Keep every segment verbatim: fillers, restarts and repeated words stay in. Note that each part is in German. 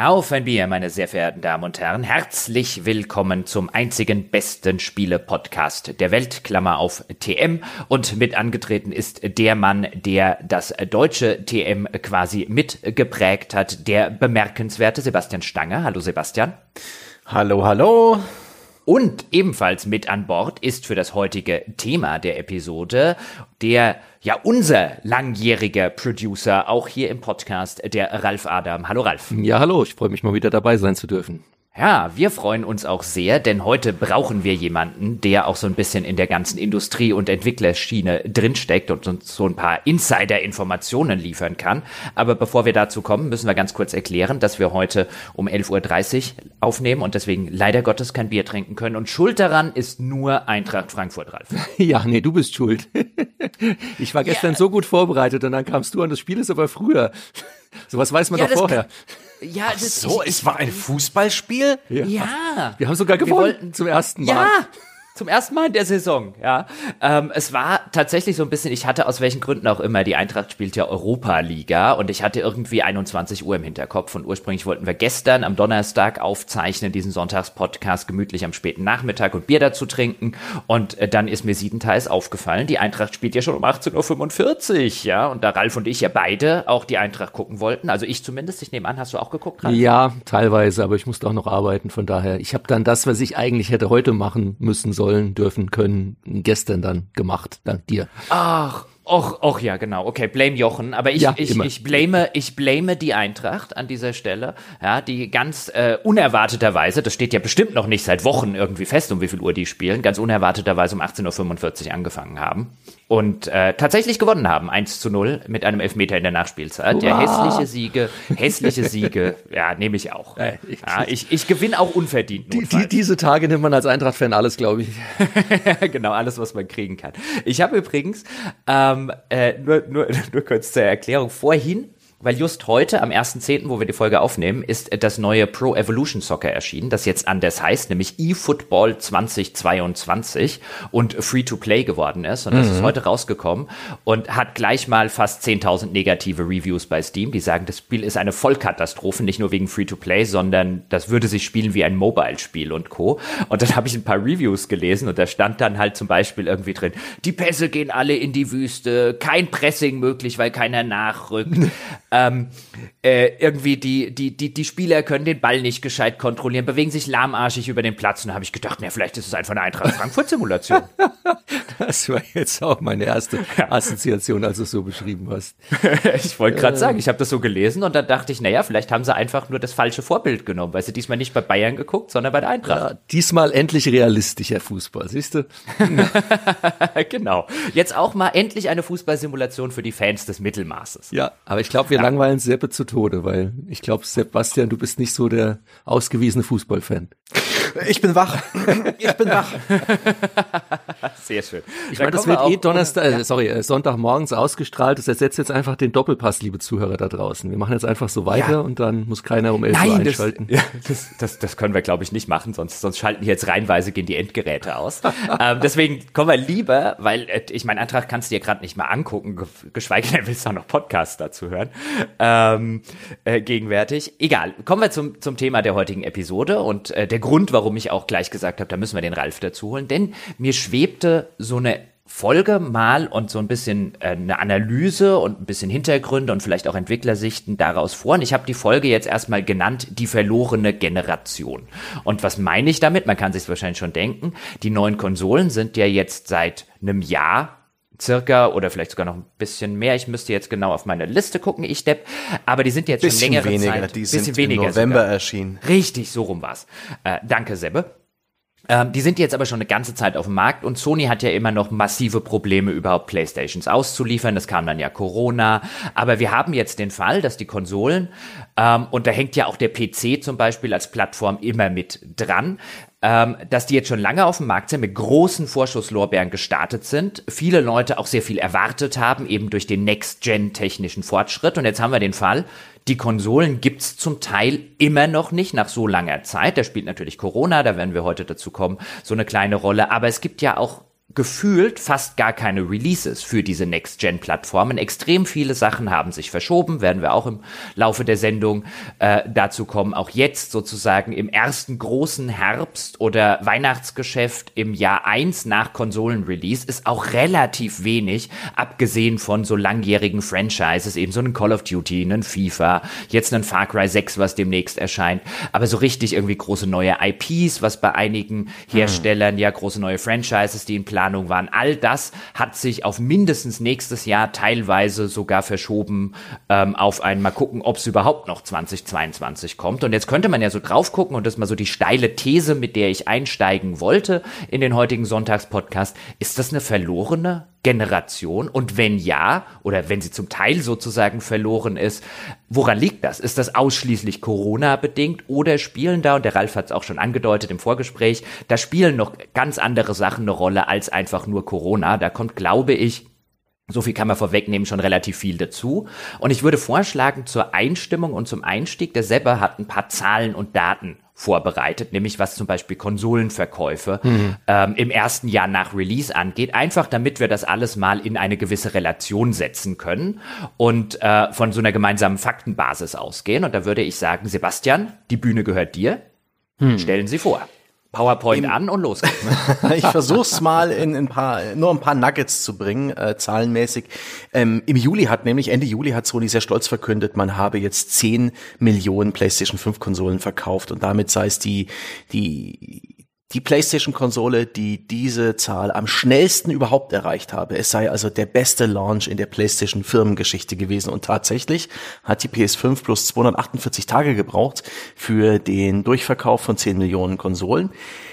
Auf ein Bier, meine sehr verehrten Damen und Herren. Herzlich willkommen zum einzigen besten Spiele-Podcast der Welt, Klammer auf T M. Und mit angetreten ist der Mann, der das deutsche T M quasi mitgeprägt hat, der bemerkenswerte Sebastian Stange. Hallo Sebastian. Hallo, hallo. Und ebenfalls mit an Bord ist für das heutige Thema der Episode der, ja, unser langjähriger Producer, auch hier im Podcast, der Ralf Adam. Hallo Ralf. Ja, hallo, ich freue mich mal wieder dabei sein zu dürfen. Ja, wir freuen uns auch sehr, denn heute brauchen wir jemanden, der auch so ein bisschen in der ganzen Industrie- und Entwicklerschiene drinsteckt und uns so ein paar Insider-Informationen liefern kann. Aber bevor wir dazu kommen, müssen wir ganz kurz erklären, dass wir heute um elf Uhr dreißig aufnehmen und deswegen leider Gottes kein Bier trinken können. Und schuld daran ist nur Eintracht Frankfurt, Ralf. Ja, nee, du bist schuld. Ich war gestern ja. so gut vorbereitet und dann kamst du an, das Spiel ist aber früher. Sowas weiß man ja, doch vorher. Kann, ja, Ach das, so, ich, es war ein Fußballspiel? Ja. ja. Wir haben sogar gewonnen wollten, zum ersten Mal. Ja. Zum ersten Mal in der Saison, ja. Ähm, es war tatsächlich so ein bisschen, ich hatte aus welchen Gründen auch immer, die Eintracht spielt ja Europa-Liga und ich hatte irgendwie einundzwanzig Uhr im Hinterkopf und ursprünglich wollten wir gestern am Donnerstag aufzeichnen, diesen Sonntagspodcast gemütlich am späten Nachmittag und Bier dazu trinken und äh, dann ist mir siebenteils aufgefallen, die Eintracht spielt ja schon um achtzehn Uhr fünfundvierzig, ja, und da Ralf und ich ja beide auch die Eintracht gucken wollten, also ich zumindest, ich nehme an, hast du auch geguckt, Ralf? Ja, teilweise, aber ich musste auch noch arbeiten, von daher, ich habe dann das, was ich eigentlich hätte heute machen müssen, sollen, dürfen, können, gestern dann gemacht, dank dir. Ach, Och, och, ja, genau. Okay, blame Jochen. Aber ich, ja, ich, ich blame, ich blame die Eintracht an dieser Stelle. Ja, die ganz äh, unerwarteterweise, das steht ja bestimmt noch nicht seit Wochen irgendwie fest, um wie viel Uhr die spielen, ganz unerwarteterweise um achtzehn Uhr fünfundvierzig angefangen haben. Und äh, tatsächlich gewonnen haben, eins zu null mit einem Elfmeter in der Nachspielzeit. Ja, hässliche Siege, hässliche Siege, ja, nehme ich auch. Ja, ich, ich gewinne auch unverdient. Die, die, diese Tage nimmt man als Eintracht-Fan alles, glaube ich. Genau, alles, was man kriegen kann. Ich habe übrigens, ähm, äh, nur, nur, nur kurz zur Erklärung, vorhin, weil just heute, am ersten zehnten, wo wir die Folge aufnehmen, ist das neue Pro Evolution Soccer erschienen, das jetzt anders heißt, nämlich eFootball zwanzig zweiundzwanzig und Free-to-Play geworden ist. Und das mhm. ist heute rausgekommen und hat gleich mal fast zehntausend negative Reviews bei Steam. Die sagen, das Spiel ist eine Vollkatastrophe, nicht nur wegen Free-to-Play, sondern das würde sich spielen wie ein Mobile-Spiel und Co. Und dann habe ich ein paar Reviews gelesen und da stand dann halt zum Beispiel irgendwie drin, die Pässe gehen alle in die Wüste, kein Pressing möglich, weil keiner nachrückt. Ähm, äh, irgendwie die, die, die, die Spieler können den Ball nicht gescheit kontrollieren, bewegen sich lahmarschig über den Platz und da habe ich gedacht, na, vielleicht ist es einfach eine Eintracht-Frankfurt-Simulation. Das war jetzt auch meine erste Assoziation, als du es so beschrieben hast. Ich wollte gerade äh. sagen, ich habe das so gelesen und dann dachte ich, naja, vielleicht haben sie einfach nur das falsche Vorbild genommen, weil sie diesmal nicht bei Bayern geguckt, sondern bei der Eintracht. Ja, diesmal endlich realistischer Fußball, siehst du? Genau. Jetzt auch mal endlich eine Fußballsimulation für die Fans des Mittelmaßes. Ja, aber ich glaube, wir ja. langweilen Seppe zu Tode, weil ich glaube, Sebastian, du bist nicht so der ausgewiesene Fußballfan. Ich bin wach. Ich bin wach. Sehr schön. Ich meine, das wird eh Donnerstag, äh, sorry, äh, Sonntagmorgens ausgestrahlt. Das ersetzt jetzt einfach den Doppelpass, liebe Zuhörer da draußen. Wir machen jetzt einfach so weiter ja. und dann muss keiner um elf Uhr einschalten. Das, ja, das, das, das können wir, glaube ich, nicht machen, sonst, sonst schalten die jetzt reihenweise, gehen die Endgeräte aus. ähm, deswegen kommen wir lieber, weil äh, ich meine, Antrag kannst du dir gerade nicht mal angucken, geschweige denn willst du auch noch Podcasts dazu hören, ähm, äh, gegenwärtig. Egal, kommen wir zum, zum Thema der heutigen Episode und äh, der Grund, warum ich auch gleich gesagt habe, da müssen wir den Ralf dazu holen, denn mir schwebte so eine Folge mal und so ein bisschen äh, eine Analyse und ein bisschen Hintergründe und vielleicht auch Entwicklersichten daraus vor. Und ich habe die Folge jetzt erstmal genannt, die verlorene Generation. Und was meine ich damit? Man kann sich wahrscheinlich schon denken. Die neuen Konsolen sind ja jetzt seit einem Jahr circa oder vielleicht sogar noch ein bisschen mehr. Ich müsste jetzt genau auf meine Liste gucken, ich Depp. Aber die sind jetzt bisschen schon längere weniger, Zeit. Die bisschen sind weniger im November sogar. erschienen. Richtig, so rum war's. Äh, danke, Sebbe. Ähm, die sind jetzt aber schon eine ganze Zeit auf dem Markt und Sony hat ja immer noch massive Probleme, überhaupt Playstations auszuliefern. Das kam dann ja Corona. Aber wir haben jetzt den Fall, dass die Konsolen, ähm, und da hängt ja auch der P C zum Beispiel als Plattform immer mit dran, ähm, dass die jetzt schon lange auf dem Markt sind, mit großen Vorschusslorbeeren gestartet sind, viele Leute auch sehr viel erwartet haben, eben durch den Next-Gen-technischen Fortschritt. Und jetzt haben wir den Fall, die Konsolen gibt's zum Teil immer noch nicht nach so langer Zeit. Da spielt natürlich Corona, da werden wir heute dazu kommen, so eine kleine Rolle. Aber es gibt ja auch gefühlt fast gar keine Releases für diese Next-Gen-Plattformen. Extrem viele Sachen haben sich verschoben, werden wir auch im Laufe der Sendung äh, dazu kommen. Auch jetzt sozusagen im ersten großen Herbst- oder Weihnachtsgeschäft im Jahr eins nach Konsolen-Release ist auch relativ wenig, abgesehen von so langjährigen Franchises, eben so einen Call of Duty, einen FIFA, jetzt einen Far Cry sechs, was demnächst erscheint. Aber so richtig irgendwie große neue I Ps, was bei einigen Herstellern, hm. ja große neue Franchises, die in Planung waren. All das hat sich auf mindestens nächstes Jahr, teilweise sogar verschoben ähm, auf ein mal gucken, ob es überhaupt noch zwanzig zweiundzwanzig kommt. Und jetzt könnte man ja so drauf gucken und das ist mal so die steile These, mit der ich einsteigen wollte in den heutigen Sonntagspodcast. Ist das eine verlorene Generation? Und wenn ja, oder wenn sie zum Teil sozusagen verloren ist, woran liegt das? Ist das ausschließlich Corona-bedingt oder spielen da, und der Ralf hat es auch schon angedeutet im Vorgespräch, da spielen noch ganz andere Sachen eine Rolle als einfach nur Corona. Da kommt, glaube ich, so viel kann man vorwegnehmen, schon relativ viel dazu. Und ich würde vorschlagen, zur Einstimmung und zum Einstieg, der Sebbe hat ein paar Zahlen und Daten vorbereitet, nämlich was zum Beispiel Konsolenverkäufe mhm. ähm, im ersten Jahr nach Release angeht, einfach damit wir das alles mal in eine gewisse Relation setzen können und äh, von so einer gemeinsamen Faktenbasis ausgehen. Und da würde ich sagen, Sebastian, die Bühne gehört dir. Mhm. Stellen Sie vor. PowerPoint Im, an und los geht's. Ich versuch's mal in ein paar, nur ein paar Nuggets zu bringen, äh, zahlenmäßig. Ähm, Im Juli hat nämlich, Ende Juli hat Sony sehr stolz verkündet, man habe jetzt zehn Millionen PlayStation fünf Konsolen verkauft und damit sei es die, die, die PlayStation-Konsole, die diese Zahl am schnellsten überhaupt erreicht habe. Es sei also der beste Launch in der PlayStation-Firmengeschichte gewesen. Und tatsächlich hat die P S fünf plus zweihundertachtundvierzig Tage gebraucht für den Durchverkauf von zehn Millionen Konsolen.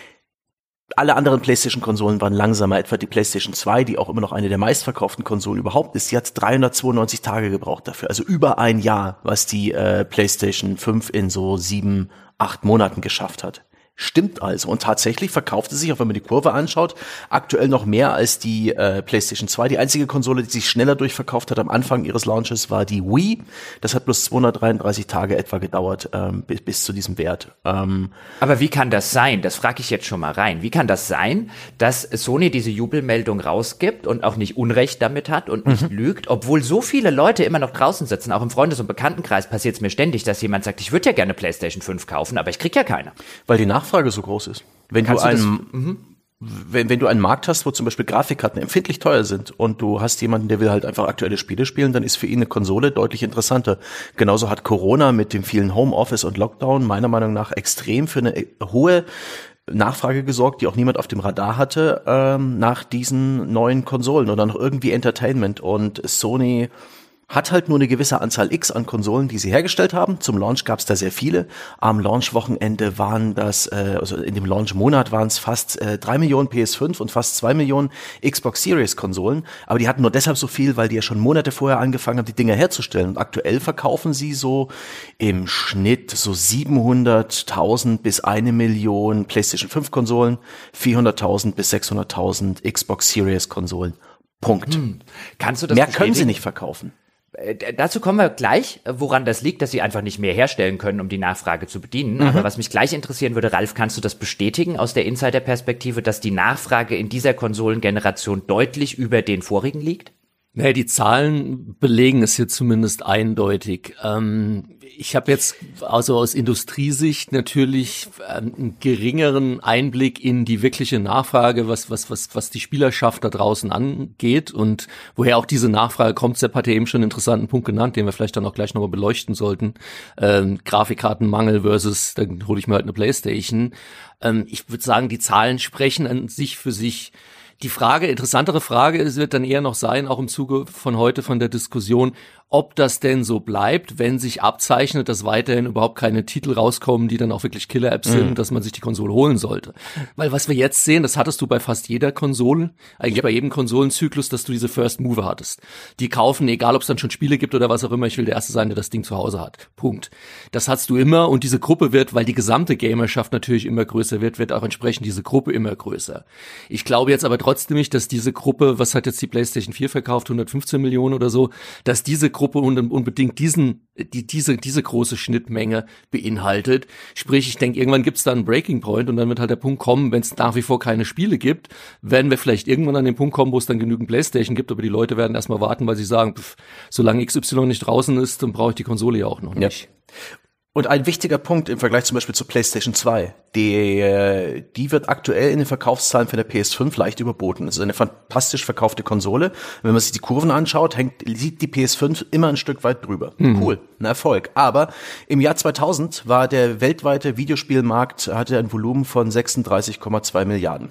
Alle anderen PlayStation-Konsolen waren langsamer, etwa die PlayStation zwei, die auch immer noch eine der meistverkauften Konsolen überhaupt ist. Sie hat dreihundertzweiundneunzig Tage gebraucht dafür, also über ein Jahr, was die äh, PlayStation fünf in so sieben, acht Monaten geschafft hat. Stimmt also. Und tatsächlich verkaufte sich, auch wenn man die Kurve anschaut, aktuell noch mehr als die äh, PlayStation zwei. Die einzige Konsole, die sich schneller durchverkauft hat am Anfang ihres Launches, war die Wii. Das hat bloß zweihundertdreiunddreißig Tage etwa gedauert, ähm, bis, bis zu diesem Wert. Ähm, Aber wie kann das sein? Das frage ich jetzt schon mal rein. Wie kann das sein, dass Sony diese Jubelmeldung rausgibt und auch nicht Unrecht damit hat und nicht mhm. lügt, obwohl so viele Leute immer noch draußen sitzen? Auch im Freundes- und Bekanntenkreis passiert es mir ständig, dass jemand sagt, ich würde ja gerne PlayStation fünf kaufen, aber ich krieg ja keine. Weil die Nachfrage Frage so groß ist. Wenn Kannst du, einen, du mhm. wenn, wenn du einen Markt hast, wo zum Beispiel Grafikkarten empfindlich teuer sind und du hast jemanden, der will halt einfach aktuelle Spiele spielen, dann ist für ihn eine Konsole deutlich interessanter. Genauso hat Corona mit dem vielen Homeoffice und Lockdown meiner Meinung nach extrem für eine hohe Nachfrage gesorgt, die auch niemand auf dem Radar hatte, ähm, nach diesen neuen Konsolen oder noch irgendwie Entertainment. Und Sony hat halt nur eine gewisse Anzahl X an Konsolen, die sie hergestellt haben. Zum Launch gab es da sehr viele. Am Launch-Wochenende waren das, äh, also in dem Launch-Monat waren es fast äh, drei Millionen P S fünf und fast zwei Millionen Xbox Series-Konsolen. Aber die hatten nur deshalb so viel, weil die ja schon Monate vorher angefangen haben, die Dinger herzustellen. Und aktuell verkaufen sie so im Schnitt so siebenhunderttausend bis eine Million PlayStation fünf Konsolen, vierhunderttausend bis sechshunderttausend Xbox Series-Konsolen. Punkt. Hm. Kannst du das Mehr bestätigen? Können sie nicht verkaufen. Dazu kommen wir gleich, woran das liegt, dass sie einfach nicht mehr herstellen können, um die Nachfrage zu bedienen. Mhm. Aber was mich gleich interessieren würde, Ralf, kannst du das bestätigen aus der Insider-Perspektive, dass die Nachfrage in dieser Konsolengeneration deutlich über den vorigen liegt? Naja, die Zahlen belegen es hier zumindest eindeutig. Ähm, ich habe jetzt also aus Industriesicht natürlich einen geringeren Einblick in die wirkliche Nachfrage, was was was was die Spielerschaft da draußen angeht und woher auch diese Nachfrage kommt. Sepp hat ja eben schon einen interessanten Punkt genannt, den wir vielleicht dann auch gleich nochmal beleuchten sollten. Ähm, Grafikkartenmangel versus, dann hole ich mir halt eine PlayStation. Ähm, ich würde sagen, die Zahlen sprechen an sich für sich. Die Frage, interessantere Frage, es wird dann eher noch sein, auch im Zuge von heute von der Diskussion, ob das denn so bleibt, wenn sich abzeichnet, dass weiterhin überhaupt keine Titel rauskommen, die dann auch wirklich Killer-Apps sind, mhm. dass man sich die Konsole holen sollte. Weil was wir jetzt sehen, das hattest du bei fast jeder Konsole, eigentlich ja. bei jedem Konsolenzyklus, dass du diese First Mover hattest. Die kaufen, egal ob es dann schon Spiele gibt oder was auch immer, ich will der Erste sein, der das Ding zu Hause hat. Punkt. Das hast du immer und diese Gruppe wird, weil die gesamte Gamerschaft natürlich immer größer wird, wird auch entsprechend diese Gruppe immer größer. Ich glaube jetzt aber trotzdem nicht, dass diese Gruppe, was hat jetzt die PlayStation vier verkauft, hundertfünfzehn Millionen oder so, dass diese Zielgruppe unbedingt diesen, die, diese, diese große Schnittmenge beinhaltet. Sprich, ich denke, irgendwann gibt es da einen Breaking Point und dann wird halt der Punkt kommen, wenn es nach wie vor keine Spiele gibt, werden wir vielleicht irgendwann an den Punkt kommen, wo es dann genügend PlayStation gibt, aber die Leute werden erstmal warten, weil sie sagen, pff, solange X Y nicht draußen ist, dann brauche ich die Konsole ja auch noch nicht. Ja. Und ein wichtiger Punkt im Vergleich zum Beispiel zur PlayStation zwei, die, die wird aktuell in den Verkaufszahlen von der P S fünf leicht überboten. Es ist eine fantastisch verkaufte Konsole. Wenn man sich die Kurven anschaut, hängt, sieht die P S fünf immer ein Stück weit drüber. Mhm. Cool, ein Erfolg. Aber im Jahr zweitausend war der weltweite Videospielmarkt, hatte ein Volumen von sechsunddreißig Komma zwei Milliarden.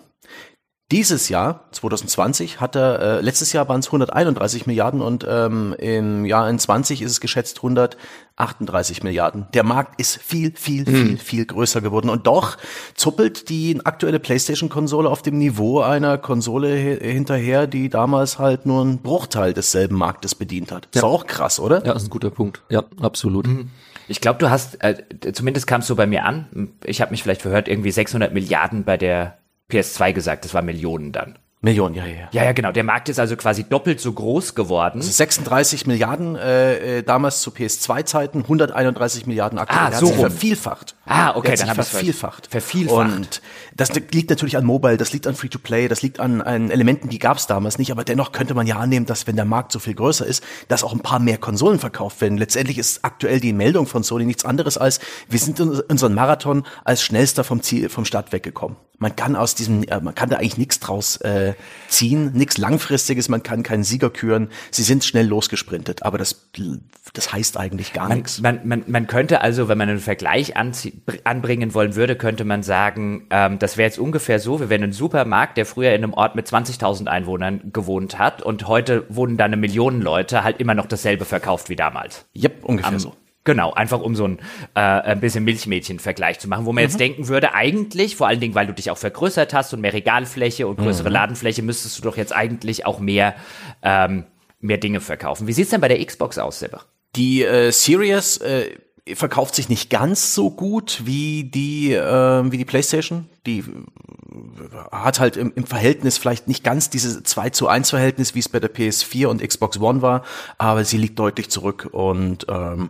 Dieses Jahr, zwanzig zwanzig, hat er, äh, letztes Jahr waren es hunderteinunddreißig Milliarden und ähm, im Jahr in zwanzig ist es geschätzt hundertachtunddreißig Milliarden. Der Markt ist viel, viel, viel, hm. viel größer geworden und doch zuppelt die aktuelle PlayStation-Konsole auf dem Niveau einer Konsole he- hinterher, die damals halt nur einen Bruchteil desselben Marktes bedient hat. Ja. Ist auch krass, oder? Ja, das ist ein guter Punkt. Ja, absolut. Mhm. Ich glaube, du hast, äh, zumindest kam es so bei mir an, ich habe mich vielleicht verhört, irgendwie sechshundert Milliarden bei der P S zwei gesagt, das war Millionen dann. Millionen, ja, ja. Ja, ja, genau. Der Markt ist also quasi doppelt so groß geworden. Also sechsunddreißig Milliarden äh, damals zu P S zwei Zeiten, hunderteinunddreißig Milliarden aktuell. Ah, der so hat sich rum. vervielfacht. Ah, okay, der dann hat habe sich vervielfacht. Vervielfacht. Und das liegt natürlich an Mobile, das liegt an Free-to-Play, das liegt an, an Elementen, die gab es damals nicht. Aber dennoch könnte man ja annehmen, dass wenn der Markt so viel größer ist, dass auch ein paar mehr Konsolen verkauft werden. Letztendlich ist aktuell die Meldung von Sony nichts anderes als, wir sind in unseren Marathon als schnellster vom Ziel, vom Start weggekommen. Man kann aus diesem, äh, man kann da eigentlich nichts draus äh, ziehen, nichts Langfristiges, man kann keinen Sieger küren. Sie sind schnell losgesprintet, aber das, das heißt eigentlich gar man, nichts. Man, man, man könnte also, wenn man einen Vergleich anzie- anbringen wollen würde, könnte man sagen, ähm, das wäre jetzt ungefähr so, wir wären ein Supermarkt, der früher in einem Ort mit zwanzigtausend Einwohnern gewohnt hat und heute wurden da eine Million Leute halt immer noch dasselbe verkauft wie damals. Yep, ungefähr Am, so. Genau, einfach um so ein, äh, ein bisschen Milchmädchen-Vergleich zu machen, wo man mhm. jetzt denken würde, eigentlich, vor allen Dingen, weil du dich auch vergrößert hast und mehr Regalfläche und größere mhm. Ladenfläche, müsstest du doch jetzt eigentlich auch mehr, ähm, mehr Dinge verkaufen. Wie sieht's denn bei der Xbox aus, Seba? Die äh, Series äh, verkauft sich nicht ganz so gut wie die äh, wie die PlayStation. Die hat halt im, im Verhältnis vielleicht nicht ganz dieses zwei zu eins Verhältnis, wie es bei der P S vier und Xbox One war, aber sie liegt deutlich zurück und ähm,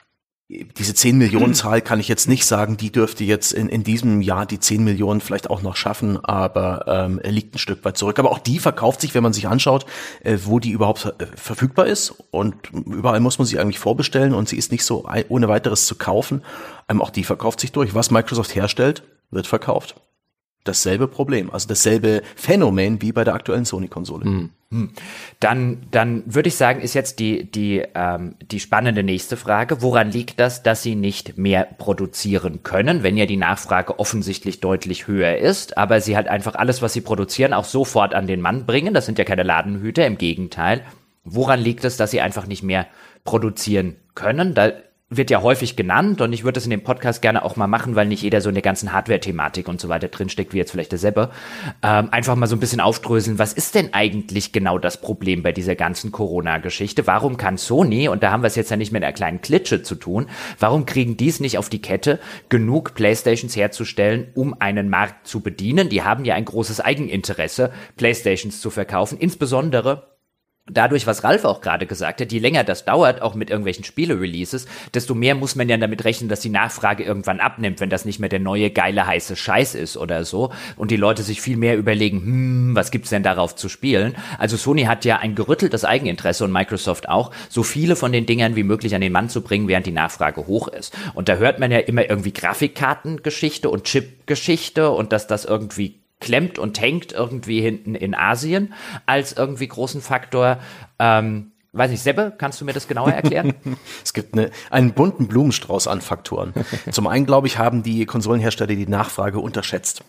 diese zehn Millionen Zahl kann ich jetzt nicht sagen, die dürfte jetzt in, in diesem Jahr die zehn Millionen vielleicht auch noch schaffen, aber ähm, er liegt ein Stück weit zurück. Aber auch die verkauft sich, wenn man sich anschaut, äh, wo die überhaupt äh, verfügbar ist und überall muss man sie eigentlich vorbestellen und sie ist nicht so ein, ohne weiteres zu kaufen. Ähm, auch die verkauft sich durch. Was Microsoft herstellt, wird verkauft. Dasselbe Problem, also dasselbe Phänomen wie bei der aktuellen Sony-Konsole. Hm. Hm. Dann, dann würde ich sagen, ist jetzt die, die, ähm, die spannende nächste Frage. Woran liegt das, dass sie nicht mehr produzieren können, wenn ja die Nachfrage offensichtlich deutlich höher ist, aber sie halt einfach alles, was sie produzieren, auch sofort an den Mann bringen? Das sind ja keine Ladenhüter, im Gegenteil. Woran liegt es, dass sie einfach nicht mehr produzieren können? Da wird ja häufig genannt und ich würde das in dem Podcast gerne auch mal machen, weil nicht jeder so in der ganzen Hardware-Thematik und so weiter drinsteckt, wie jetzt vielleicht der Seppe. Ähm, einfach mal so ein bisschen aufdröseln, was ist denn eigentlich genau das Problem bei dieser ganzen Corona-Geschichte? Warum kann Sony, und da haben wir es jetzt ja nicht mit einer kleinen Klitsche zu tun, warum kriegen die es nicht auf die Kette, genug Playstations herzustellen, um einen Markt zu bedienen? Die haben ja ein großes Eigeninteresse, Playstations zu verkaufen, insbesondere dadurch, was Ralf auch gerade gesagt hat, je länger das dauert, auch mit irgendwelchen Spiele-Releases, desto mehr muss man ja damit rechnen, dass die Nachfrage irgendwann abnimmt, wenn das nicht mehr der neue, geile, heiße Scheiß ist oder so und die Leute sich viel mehr überlegen, hm, was gibt's denn darauf zu spielen? Also Sony hat ja ein gerütteltes Eigeninteresse und Microsoft auch, so viele von den Dingern wie möglich an den Mann zu bringen, während die Nachfrage hoch ist. Und da hört man ja immer irgendwie Grafikkartengeschichte und Chip-Geschichte und dass das irgendwie klemmt und hängt irgendwie hinten in Asien als irgendwie großen Faktor. Ähm, weiß nicht, Sebbe, kannst du mir das genauer erklären? Es gibt eine, einen bunten Blumenstrauß an Faktoren. Zum einen, glaube ich, haben die Konsolenhersteller die Nachfrage unterschätzt.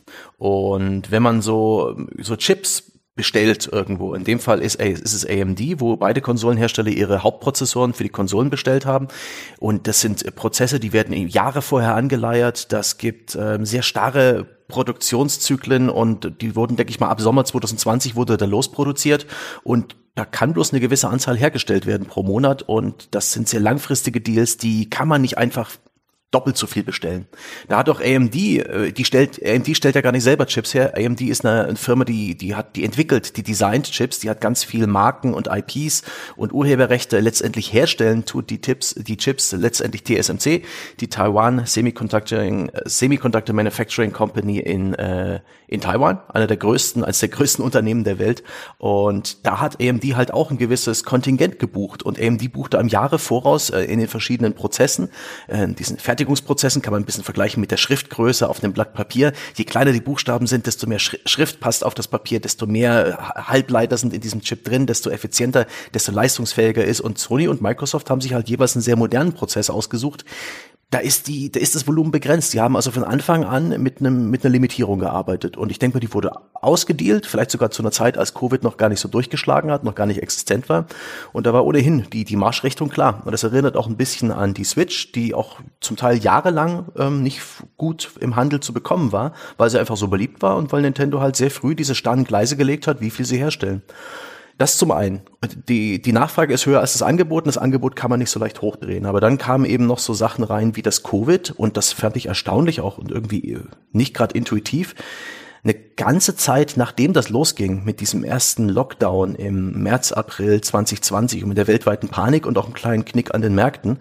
Und wenn man so, so Chips bestellt irgendwo. In dem Fall ist, ist es A M D, wo beide Konsolenhersteller ihre Hauptprozessoren für die Konsolen bestellt haben. Und das sind Prozesse, die werden Jahre vorher angeleiert. Das gibt ähm, sehr starre Produktionszyklen und die wurden, denke ich mal, ab Sommer zwanzig zwanzig wurde da losproduziert. Und da kann bloß eine gewisse Anzahl hergestellt werden pro Monat. Und das sind sehr langfristige Deals, die kann man nicht einfach doppelt so viel bestellen. Da hat auch A M D, die stellt, A M D stellt ja gar nicht selber Chips her. A M D ist eine Firma, die, die hat, die entwickelt, die designt Chips, die hat ganz viel Marken und I Ps und Urheberrechte. Letztendlich herstellen tut die Chips, die Chips letztendlich T S M C, die Taiwan Semiconducting, Semiconductor Manufacturing Company in, äh, in Taiwan, einer der größten, eines der größten Unternehmen der Welt. Und da hat A M D halt auch ein gewisses Kontingent gebucht. Und A M D buchte am Jahre voraus äh, in den verschiedenen Prozessen, äh, diesen Fertigungsprozessen kann man ein bisschen vergleichen mit der Schriftgröße auf dem Blatt Papier. Je kleiner die Buchstaben sind, desto mehr Schrift passt auf das Papier, desto mehr Halbleiter sind in diesem Chip drin, desto effizienter, desto leistungsfähiger ist. Und Sony und Microsoft haben sich halt jeweils einen sehr modernen Prozess ausgesucht. Da ist die, da ist das Volumen begrenzt. Die haben also von Anfang an mit einem, mit einer Limitierung gearbeitet. Und ich denke mal, die wurde ausgedealt, vielleicht sogar zu einer Zeit, als Covid noch gar nicht so durchgeschlagen hat, noch gar nicht existent war. Und da war ohnehin die, die Marschrichtung klar. Und das erinnert auch ein bisschen an die Switch, die auch zum Teil jahrelang ähm, nicht gut im Handel zu bekommen war, weil sie einfach so beliebt war und weil Nintendo halt sehr früh diese starren Gleise gelegt hat, wie viel sie herstellen. Das zum einen. Die, die Nachfrage ist höher als das Angebot und das Angebot kann man nicht so leicht hochdrehen. Aber dann kamen eben noch so Sachen rein wie das Covid und das fand ich erstaunlich auch und irgendwie nicht gerade intuitiv. Eine ganze Zeit, nachdem das losging mit diesem ersten Lockdown im März, April zwanzig zwanzig und mit der weltweiten Panik und auch einem kleinen Knick an den Märkten,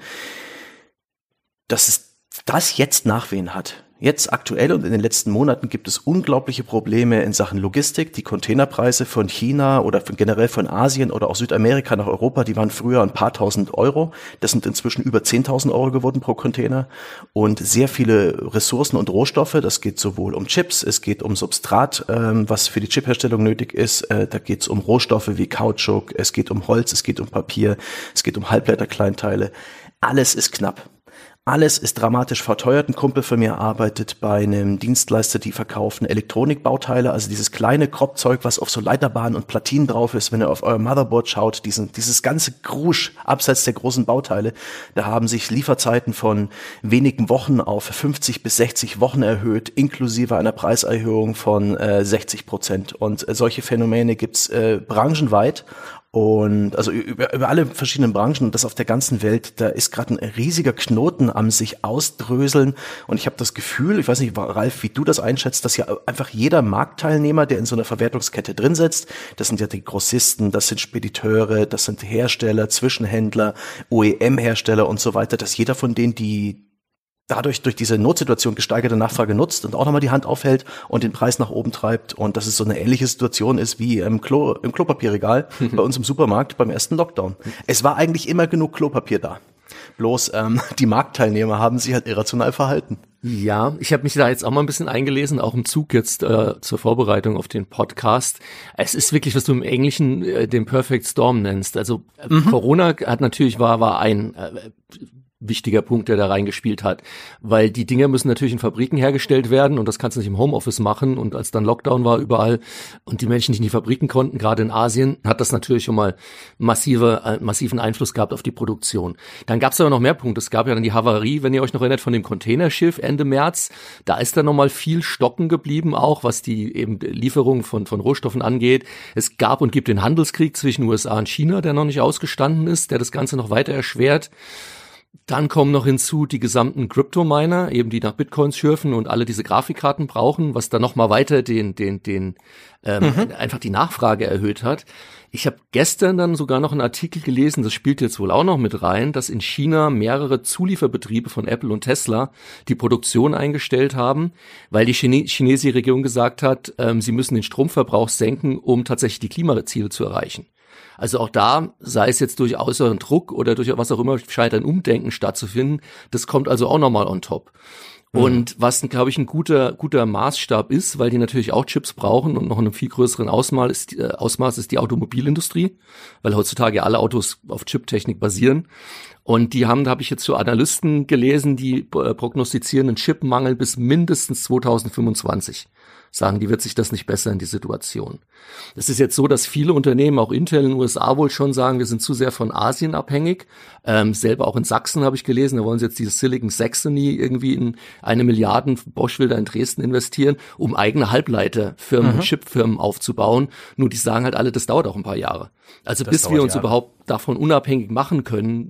dass es das jetzt Nachwehen hat. Jetzt aktuell und in den letzten Monaten gibt es unglaubliche Probleme in Sachen Logistik. Die Containerpreise von China oder von generell von Asien oder auch Südamerika nach Europa, die waren früher ein paar tausend Euro. Das sind inzwischen über zehntausend Euro geworden pro Container. Und sehr viele Ressourcen und Rohstoffe. Das geht sowohl um Chips, es geht um Substrat, ähm, was für die Chipherstellung nötig ist. Äh, da geht es um Rohstoffe wie Kautschuk, es geht um Holz, es geht um Papier, es geht um Halbleiterkleinteile. Alles ist knapp. Alles ist dramatisch verteuert. Ein Kumpel von mir arbeitet bei einem Dienstleister, die verkaufen Elektronikbauteile, also dieses kleine Kropfzeug, was auf so Leiterbahnen und Platinen drauf ist. Wenn ihr auf euer Motherboard schaut, diesen, dieses ganze Grusch abseits der großen Bauteile, da haben sich Lieferzeiten von wenigen Wochen auf fünfzig bis sechzig Wochen erhöht, inklusive einer Preiserhöhung von äh, sechzig Prozent. Und äh, solche Phänomene gibt's äh, branchenweit. Und also über, über alle verschiedenen Branchen und das auf der ganzen Welt, da ist gerade ein riesiger Knoten am sich ausdröseln. Und ich habe das Gefühl, ich weiß nicht, Ralf, wie du das einschätzt, dass ja einfach jeder Marktteilnehmer, der in so einer Verwertungskette drin sitzt, das sind ja die Grossisten, das sind Spediteure, das sind Hersteller, Zwischenhändler, O E M-Hersteller und so weiter, dass jeder von denen, die dadurch durch diese Notsituation gesteigerte Nachfrage nutzt und auch nochmal die Hand aufhält und den Preis nach oben treibt und dass es so eine ähnliche Situation ist wie im, Klo, im Klopapierregal bei uns im Supermarkt beim ersten Lockdown. Es war eigentlich immer genug Klopapier da. Bloß ähm, die Marktteilnehmer haben sich halt irrational verhalten. Ja, ich habe mich da jetzt auch mal ein bisschen eingelesen, auch im Zug jetzt äh, zur Vorbereitung auf den Podcast. Es ist wirklich, was du im Englischen äh, den Perfect Storm nennst. Also äh, mhm. Corona hat natürlich war war ein äh, wichtiger Punkt, der da reingespielt hat, weil die Dinger müssen natürlich in Fabriken hergestellt werden und das kannst du nicht im Homeoffice machen und als dann Lockdown war überall und die Menschen nicht in die Fabriken konnten, gerade in Asien, hat das natürlich schon mal massive, äh, massiven Einfluss gehabt auf die Produktion. Dann gab es aber noch mehr Punkte. Es gab ja dann die Havarie, wenn ihr euch noch erinnert, von dem Containerschiff Ende März. Da ist dann nochmal viel stocken geblieben, auch was die eben Lieferung von, von Rohstoffen angeht. Es gab und gibt den Handelskrieg zwischen U S A und China, der noch nicht ausgestanden ist, der das Ganze noch weiter erschwert. Dann kommen noch hinzu die gesamten Crypto-Miner, eben die nach Bitcoins schürfen und alle diese Grafikkarten brauchen, was dann nochmal weiter den, den, den, ähm, mhm. einfach die Nachfrage erhöht hat. Ich habe gestern dann sogar noch einen Artikel gelesen, das spielt jetzt wohl auch noch mit rein, dass in China mehrere Zulieferbetriebe von Apple und Tesla die Produktion eingestellt haben, weil die Chine- chinesische Regierung gesagt hat, ähm, sie müssen den Stromverbrauch senken, um tatsächlich die Klimaziele zu erreichen. Also auch da, sei es jetzt durch äußeren Druck oder durch was auch immer, scheint ein Umdenken stattzufinden. Das kommt also auch nochmal on top. Mhm. Und was, glaube ich, ein guter guter Maßstab ist, weil die natürlich auch Chips brauchen und noch in einem viel größeren Ausmaß ist, äh, Ausmaß ist die Automobilindustrie, weil heutzutage alle Autos auf Chiptechnik basieren. Und die haben, da habe ich jetzt so Analysten gelesen, die äh, prognostizieren einen Chipmangel bis mindestens zweitausendfünfundzwanzig. Sagen, die wird sich das nicht bessern, die Situation. Es ist jetzt so, dass viele Unternehmen, auch Intel in den U S A wohl schon sagen, wir sind zu sehr von Asien abhängig. Ähm, selber auch in Sachsen habe ich gelesen, da wollen sie jetzt dieses Silicon Saxony irgendwie in eine Milliarde, Bosch will da in Dresden investieren, um eigene Halbleiterfirmen, mhm. Chipfirmen aufzubauen. Nur die sagen halt alle, das dauert auch ein paar Jahre. Also das bis wir uns Jahre. überhaupt davon unabhängig machen können, das,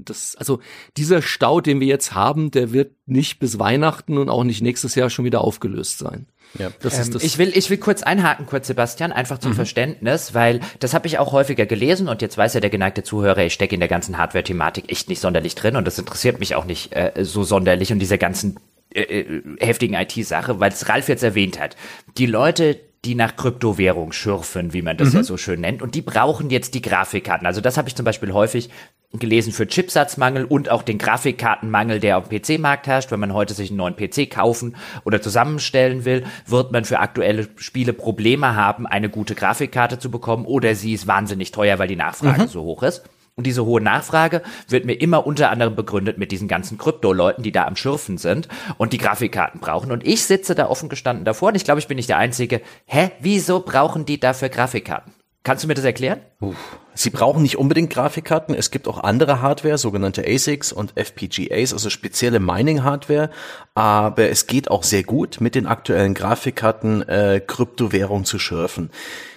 also dieser Stau, den wir jetzt haben, der wird nicht bis Weihnachten und auch nicht nächstes Jahr schon wieder aufgelöst sein. Ja. Das ähm, ist das. Ich will, ich will kurz einhaken, kurz Sebastian, einfach zum mhm. Verständnis, weil das habe ich auch häufiger gelesen und jetzt weiß ja der geneigte Zuhörer, ich stecke in der ganzen Hardware-Thematik echt nicht sonderlich drin und das interessiert mich auch nicht äh, so sonderlich und diese ganzen äh, heftigen I T-Sache, weil es Ralf jetzt erwähnt hat. Die Leute, die nach Kryptowährung schürfen, wie man das mhm. ja so schön nennt, und die brauchen jetzt die Grafikkarten. Also das habe ich zum Beispiel häufig gelesen für Chipsatzmangel und auch den Grafikkartenmangel, der auf dem P C-Markt herrscht. Wenn man heute sich einen neuen P C kaufen oder zusammenstellen will, wird man für aktuelle Spiele Probleme haben, eine gute Grafikkarte zu bekommen oder sie ist wahnsinnig teuer, weil die Nachfrage mhm. so hoch ist. Und diese hohe Nachfrage wird mir immer unter anderem begründet mit diesen ganzen Krypto-Leuten, die da am Schürfen sind und die Grafikkarten brauchen. Und ich sitze da offen gestanden davor und ich glaube, ich bin nicht der Einzige. Hä, wieso brauchen die dafür Grafikkarten? Kannst du mir das erklären? Sie brauchen nicht unbedingt Grafikkarten. Es gibt auch andere Hardware, sogenannte A S I Cs und F P G As, also spezielle Mining-Hardware. Aber es geht auch sehr gut, mit den aktuellen Grafikkarten äh, Kryptowährung zu schürfen.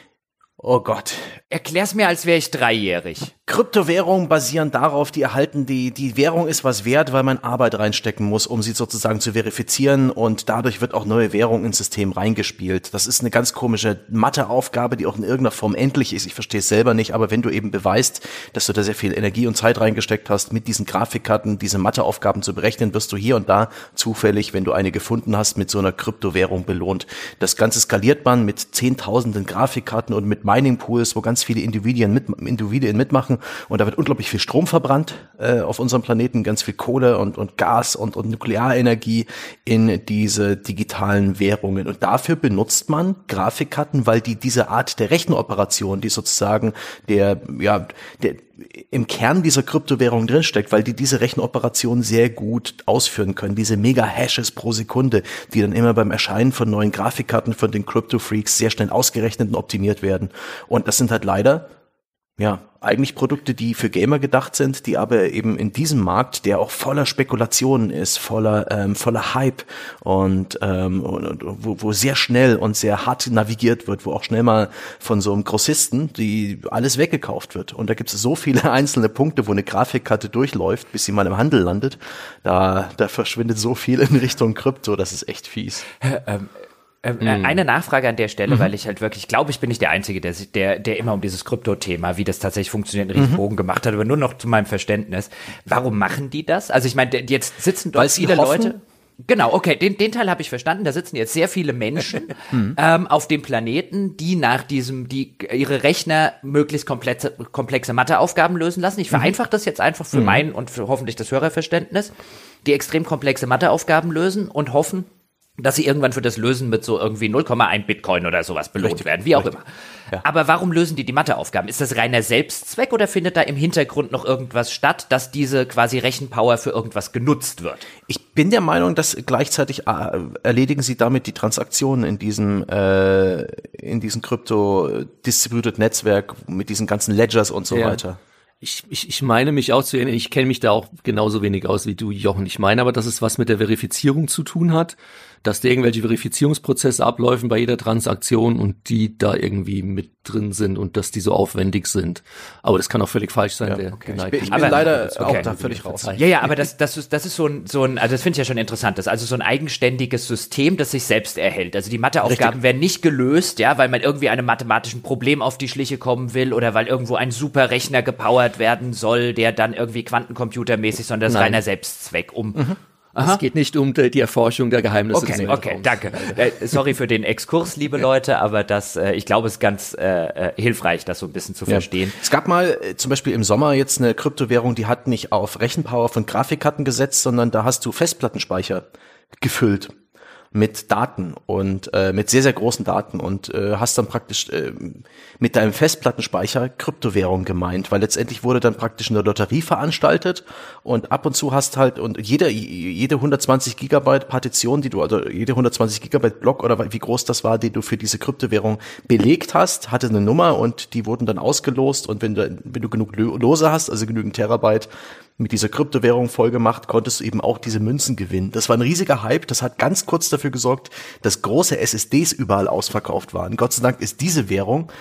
Oh Gott. Erklär's mir, als wäre ich dreijährig. Kryptowährungen basieren darauf, die erhalten, die, die Währung ist was wert, weil man Arbeit reinstecken muss, um sie sozusagen zu verifizieren und dadurch wird auch neue Währung ins System reingespielt. Das ist eine ganz komische Matheaufgabe, die auch in irgendeiner Form endlich ist. Ich verstehe es selber nicht, aber wenn du eben beweist, dass du da sehr viel Energie und Zeit reingesteckt hast, mit diesen Grafikkarten diese Matheaufgaben zu berechnen, wirst du hier und da zufällig, wenn du eine gefunden hast, mit so einer Kryptowährung belohnt. Das Ganze skaliert man mit zehntausenden Grafikkarten und mit Mining-Pools, wo ganz viele Individuen, mit, Individuen mitmachen und da wird unglaublich viel Strom verbrannt äh, auf unserem Planeten, ganz viel Kohle und, und Gas und, und Nuklearenergie in diese digitalen Währungen und dafür benutzt man Grafikkarten, weil die diese Art der Rechenoperation, die sozusagen der, ja, der im Kern dieser Kryptowährung drinsteckt, weil die diese Rechenoperation sehr gut ausführen können, diese Mega-Hashes pro Sekunde, die dann immer beim Erscheinen von neuen Grafikkarten von den Crypto-Freaks sehr schnell ausgerechnet und optimiert werden. Und das sind halt leider, ja, eigentlich Produkte, die für Gamer gedacht sind, die aber eben in diesem Markt, der auch voller Spekulationen ist, voller ähm, voller Hype und, ähm, und, und wo, wo sehr schnell und sehr hart navigiert wird, wo auch schnell mal von so einem Grossisten die alles weggekauft wird. Und da gibt es so viele einzelne Punkte, wo eine Grafikkarte durchläuft, bis sie mal im Handel landet. Da da verschwindet so viel in Richtung Krypto, das ist echt fies. ähm. Eine Nachfrage an der Stelle, mhm. weil ich halt wirklich glaube, ich bin nicht der Einzige, der, der, der immer um dieses Krypto-Thema, wie das tatsächlich funktioniert, einen Riesenbogen mhm. gemacht hat, aber nur noch zu meinem Verständnis. Warum machen die das? Also ich meine, jetzt sitzen dort viele hoffen, Leute. Genau, okay, den, den Teil habe ich verstanden. Da sitzen jetzt sehr viele Menschen mhm. ähm, auf dem Planeten, die nach diesem, die ihre Rechner möglichst komplexe, komplexe Matheaufgaben lösen lassen. Ich vereinfache das jetzt einfach für mhm. mein und für hoffentlich das Hörerverständnis, die extrem komplexe Matheaufgaben lösen und hoffen, dass sie irgendwann für das Lösen mit so irgendwie null Komma eins Bitcoin oder sowas belohnt Richtig. werden, wie auch Richtig. immer. Ja. Aber warum lösen die die Matheaufgaben? Ist das reiner Selbstzweck oder findet da im Hintergrund noch irgendwas statt, dass diese quasi Rechenpower für irgendwas genutzt wird? Ich bin der Meinung, dass gleichzeitig äh, erledigen sie damit die Transaktionen in diesem äh, in diesem Crypto-Distributed Netzwerk mit diesen ganzen Ledgers und so ja. weiter. Ich, ich, ich meine mich auch zu erinnern, ich kenne mich da auch genauso wenig aus wie du, Jochen. Ich meine aber, dass es was mit der Verifizierung zu tun hat, dass da irgendwelche Verifizierungsprozesse abläufen bei jeder Transaktion und die da irgendwie mit drin sind und dass die so aufwendig sind. Aber das kann auch völlig falsch sein. Ja, der okay. Ich bin, ich bin leider okay. auch da völlig raus. Ja, ja, aber das, das ist, das ist so ein, so ein, also das finde ich ja schon interessant, das ist also so ein eigenständiges System, das sich selbst erhält. Also die Matheaufgaben Richtig. werden nicht gelöst, ja, weil man irgendwie einem mathematischen Problem auf die Schliche kommen will oder weil irgendwo ein super Rechner gepowert werden soll, der dann irgendwie quantencomputermäßig, sondern das ist reiner Selbstzweck, um mhm. Aha. Es geht nicht um die, die Erforschung der Geheimnisse. Okay, okay, danke. Äh, sorry für den Exkurs, liebe Leute, aber das, äh, ich glaube, es ist ganz äh, hilfreich, das so ein bisschen zu ja. verstehen. Es gab mal äh, zum Beispiel im Sommer jetzt eine Kryptowährung, die hat nicht auf Rechenpower von Grafikkarten gesetzt, sondern da hast du Festplattenspeicher gefüllt mit Daten und äh, mit sehr, sehr großen Daten und äh, hast dann praktisch äh, mit deinem Festplattenspeicher Kryptowährung gemeint, weil letztendlich wurde dann praktisch eine Lotterie veranstaltet und ab und zu hast halt und jede jede hundertzwanzig Gigabyte Partition, die du, also jede hundertzwanzig Gigabyte Block oder wie groß das war, die du für diese Kryptowährung belegt hast, hatte eine Nummer und die wurden dann ausgelost und wenn du, wenn du genug Lose hast, also genügend Terabyte mit dieser Kryptowährung vollgemacht, konntest du eben auch diese Münzen gewinnen. Das war ein riesiger Hype, das hat ganz kurz dafür gesorgt, dass große S S Ds überall ausverkauft waren. Gott sei Dank ist diese Währung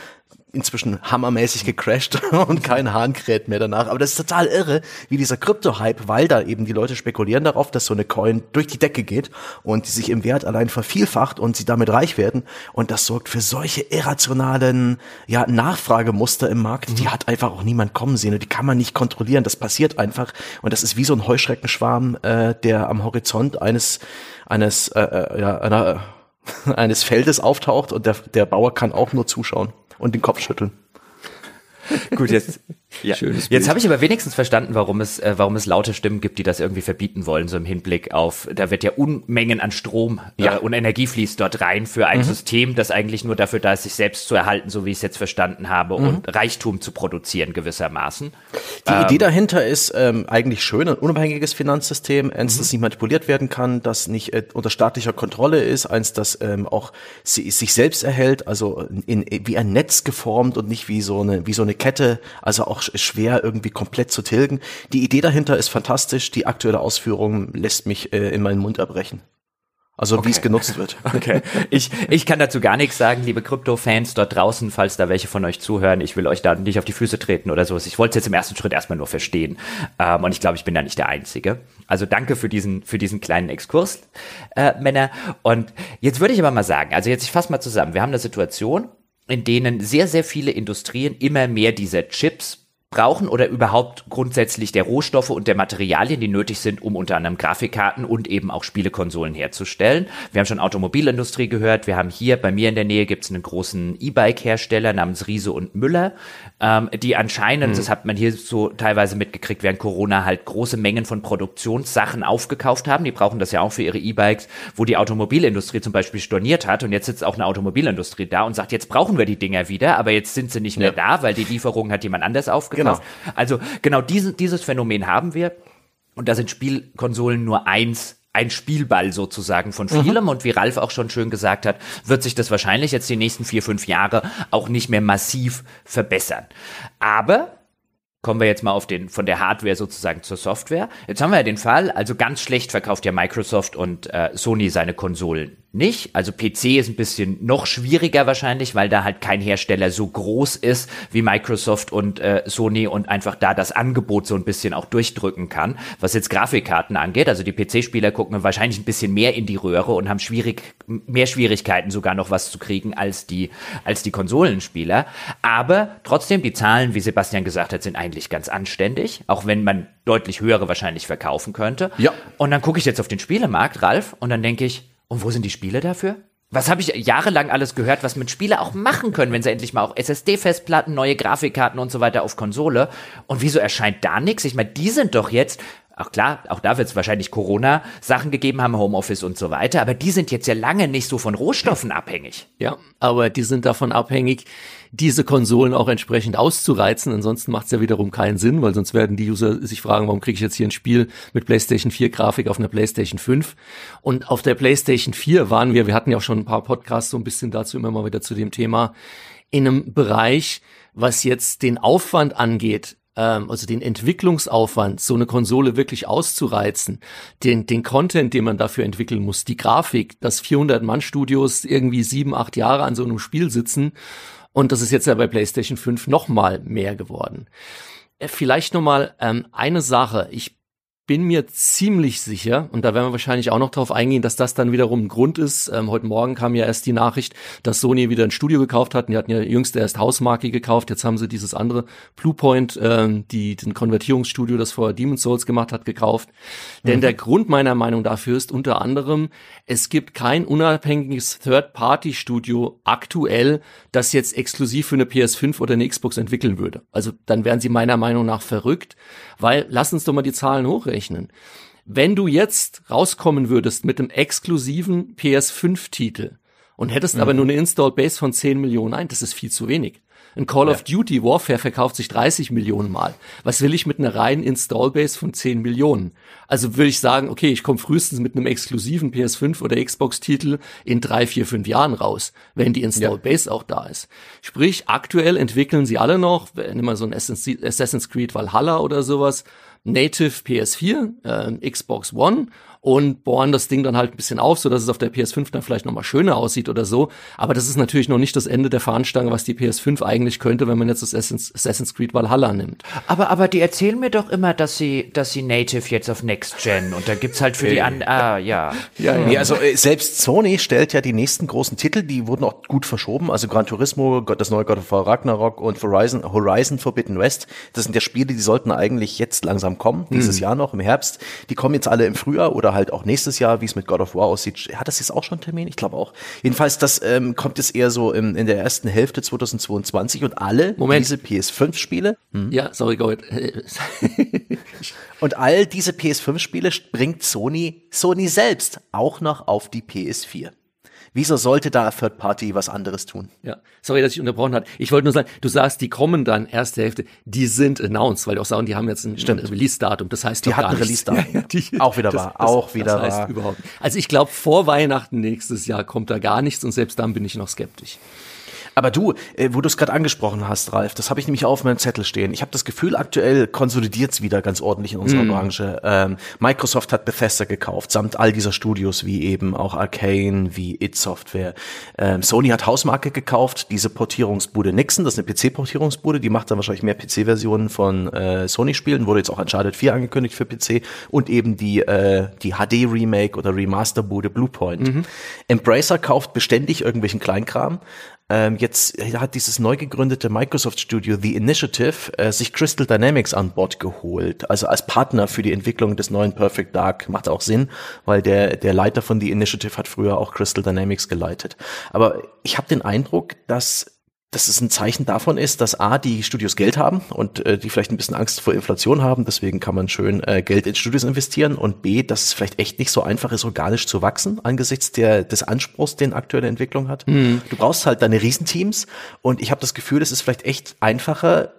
inzwischen hammermäßig gecrashed und kein Hahn kräht mehr danach. Aber das ist total irre, wie dieser Krypto-Hype, weil da eben die Leute spekulieren darauf, dass so eine Coin durch die Decke geht und die sich im Wert allein vervielfacht und sie damit reich werden. Und das sorgt für solche irrationalen, ja, Nachfragemuster im Markt. Mhm. Die hat einfach auch niemand kommen sehen und die kann man nicht kontrollieren. Das passiert einfach. Und das ist wie so ein Heuschreckenschwarm, äh, der am Horizont eines, eines, äh, ja, einer, eines Feldes auftaucht und der, der Bauer kann auch nur zuschauen und den Kopf schütteln. Gut, jetzt, ja. Jetzt habe ich aber wenigstens verstanden, warum es, äh, warum es laute Stimmen gibt, die das irgendwie verbieten wollen, so im Hinblick auf, da wird ja Unmengen an Strom ja. äh, und Energie fließt dort rein für ein mhm. System, das eigentlich nur dafür da ist, sich selbst zu erhalten, so wie ich es jetzt verstanden habe, mhm. und Reichtum zu produzieren gewissermaßen. Die ähm, Idee dahinter ist ähm, eigentlich schön, ein unabhängiges Finanzsystem, eins, mhm. das nicht manipuliert werden kann, das nicht äh, unter staatlicher Kontrolle ist, eins, das ähm, auch si- sich selbst erhält, also in, in, wie ein Netz geformt und nicht wie so eine, wie so eine Kette, also auch schwer irgendwie komplett zu tilgen. Die Idee dahinter ist fantastisch, die aktuelle Ausführung lässt mich äh, in meinen Mund erbrechen. Also okay. Wie es genutzt wird. Okay. Ich, ich kann dazu gar nichts sagen, liebe Krypto-Fans dort draußen, falls da welche von euch zuhören. Ich will euch da nicht auf die Füße treten oder sowas. Ich wollte es jetzt im ersten Schritt erstmal nur verstehen. Ähm, und ich glaube, ich bin da nicht der Einzige. Also danke für diesen, für diesen kleinen Exkurs, äh, Männer. Und jetzt würde ich aber mal sagen, also jetzt, ich fasse mal zusammen. Wir haben eine Situation, in denen sehr, sehr viele Industrien immer mehr dieser Chips brauchen oder überhaupt grundsätzlich der Rohstoffe und der Materialien, die nötig sind, um unter anderem Grafikkarten und eben auch Spielekonsolen herzustellen. Wir haben schon Automobilindustrie gehört. Wir haben hier, bei mir in der Nähe gibt es einen großen E-Bike-Hersteller namens Riese und Müller, ähm, die anscheinend, mhm. das hat man hier so teilweise mitgekriegt, während Corona halt große Mengen von Produktionssachen aufgekauft haben. Die brauchen das ja auch für ihre E-Bikes, wo die Automobilindustrie zum Beispiel storniert hat. Und jetzt sitzt auch eine Automobilindustrie da und sagt, jetzt brauchen wir die Dinger wieder, aber jetzt sind sie nicht mehr ja. da, weil die Lieferung hat jemand anders aufgekauft. Genau. Also genau diesen, dieses Phänomen haben wir und da sind Spielkonsolen nur eins, ein Spielball sozusagen von vielem mhm. und wie Ralf auch schon schön gesagt hat, wird sich das wahrscheinlich jetzt die nächsten vier, fünf Jahre auch nicht mehr massiv verbessern. Aber kommen wir jetzt mal auf den, von der Hardware sozusagen zur Software. Jetzt haben wir ja den Fall, also ganz schlecht verkauft ja Microsoft und äh, Sony seine Konsolen nicht. Also P C ist ein bisschen noch schwieriger wahrscheinlich, weil da halt kein Hersteller so groß ist wie Microsoft und äh, Sony und einfach da das Angebot so ein bisschen auch durchdrücken kann. Was jetzt Grafikkarten angeht, also die P C-Spieler gucken wahrscheinlich ein bisschen mehr in die Röhre und haben schwierig, mehr Schwierigkeiten sogar noch was zu kriegen als die, als die Konsolenspieler. Aber trotzdem, die Zahlen, wie Sebastian gesagt hat, sind eigentlich ganz anständig, auch wenn man deutlich höhere wahrscheinlich verkaufen könnte. Ja. Und dann gucke ich jetzt auf den Spielemarkt, Ralf, und dann denke ich, und wo sind die Spiele dafür? Was habe ich jahrelang alles gehört, was mit Spiele auch machen können, wenn sie endlich mal auch S S D-Festplatten, neue Grafikkarten und so weiter auf Konsole. Und wieso erscheint da nichts? Ich meine, die sind doch jetzt, auch klar, auch da wird es wahrscheinlich Corona-Sachen gegeben haben, Homeoffice und so weiter, aber die sind jetzt ja lange nicht so von Rohstoffen abhängig. Ja, aber die sind davon abhängig, diese Konsolen auch entsprechend auszureizen. Ansonsten macht es ja wiederum keinen Sinn, weil sonst werden die User sich fragen, warum kriege ich jetzt hier ein Spiel mit PlayStation vier Grafik auf einer PlayStation fünf? Und auf der PlayStation vier waren wir, wir hatten ja auch schon ein paar Podcasts so ein bisschen dazu, immer mal wieder zu dem Thema, in einem Bereich, was jetzt den Aufwand angeht, also den Entwicklungsaufwand, so eine Konsole wirklich auszureizen, den, den Content, den man dafür entwickeln muss, die Grafik, dass vierhundert-Mann-Studios irgendwie sieben, acht Jahre an so einem Spiel sitzen. Und das ist jetzt ja bei PlayStation fünf noch mal mehr geworden. Vielleicht noch mal ähm, eine Sache. Ich bin mir ziemlich sicher, und da werden wir wahrscheinlich auch noch drauf eingehen, dass das dann wiederum ein Grund ist. Ähm, heute Morgen kam ja erst die Nachricht, dass Sony wieder ein Studio gekauft hat. Die hatten ja jüngst erst Hausmarque gekauft. Jetzt haben sie dieses andere Bluepoint, ähm, die den Konvertierungsstudio, das vorher Demon's Souls gemacht hat, gekauft. Mhm. Denn der Grund meiner Meinung dafür ist unter anderem, es gibt kein unabhängiges Third-Party-Studio aktuell, das jetzt exklusiv für eine P S fünf oder eine Xbox entwickeln würde. Also dann wären sie meiner Meinung nach verrückt, weil, lass uns doch mal die Zahlen hochrechnen. Wenn du jetzt rauskommen würdest mit einem exklusiven P S fünf Titel und hättest mhm. aber nur eine Install-Base von zehn Millionen, nein, das ist viel zu wenig. Ein Call ja. of Duty Warfare verkauft sich dreißig Millionen Mal. Was will ich mit einer reinen Install-Base von zehn Millionen? Also würde ich sagen, okay, ich komme frühestens mit einem exklusiven P S fünf oder Xbox-Titel in drei, vier, fünf Jahren raus, wenn die Install-Base ja. auch da ist. Sprich, aktuell entwickeln sie alle noch, nimm mal so ein Assassin's Creed Valhalla oder sowas, Native P S vier, äh, Xbox One und bohren das Ding dann halt ein bisschen auf, so dass es auf der P S fünf dann vielleicht nochmal schöner aussieht oder so. Aber das ist natürlich noch nicht das Ende der Fahnenstange, was die P S fünf eigentlich könnte, wenn man jetzt das Assassin's, Assassin's Creed Valhalla nimmt. Aber, aber die erzählen mir doch immer, dass sie, dass sie Native jetzt auf Next Gen und da gibt's halt für die an, ah, ja. Ja, ja. Nee, also äh, selbst Sony stellt ja die nächsten großen Titel, die wurden auch gut verschoben. Also Gran Turismo, das neue God of War Ragnarok und Horizon, Horizon Forbidden West. Das sind ja Spiele, die sollten eigentlich jetzt langsam kommen, dieses hm. Jahr noch im Herbst. Die kommen jetzt alle im Frühjahr oder halt auch nächstes Jahr, wie es mit God of War aussieht. Hat das jetzt auch schon einen Termin? Ich glaube auch. Jedenfalls, das ähm, kommt jetzt eher so in, in der ersten Hälfte zweitausendzweiundzwanzig und alle Moment. diese P S fünf Spiele. Hm. Ja, sorry, go ahead. Und all diese P S fünf Spiele bringt Sony, Sony selbst auch noch auf die P S vier. Wieso sollte da Third Party was anderes tun? Ja, sorry, dass ich unterbrochen habe. Ich wollte nur sagen, du sagst, die kommen dann erste Hälfte, die sind announced, weil die auch sagen, die haben jetzt ein, ein Release-Datum. Das heißt die doch hatten gar ein Release-Datum. Ja, ja, die, auch wieder das, wahr, das, auch wieder das heißt wahr. Überhaupt nicht. Also ich glaube, vor Weihnachten nächstes Jahr kommt da gar nichts und selbst dann bin ich noch skeptisch. Aber du, äh, wo du es gerade angesprochen hast, Ralf, das habe ich nämlich auch auf meinem Zettel stehen. Ich habe das Gefühl, aktuell konsolidiert's wieder ganz ordentlich in unserer mm. Branche. Ähm, Microsoft hat Bethesda gekauft, samt all dieser Studios, wie eben auch Arcane, wie id Software. Ähm, Sony hat Hausmarke gekauft, diese Portierungsbude Nixon, das ist eine P C-Portierungsbude, die macht dann wahrscheinlich mehr P C-Versionen von äh, Sony-Spielen, wurde jetzt auch Uncharted vier angekündigt für P C und eben die äh, die H D-Remake oder Remaster-Bude Bluepoint. Mhm. Embracer kauft beständig irgendwelchen Kleinkram. Ähm, jetzt hat dieses neu gegründete Microsoft Studio The Initiative äh, sich Crystal Dynamics an Bord geholt, also als Partner für die Entwicklung des neuen Perfect Dark. Macht auch Sinn, weil der der Leiter von The Initiative hat früher auch Crystal Dynamics geleitet. Aber ich habe den Eindruck, dass dass es ein Zeichen davon ist, dass A, die Studios Geld haben und äh, die vielleicht ein bisschen Angst vor Inflation haben, deswegen kann man schön äh, Geld in Studios investieren und B, dass es vielleicht echt nicht so einfach ist, organisch zu wachsen, angesichts der des Anspruchs, den aktuelle Entwicklung hat. Mhm. Du brauchst halt deine Riesenteams und ich habe das Gefühl, es ist vielleicht echt einfacher,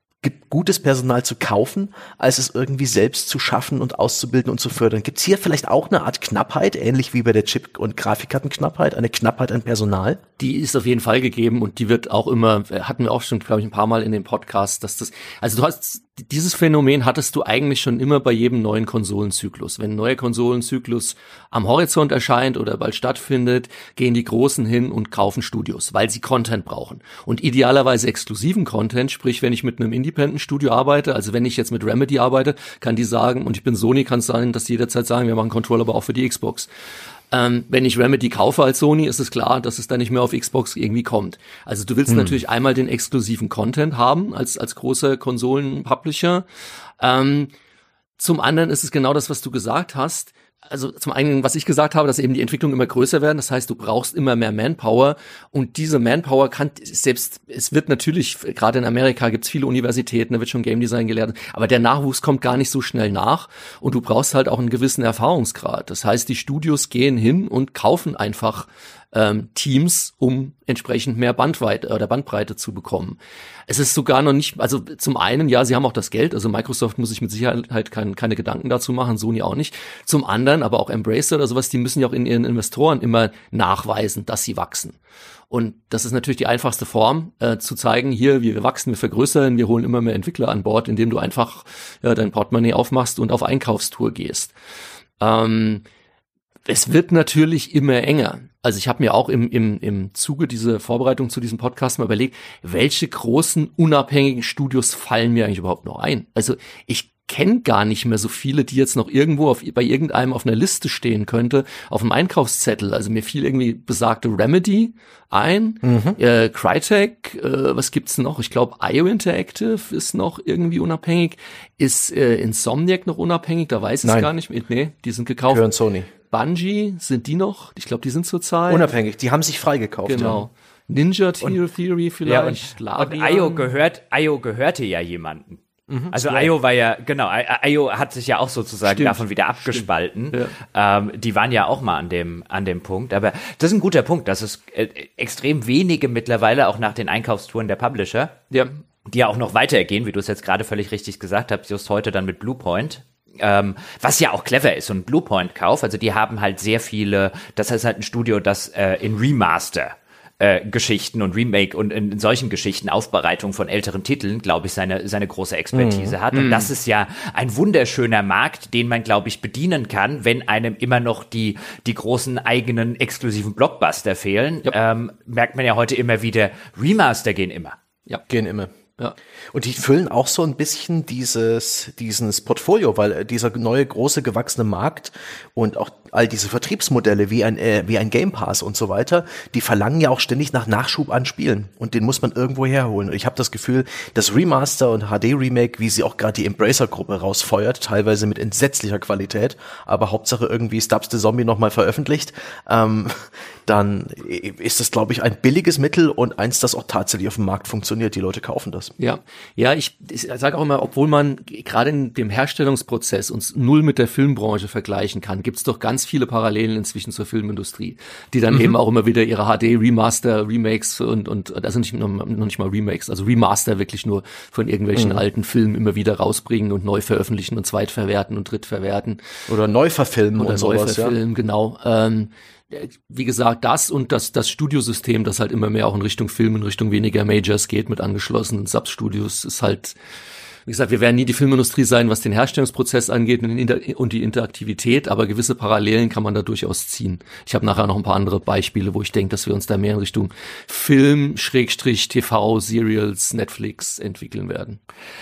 gutes Personal zu kaufen, als es irgendwie selbst zu schaffen und auszubilden und zu fördern. Gibt es hier vielleicht auch eine Art Knappheit, ähnlich wie bei der Chip- und Grafikkartenknappheit, eine Knappheit an Personal? Die ist auf jeden Fall gegeben und die wird auch immer, hatten wir auch schon, glaube ich, ein paar Mal in dem Podcast, dass das, also du hast, dieses Phänomen hattest du eigentlich schon immer bei jedem neuen Konsolenzyklus. Wenn ein neuer Konsolenzyklus am Horizont erscheint oder bald stattfindet, gehen die Großen hin und kaufen Studios, weil sie Content brauchen. Und idealerweise exklusiven Content, sprich, wenn ich mit einem Independent-Studio arbeite, also wenn ich jetzt mit Remedy arbeite, kann die sagen, und ich bin Sony, kann es sein, dass die jederzeit sagen, wir machen Controller aber auch für die Xbox. Ähm, wenn ich Remedy kaufe als Sony, ist es klar, dass es dann nicht mehr auf Xbox irgendwie kommt. Also du willst hm. natürlich einmal den exklusiven Content haben als als großer Konsolen-Publisher. Ähm, zum anderen ist es genau das, was du gesagt hast. Also zum einen, was ich gesagt habe, dass eben die Entwicklungen immer größer werden. Das heißt, du brauchst immer mehr Manpower. Und diese Manpower kann selbst, es wird natürlich, gerade in Amerika gibt's viele Universitäten, da wird schon Game Design gelehrt. Aber der Nachwuchs kommt gar nicht so schnell nach. Und du brauchst halt auch einen gewissen Erfahrungsgrad. Das heißt, die Studios gehen hin und kaufen einfach ähm, Teams, um entsprechend mehr Bandweite oder Bandbreite zu bekommen. Es ist sogar noch nicht, also zum einen, ja, sie haben auch das Geld, also Microsoft muss sich mit Sicherheit halt kein, keine Gedanken dazu machen, Sony auch nicht. Zum anderen, aber auch Embracer oder sowas, die müssen ja auch in ihren Investoren immer nachweisen, dass sie wachsen. Und das ist natürlich die einfachste Form, äh, zu zeigen, hier, wir wachsen, wir vergrößern, wir holen immer mehr Entwickler an Bord, indem du einfach ja, dein Portemonnaie aufmachst und auf Einkaufstour gehst. Ähm, es wird natürlich immer enger. Also ich habe mir auch im, im, im Zuge dieser Vorbereitung zu diesem Podcast mal überlegt, welche großen unabhängigen Studios fallen mir eigentlich überhaupt noch ein? Also ich kenne gar nicht mehr so viele, die jetzt noch irgendwo auf, bei irgendeinem auf einer Liste stehen könnte, auf dem Einkaufszettel. Also mir fiel irgendwie besagte Remedy ein, mhm. äh, Crytek, äh, was gibt's noch? Ich glaube, I O Interactive ist noch irgendwie unabhängig. Ist äh, Insomniac noch unabhängig? Da weiß ich es gar nicht mehr. Nee, die sind gekauft. Gehören Sony. Bungie, sind die noch? Ich glaube, die sind zurzeit unabhängig. Die haben sich freigekauft. Genau. Ja. Ninja Theory vielleicht. Ja, und, und I O gehört, I O gehörte ja jemanden. Mhm, also I O war ja, genau, I O hat sich ja auch sozusagen Stimmt. davon wieder abgespalten. Ja. Ähm, die waren ja auch mal an dem, an dem Punkt. Aber das ist ein guter Punkt, dass es äh, extrem wenige mittlerweile auch nach den Einkaufstouren der Publisher, ja. die ja auch noch weitergehen, wie du es jetzt gerade völlig richtig gesagt hast, just heute dann mit Bluepoint. Ähm, was ja auch clever ist, so ein Bluepoint-Kauf, also die haben halt sehr viele, das ist halt ein Studio, das äh, in Remaster äh, Geschichten und Remake und in, in solchen Geschichten, Aufbereitung von älteren Titeln, glaube ich, seine seine große Expertise mm. hat. Und mm. das ist ja ein wunderschöner Markt, den man, glaube ich, bedienen kann, wenn einem immer noch die die großen eigenen exklusiven Blockbuster fehlen. Yep. Ähm, merkt man ja heute immer wieder, Remaster gehen immer. Ja, gehen immer. Ja. Und die füllen auch so ein bisschen dieses, dieses Portfolio, weil dieser neue, große, gewachsene Markt und auch all diese Vertriebsmodelle wie ein, äh, wie ein Game Pass und so weiter, die verlangen ja auch ständig nach Nachschub an Spielen und den muss man irgendwo herholen. Und ich habe das Gefühl, das Remaster und H D-Remake, wie sie auch gerade die Embracer-Gruppe rausfeuert, teilweise mit entsetzlicher Qualität, aber Hauptsache irgendwie Stubbs the Zombie nochmal veröffentlicht, ähm, dann ist das, glaube ich, ein billiges Mittel und eins, das auch tatsächlich auf dem Markt funktioniert. Die Leute kaufen das. Ja, ja, ich, ich sage auch immer, obwohl man gerade in dem Herstellungsprozess uns null mit der Filmbranche vergleichen kann, gibt's doch ganz viele Parallelen inzwischen zur Filmindustrie, die dann mhm. eben auch immer wieder ihre H D-Remaster, Remakes und und also nicht noch nicht mal Remakes, also Remaster wirklich nur von irgendwelchen mhm. alten Filmen immer wieder rausbringen und neu veröffentlichen und zweitverwerten und drittverwerten. Oder neu verfilmen oder und sowas, neu verfilmen, ja. Genau. Ähm, wie gesagt, das und das das Studiosystem, das halt immer mehr auch in Richtung Film, in Richtung weniger Majors geht mit angeschlossenen Substudios, ist halt, wie gesagt, wir werden nie die Filmindustrie sein, was den Herstellungsprozess angeht und die Interaktivität, aber gewisse Parallelen kann man da durchaus ziehen. Ich habe nachher noch ein paar andere Beispiele, wo ich denke, dass wir uns da mehr in Richtung Film, Schrägstrich, T V, Serials, Netflix entwickeln werden.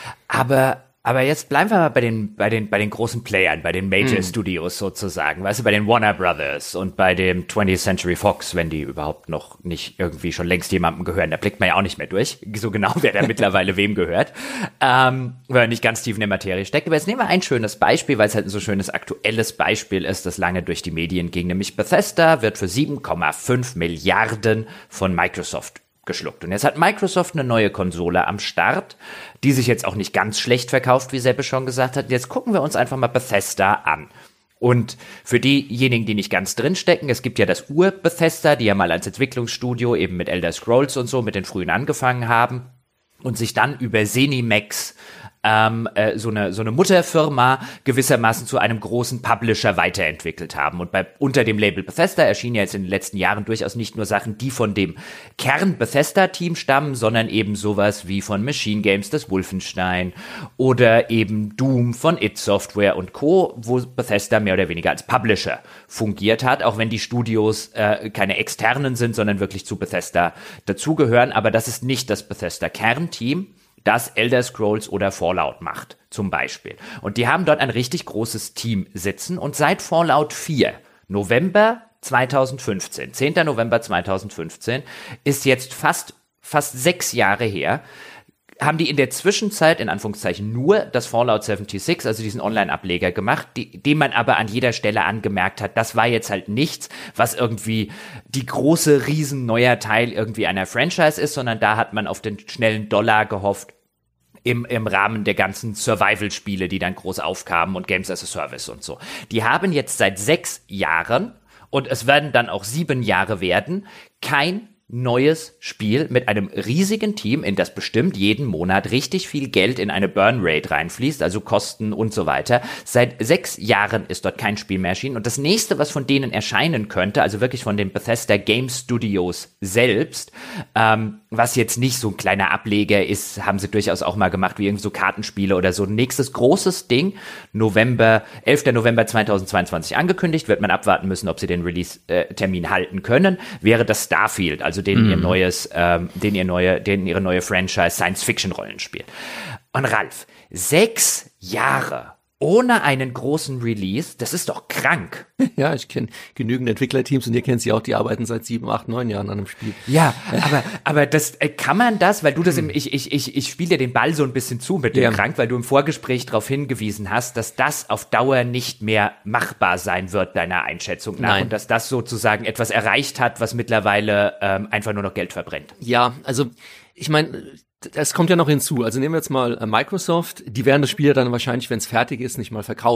Aber Aber jetzt bleiben wir mal bei den, bei den, bei den großen Playern, bei den Major mm. Studios sozusagen, weißt du, bei den Warner Brothers und bei dem twentieth Century Fox, wenn die überhaupt noch nicht irgendwie schon längst jemandem gehören, da blickt man ja auch nicht mehr durch, so genau, wer da mittlerweile wem gehört, ähm, weil er nicht ganz tief in der Materie steckt. Aber jetzt nehmen wir ein schönes Beispiel, weil es halt ein so schönes aktuelles Beispiel ist, das lange durch die Medien ging, nämlich Bethesda wird für sieben Komma fünf Milliarden von Microsoft geschluckt. Und jetzt hat Microsoft eine neue Konsole am Start, die sich jetzt auch nicht ganz schlecht verkauft, wie Seppe schon gesagt hat. Jetzt gucken wir uns einfach mal Bethesda an. Und für diejenigen, die nicht ganz drinstecken, es gibt ja das Ur-Bethesda, die ja mal als Entwicklungsstudio eben mit Elder Scrolls und so mit den frühen angefangen haben und sich dann über ZeniMax Ähm, äh, so eine so eine Mutterfirma gewissermaßen zu einem großen Publisher weiterentwickelt haben. Und bei unter dem Label Bethesda erschienen ja jetzt in den letzten Jahren durchaus nicht nur Sachen, die von dem Kern-Bethesda-Team stammen, sondern eben sowas wie von Machine Games, das Wolfenstein oder eben Doom von id Software und Co., wo Bethesda mehr oder weniger als Publisher fungiert hat, auch wenn die Studios äh, keine externen sind, sondern wirklich zu Bethesda dazugehören. Aber das ist nicht das Bethesda-Kernteam, das Elder Scrolls oder Fallout macht, zum Beispiel. Und die haben dort ein richtig großes Team sitzen und seit Fallout vier, November zweitausendfünfzehn, zehnter November zweitausendfünfzehn, ist jetzt fast, fast sechs Jahre her, haben die in der Zwischenzeit, in Anführungszeichen, nur das Fallout sechsundsiebzig, also diesen Online-Ableger gemacht, die, den man aber an jeder Stelle angemerkt hat, das war jetzt halt nichts, was irgendwie die große, riesen neuer Teil irgendwie einer Franchise ist, sondern da hat man auf den schnellen Dollar gehofft, im, im Rahmen der ganzen Survival-Spiele, die dann groß aufkamen und Games as a Service und so. Die haben jetzt seit sechs Jahren, und es werden dann auch sieben Jahre werden, kein neues Spiel mit einem riesigen Team, in das bestimmt jeden Monat richtig viel Geld in eine Burnrate reinfließt, also Kosten und so weiter. Seit sechs Jahren ist dort kein Spiel mehr erschienen und das nächste, was von denen erscheinen könnte, also wirklich von den Bethesda Game Studios selbst, ähm, was jetzt nicht so ein kleiner Ableger ist, haben sie durchaus auch mal gemacht, wie irgendwie so Kartenspiele oder so. Nächstes großes Ding, November, elfter November zweitausendzweiundzwanzig angekündigt, wird man abwarten müssen, ob sie den Release-Termin halten können, wäre das Starfield, also den mm. ihr neues, ähm, den ihr neue, den ihre neue Franchise Science-Fiction-Rollenspiel. Und Ralf, sechs Jahre ohne einen großen Release, das ist doch krank. Ja, ich kenne genügend Entwicklerteams und ihr kennt sie auch, die arbeiten seit sieben, acht, neun Jahren an einem Spiel. Ja, aber aber das äh, kann man das, weil du das im, ich ich ich ich spiele dir den Ball so ein bisschen zu mit dem ja. krank, weil du im Vorgespräch darauf hingewiesen hast, dass das auf Dauer nicht mehr machbar sein wird deiner Einschätzung nach. Nein. Und dass das sozusagen etwas erreicht hat, was mittlerweile ähm, einfach nur noch Geld verbrennt. Ja, also ich meine, das kommt ja noch hinzu. Also nehmen wir jetzt mal Microsoft, die werden das Spiel ja dann wahrscheinlich, wenn es fertig ist, nicht mal verkaufen.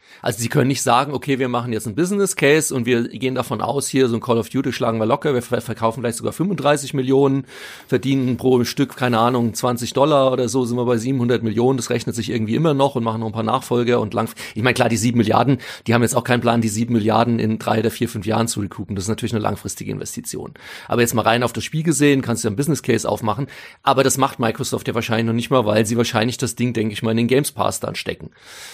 Also sie können nicht sagen, okay, wir machen jetzt einen Business Case und wir gehen davon aus, hier so ein Call of Duty schlagen wir locker, wir verkaufen vielleicht sogar fünfunddreißig Millionen, verdienen pro Stück, keine Ahnung, zwanzig Dollar oder so, sind wir bei siebenhundert Millionen, das rechnet sich irgendwie immer noch und machen noch ein paar Nachfolger und lang. Ich meine, klar, die sieben Milliarden, die haben jetzt auch keinen Plan, die sieben Milliarden in drei oder vier, fünf Jahren zu recoupen. Das ist natürlich eine langfristige Investition. Aber jetzt mal rein auf das Spiel gesehen, kannst du ja einen Business Case aufmachen, aber das macht Microsoft ja wahrscheinlich noch nicht mal, weil sie wahrscheinlich das Ding, denke ich mal, in den Games Pass dann stecken.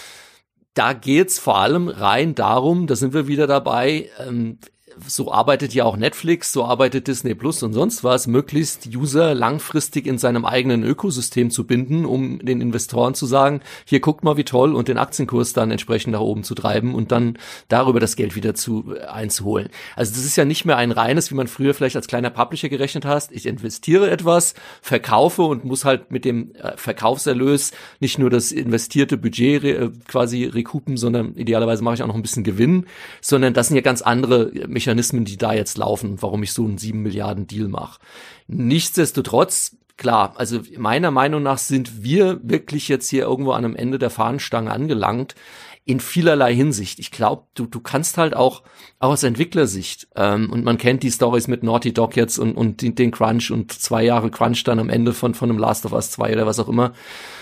Da geht's vor allem rein darum, da sind wir wieder dabei, ähm, so arbeitet ja auch Netflix, so arbeitet Disney Plus und sonst was, möglichst User langfristig in seinem eigenen Ökosystem zu binden, um den Investoren zu sagen, hier guckt mal wie toll und den Aktienkurs dann entsprechend nach oben zu treiben und dann darüber das Geld wieder zu äh, einzuholen. Also das ist ja nicht mehr ein reines, wie man früher vielleicht als kleiner Publisher gerechnet hat, ich investiere etwas, verkaufe und muss halt mit dem äh, Verkaufserlös nicht nur das investierte Budget re- äh, quasi recoupen, sondern idealerweise mache ich auch noch ein bisschen Gewinn, sondern das sind ja ganz andere Mechanismen, Mechanismen, die da jetzt laufen, warum ich so einen sieben Milliarden Deal mache. Nichtsdestotrotz, klar, also meiner Meinung nach sind wir wirklich jetzt hier irgendwo an einem Ende der Fahnenstange angelangt, in vielerlei Hinsicht. Ich glaube, du du kannst halt auch, auch aus Entwicklersicht, ähm, und man kennt die Stories mit Naughty Dog jetzt und, und den, den Crunch und zwei Jahre Crunch dann am Ende von, von einem Last of Us zwei oder was auch immer.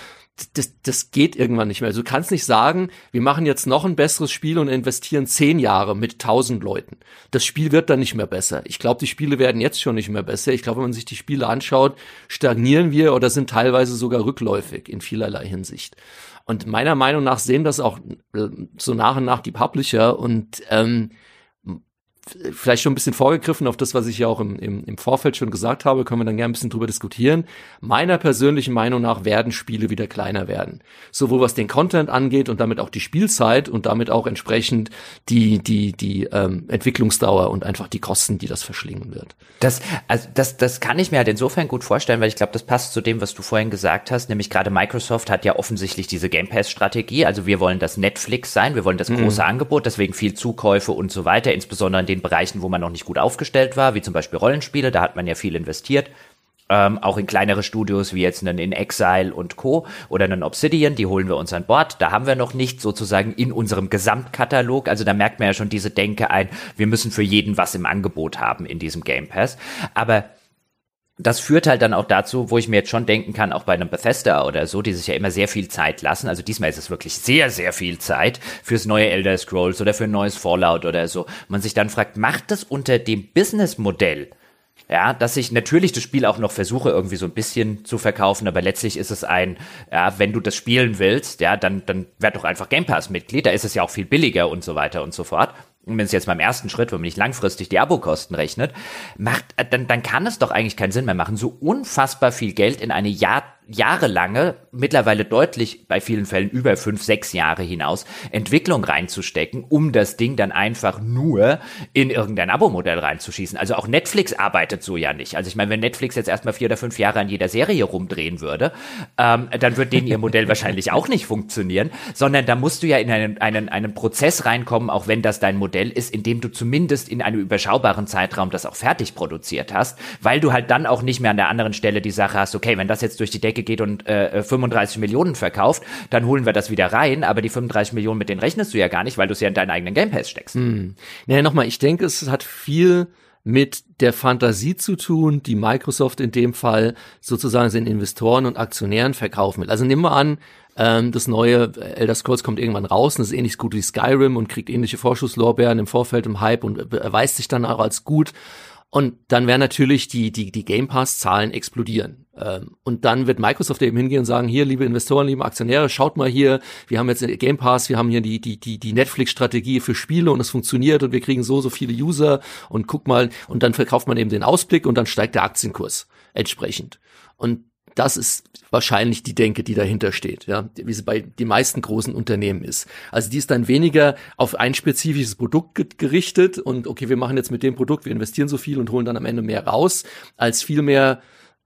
Das, das geht irgendwann nicht mehr. Also du kannst nicht sagen, wir machen jetzt noch ein besseres Spiel und investieren zehn Jahre mit tausend Leuten. Das Spiel wird dann nicht mehr besser. Ich glaube, die Spiele werden jetzt schon nicht mehr besser. Ich glaube, wenn man sich die Spiele anschaut, stagnieren wir oder sind teilweise sogar rückläufig in vielerlei Hinsicht. Und meiner Meinung nach sehen das auch so nach und nach die Publisher und ähm, vielleicht schon ein bisschen vorgegriffen auf das, was ich ja auch im, im, im Vorfeld schon gesagt habe, können wir dann gerne ein bisschen drüber diskutieren. Meiner persönlichen Meinung nach werden Spiele wieder kleiner werden. Sowohl was den Content angeht und damit auch die Spielzeit und damit auch entsprechend die, die, die ähm, Entwicklungsdauer und einfach die Kosten, die das verschlingen wird. Das, also das, das kann ich mir halt insofern gut vorstellen, weil ich glaube, das passt zu dem, was du vorhin gesagt hast, nämlich gerade Microsoft hat ja offensichtlich diese Game Pass-Strategie, also wir wollen das Netflix sein, wir wollen das große mhm. Angebot, deswegen viel Zukäufe und so weiter, insbesondere in den Bereichen, wo man noch nicht gut aufgestellt war, wie zum Beispiel Rollenspiele, da hat man ja viel investiert. Ähm, auch in kleinere Studios wie jetzt einen In Exile und Co. oder einen Obsidian, die holen wir uns an Bord. Da haben wir noch nicht sozusagen in unserem Gesamtkatalog, also da merkt man ja schon diese Denke ein, wir müssen für jeden was im Angebot haben in diesem Game Pass. Aber das führt halt dann auch dazu, wo ich mir jetzt schon denken kann, auch bei einem Bethesda oder so, die sich ja immer sehr viel Zeit lassen, also diesmal ist es wirklich sehr, sehr viel Zeit fürs neue Elder Scrolls oder für ein neues Fallout oder so. Man sich dann fragt, macht das unter dem Businessmodell, ja, dass ich natürlich das Spiel auch noch versuche, irgendwie so ein bisschen zu verkaufen, aber letztlich ist es ein, ja, wenn du das spielen willst, ja, dann, dann werd doch einfach Game Pass-Mitglied, da ist es ja auch viel billiger und so weiter und so fort. Und wenn es jetzt beim ersten Schritt, wenn man nicht langfristig die Abokosten rechnet, macht, dann, dann kann es doch eigentlich keinen Sinn mehr machen, so unfassbar viel Geld in eine Jahr, jahrelange, mittlerweile deutlich bei vielen Fällen über fünf, sechs Jahre hinaus, Entwicklung reinzustecken, um das Ding dann einfach nur in irgendein Abo-Modell reinzuschießen. Also auch Netflix arbeitet so ja nicht. Also ich meine, wenn Netflix jetzt erstmal vier oder fünf Jahre an jeder Serie rumdrehen würde, ähm, dann wird denen ihr Modell wahrscheinlich auch nicht funktionieren, sondern da musst du ja in einen, einen, einen Prozess reinkommen, auch wenn das dein Modell ist, in dem du zumindest in einem überschaubaren Zeitraum das auch fertig produziert hast, weil du halt dann auch nicht mehr an der anderen Stelle die Sache hast, okay, wenn das jetzt durch die Decke geht und äh, fünfunddreißig Millionen verkauft, dann holen wir das wieder rein, aber die fünfunddreißig Millionen, mit denen rechnest du ja gar nicht, weil du es ja in deinen eigenen Game Pass steckst. Hm. Ja, nochmal, ich denke, es hat viel mit der Fantasie zu tun, die Microsoft in dem Fall sozusagen den Investoren und Aktionären verkaufen will. Also nehmen wir an, ähm, das neue Elder Scrolls kommt irgendwann raus und ist ähnlich gut wie Skyrim und kriegt ähnliche Vorschusslorbeeren im Vorfeld im Hype und erweist sich dann auch als gut. Und dann werden natürlich die, die, die Game Pass-Zahlen explodieren. Ähm, und dann wird Microsoft eben hingehen und sagen, hier, liebe Investoren, liebe Aktionäre, schaut mal hier, wir haben jetzt Game Pass, wir haben hier die, die, die, die Netflix-Strategie für Spiele und es funktioniert und wir kriegen so, so viele User und guck mal, und dann verkauft man eben den Ausblick und dann steigt der Aktienkurs entsprechend. Und das ist wahrscheinlich die Denke, die dahinter steht, ja, wie sie bei den meisten großen Unternehmen ist. Also die ist dann weniger auf ein spezifisches Produkt gerichtet und okay, wir machen jetzt mit dem Produkt, wir investieren so viel und holen dann am Ende mehr raus, als vielmehr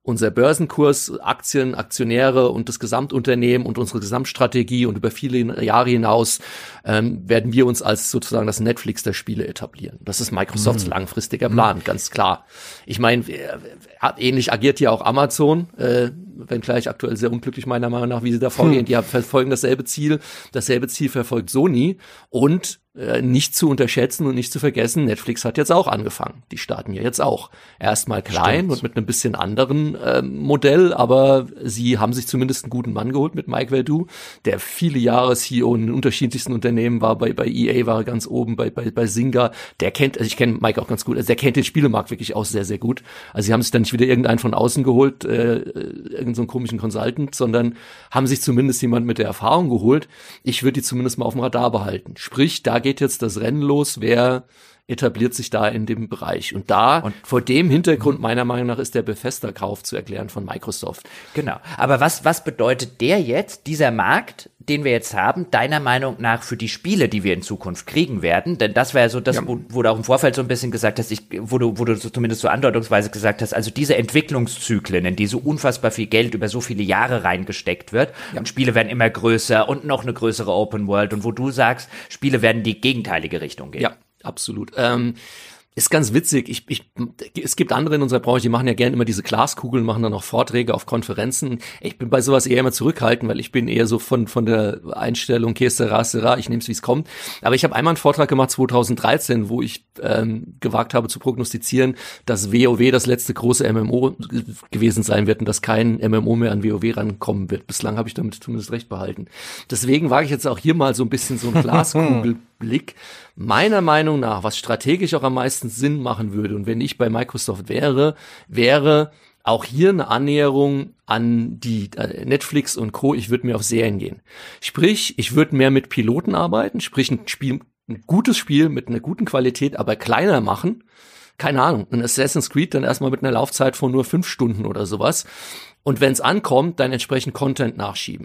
unser Börsenkurs, Aktien, Aktionäre und das Gesamtunternehmen und unsere Gesamtstrategie und über viele Jahre hinaus ähm, werden wir uns als sozusagen das Netflix der Spiele etablieren. Das ist Microsofts mhm. langfristiger Plan, mhm. ganz klar. Ich meine, ähnlich agiert ja auch Amazon, äh, wenngleich aktuell sehr unglücklich meiner Meinung nach, wie sie da vorgehen. Hm. Die verfolgen dasselbe Ziel, dasselbe Ziel verfolgt Sony und äh, nicht zu unterschätzen und nicht zu vergessen, Netflix hat jetzt auch angefangen. Die starten ja jetzt auch. Erstmal klein Stimmt. und mit einem bisschen anderen äh, Modell, aber sie haben sich zumindest einen guten Mann geholt mit Mike Verdu, der viele Jahre C E O in den unterschiedlichsten Unternehmen war. Bei bei E A war er ganz oben, bei bei bei Zynga. Der kennt, also ich kenne Mike auch ganz gut, also der kennt den Spielemarkt wirklich auch sehr, sehr gut. Also sie haben sich dann nicht wieder irgendeinen von außen geholt, äh, irgendeinen so einen komischen Consultant, sondern haben sich zumindest jemand mit der Erfahrung geholt. Ich würde die zumindest mal auf dem Radar behalten. Sprich, da geht jetzt das Rennen los, wer etabliert sich da in dem Bereich. Und da, und vor dem Hintergrund meiner Meinung nach, ist der Bethesda-Kauf zu erklären von Microsoft. Genau. Aber was, was bedeutet der jetzt, dieser Markt, den wir jetzt haben, deiner Meinung nach für die Spiele, die wir in Zukunft kriegen werden? Denn das wäre so das, ja. wo, wo du auch im Vorfeld so ein bisschen gesagt hast, ich, wo du, wo du so zumindest so andeutungsweise gesagt hast, also diese Entwicklungszyklen, in die so unfassbar viel Geld über so viele Jahre reingesteckt wird, ja. und Spiele werden immer größer und noch eine größere Open World, und wo du sagst, Spiele werden die gegenteilige Richtung gehen. Ja. Absolut. Ähm, ist ganz witzig. Ich, ich, es gibt andere in unserer Branche, die machen ja gerne immer diese Glaskugeln, machen dann auch Vorträge auf Konferenzen. Ich bin bei sowas eher immer zurückhaltend, weil ich bin eher so von von der Einstellung, que sera, sera, ich nehme es, wie es kommt. Aber ich habe einmal einen Vortrag gemacht zwanzig dreizehn, wo ich ähm, gewagt habe zu prognostizieren, dass WoW das letzte große M M O gewesen sein wird und dass kein M M O mehr an WoW rankommen wird. Bislang habe ich damit zumindest recht behalten. Deswegen wage ich jetzt auch hier mal so ein bisschen so ein Glaskugelblick. Meiner Meinung nach, was strategisch auch am meisten Sinn machen würde, und wenn ich bei Microsoft wäre, wäre auch hier eine Annäherung an die äh, Netflix und Co. Ich würde mehr auf Serien gehen. Sprich, ich würde mehr mit Piloten arbeiten, sprich ein Spiel, ein gutes Spiel mit einer guten Qualität, aber kleiner machen. Keine Ahnung, ein Assassin's Creed dann erstmal mit einer Laufzeit von nur fünf Stunden oder sowas. Und wenn es ankommt, dann entsprechend Content nachschieben.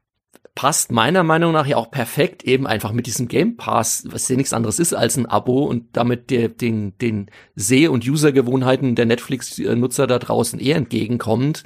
Passt meiner Meinung nach ja auch perfekt eben einfach mit diesem Game Pass, was ja nichts anderes ist als ein Abo, und damit der, den, den Seh- und Usergewohnheiten der Netflix-Nutzer da draußen eher entgegenkommt.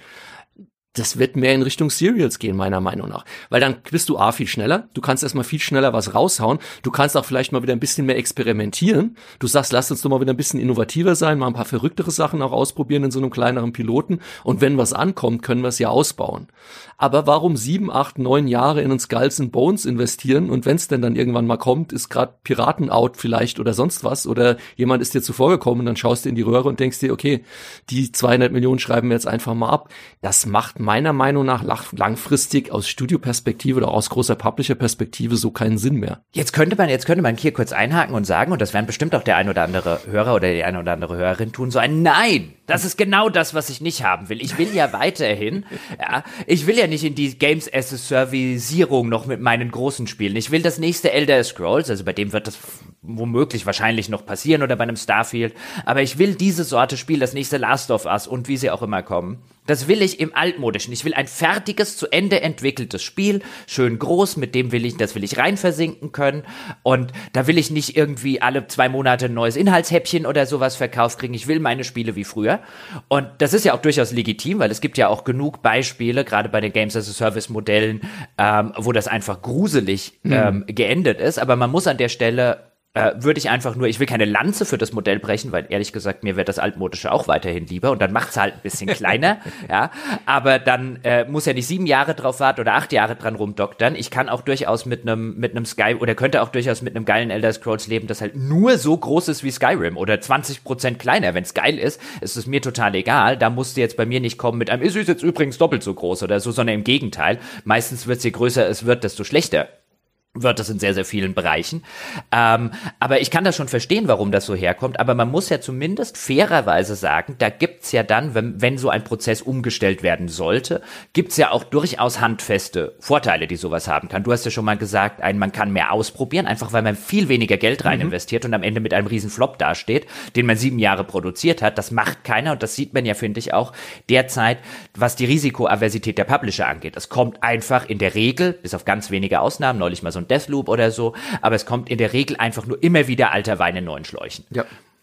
Das wird mehr in Richtung Serials gehen, meiner Meinung nach. Weil dann bist du A, viel schneller, du kannst erstmal viel schneller was raushauen, du kannst auch vielleicht mal wieder ein bisschen mehr experimentieren. Du sagst, lass uns doch mal wieder ein bisschen innovativer sein, mal ein paar verrücktere Sachen auch ausprobieren in so einem kleineren Piloten, und wenn was ankommt, können wir es ja ausbauen. Aber warum sieben, acht, neun Jahre in einen Skulls and Bones investieren, und wenn es denn dann irgendwann mal kommt, ist gerade Piraten-out vielleicht oder sonst was, oder jemand ist dir zuvor gekommen und dann schaust du in die Röhre und denkst dir, okay, die zweihundert Millionen schreiben wir jetzt einfach mal ab. Das macht meiner Meinung nach langfristig aus Studioperspektive oder aus großer Publisher-Perspektive so keinen Sinn mehr. Jetzt könnte man, jetzt könnte man hier kurz einhaken und sagen, und das werden bestimmt auch der ein oder andere Hörer oder die eine oder andere Hörerin tun, so ein Nein, das ist genau das, was ich nicht haben will. Ich will ja weiterhin, ja, ich will ja nicht in die Games as a Service-Ierung noch mit meinen großen Spielen. Ich will das nächste Elder Scrolls, also bei dem wird das womöglich wahrscheinlich noch passieren, oder bei einem Starfield, aber ich will diese Sorte Spiel, das nächste Last of Us und wie sie auch immer kommen. Das will ich im Altmodischen. Ich will ein fertiges, zu Ende entwickeltes Spiel, schön groß, mit dem will ich, das will ich rein versinken können, und da will ich nicht irgendwie alle zwei Monate ein neues Inhaltshäppchen oder sowas verkauft kriegen. Ich will meine Spiele wie früher, und das ist ja auch durchaus legitim, weil es gibt ja auch genug Beispiele, gerade bei den Games as a Service Modellen, ähm, wo das einfach gruselig ähm, hm. geendet ist, aber man muss an der Stelle Äh, würde ich einfach nur, ich will keine Lanze für das Modell brechen, weil ehrlich gesagt, mir wird das Altmodische auch weiterhin lieber, und dann macht's halt ein bisschen kleiner, ja, aber dann äh, muss ja nicht sieben Jahre drauf warten oder acht Jahre dran rumdoktern. Ich kann auch durchaus mit einem mit einem Sky, oder könnte auch durchaus mit einem geilen Elder Scrolls leben, das halt nur so groß ist wie Skyrim oder zwanzig Prozent kleiner. Wenn's geil ist, ist es mir total egal. Da musst du jetzt bei mir nicht kommen mit einem, ist es jetzt übrigens doppelt so groß oder so, sondern im Gegenteil. Meistens wird's, je größer es wird, desto schlechter wird das in sehr, sehr vielen Bereichen. Ähm, aber ich kann das schon verstehen, warum das so herkommt. Aber man muss ja zumindest fairerweise sagen, da gibt's ja dann, wenn, wenn so ein Prozess umgestellt werden sollte, gibt's ja auch durchaus handfeste Vorteile, die sowas haben kann. Du hast ja schon mal gesagt, ein, man kann mehr ausprobieren, einfach weil man viel weniger Geld rein mhm. investiert und am Ende mit einem riesen Flop dasteht, den man sieben Jahre produziert hat. Das macht keiner, und das sieht man ja, finde ich, auch derzeit, was die Risikoaversität der Publisher angeht. Es kommt einfach in der Regel, bis auf ganz wenige Ausnahmen, neulich mal so Deathloop oder so, aber es kommt in der Regel einfach nur immer wieder alter Wein in neuen Schläuchen. Ja.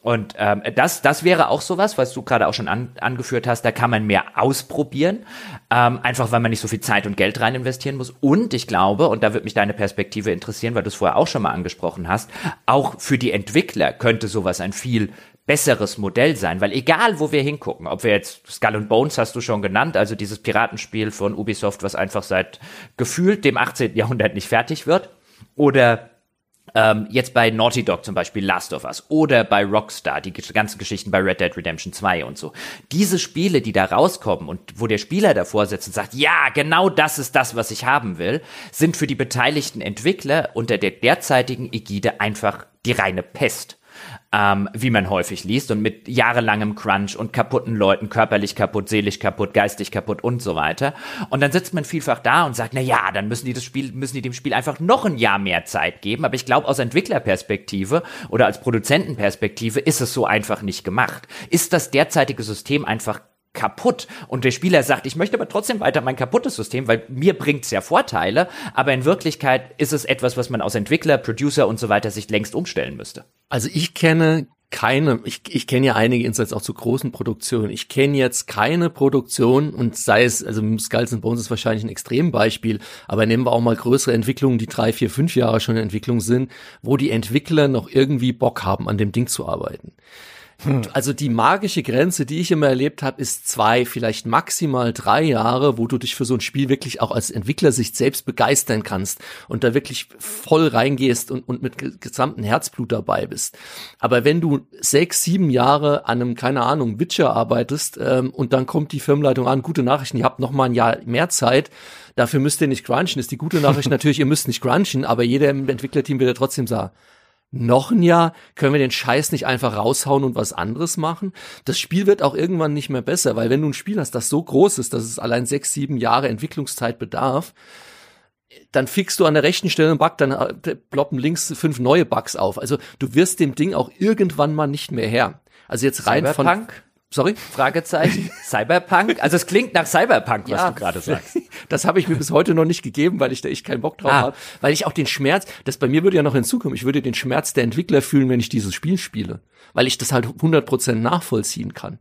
Und ähm, das, das wäre auch sowas, was du gerade auch schon an, angeführt hast, da kann man mehr ausprobieren, ähm, einfach weil man nicht so viel Zeit und Geld rein investieren muss. Und ich glaube, und da würde mich deine Perspektive interessieren, weil du es vorher auch schon mal angesprochen hast, auch für die Entwickler könnte sowas ein viel besseres Modell sein, weil egal, wo wir hingucken, ob wir jetzt Skull and Bones hast du schon genannt, also dieses Piratenspiel von Ubisoft, was einfach seit gefühlt dem achtzehnten Jahrhundert nicht fertig wird, oder Ähm, jetzt bei Naughty Dog zum Beispiel Last of Us oder bei Rockstar, die ganzen Geschichten bei Red Dead Redemption zwei und so. Diese Spiele, die da rauskommen und wo der Spieler davor sitzt und sagt, ja, genau das ist das, was ich haben will, sind für die beteiligten Entwickler unter der derzeitigen Ägide einfach die reine Pest. Ähm, wie man häufig liest und mit jahrelangem Crunch und kaputten Leuten, körperlich kaputt, seelisch kaputt, geistig kaputt und so weiter. Und dann sitzt man vielfach da und sagt, na ja, dann müssen die das Spiel, müssen die dem Spiel einfach noch ein Jahr mehr Zeit geben. Aber ich glaube, aus Entwicklerperspektive oder als Produzentenperspektive ist es so einfach nicht gemacht. Ist das derzeitige System einfach kaputt und der Spieler sagt, ich möchte aber trotzdem weiter mein kaputtes System, weil mir bringt's ja Vorteile, aber in Wirklichkeit ist es etwas, was man aus Entwickler, Producer und so weiter sich längst umstellen müsste. Also ich kenne keine, ich, ich kenne ja einige Insights auch zu großen Produktionen. Ich kenne jetzt keine Produktion und sei es, also Skulls and Bones ist wahrscheinlich ein Extrembeispiel, aber nehmen wir auch mal größere Entwicklungen, die drei, vier, fünf Jahre schon in Entwicklung sind, wo die Entwickler noch irgendwie Bock haben, an dem Ding zu arbeiten. Hm. Also die magische Grenze, die ich immer erlebt habe, ist zwei, vielleicht maximal drei Jahre, wo du dich für so ein Spiel wirklich auch als Entwicklersicht selbst begeistern kannst und da wirklich voll reingehst und, und mit gesamtem Herzblut dabei bist. Aber wenn du sechs, sieben Jahre an einem, keine Ahnung, Witcher arbeitest ähm, und dann kommt die Firmenleitung an, gute Nachrichten, ihr habt noch mal ein Jahr mehr Zeit, dafür müsst ihr nicht crunchen, ist die gute Nachricht natürlich, ihr müsst nicht crunchen, aber jeder im Entwicklerteam wird ja trotzdem sagen, noch ein Jahr, können wir den Scheiß nicht einfach raushauen und was anderes machen? Das Spiel wird auch irgendwann nicht mehr besser, weil wenn du ein Spiel hast, das so groß ist, dass es allein sechs, sieben Jahre Entwicklungszeit bedarf, dann fixst du an der rechten Stelle einen Bug, dann ploppen links fünf neue Bugs auf. Also du wirst dem Ding auch irgendwann mal nicht mehr Herr. Also jetzt rein Cyberpunk? von... Sorry? Fragezeichen. Cyberpunk? Also es klingt nach Cyberpunk, was ja, du gerade sagst. Das habe ich mir bis heute noch nicht gegeben, weil ich da echt keinen Bock drauf ah. habe. Weil ich auch den Schmerz, das bei mir würde ja noch hinzukommen, ich würde den Schmerz der Entwickler fühlen, wenn ich dieses Spiel spiele. Weil ich das halt hundert Prozent nachvollziehen kann.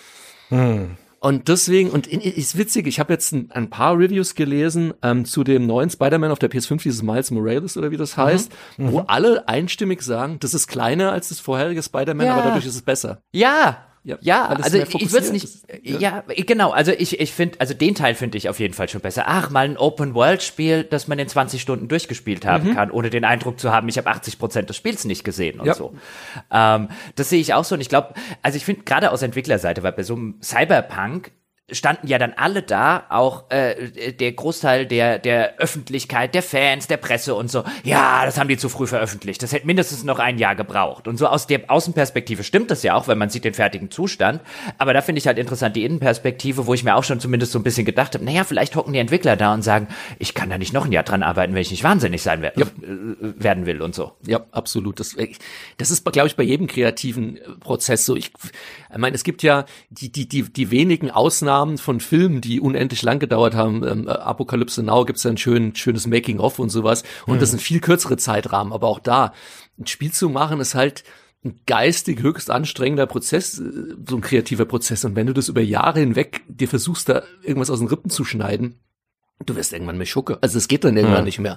Hm. Und deswegen, und ist witzig, ich habe jetzt ein, ein paar Reviews gelesen ähm, zu dem neuen Spider-Man auf der P S fünf, dieses Miles Morales oder wie das heißt, mhm. wo mhm. alle einstimmig sagen, das ist kleiner als das vorherige Spider-Man, ja. aber dadurch ist es besser. Ja, Ja, ja also ich würde es nicht, ist, ja. ja, genau, also ich ich finde, also den Teil finde ich auf jeden Fall schon besser. Ach, mal ein Open-World-Spiel, das man in zwanzig Stunden durchgespielt haben mhm. kann, ohne den Eindruck zu haben, ich habe achtzig Prozent des Spiels nicht gesehen und ja. so. Ähm, das sehe ich auch so und ich glaube, also ich finde gerade aus Entwicklerseite, weil bei so einem Cyberpunk standen ja dann alle da, auch äh, der Großteil der der Öffentlichkeit, der Fans, der Presse und so, ja, das haben die zu früh veröffentlicht, das hätte mindestens noch ein Jahr gebraucht. Und so aus der Außenperspektive stimmt das ja auch, wenn man sieht den fertigen Zustand, aber da finde ich halt interessant die Innenperspektive, wo ich mir auch schon zumindest so ein bisschen gedacht habe, naja, vielleicht hocken die Entwickler da und sagen, ich kann da nicht noch ein Jahr dran arbeiten, wenn ich nicht wahnsinnig sein wer- ja. äh, werden will und so. Ja, absolut. Das, das ist, glaube ich, bei jedem kreativen Prozess so. Ich, ich meine, es gibt ja die die die die wenigen Ausnahmen von Filmen, die unendlich lang gedauert haben. Ähm, Apocalypse Now gibt's ja ein schön, schönes Making-of und sowas. Und mhm. das sind viel kürzere Zeitrahmen. Aber auch da, ein Spiel zu machen, ist halt ein geistig höchst anstrengender Prozess, so ein kreativer Prozess. Und wenn du das über Jahre hinweg dir versuchst, da irgendwas aus den Rippen zu schneiden, du wirst irgendwann mehr Schucke. Also es geht dann irgendwann mhm. nicht mehr.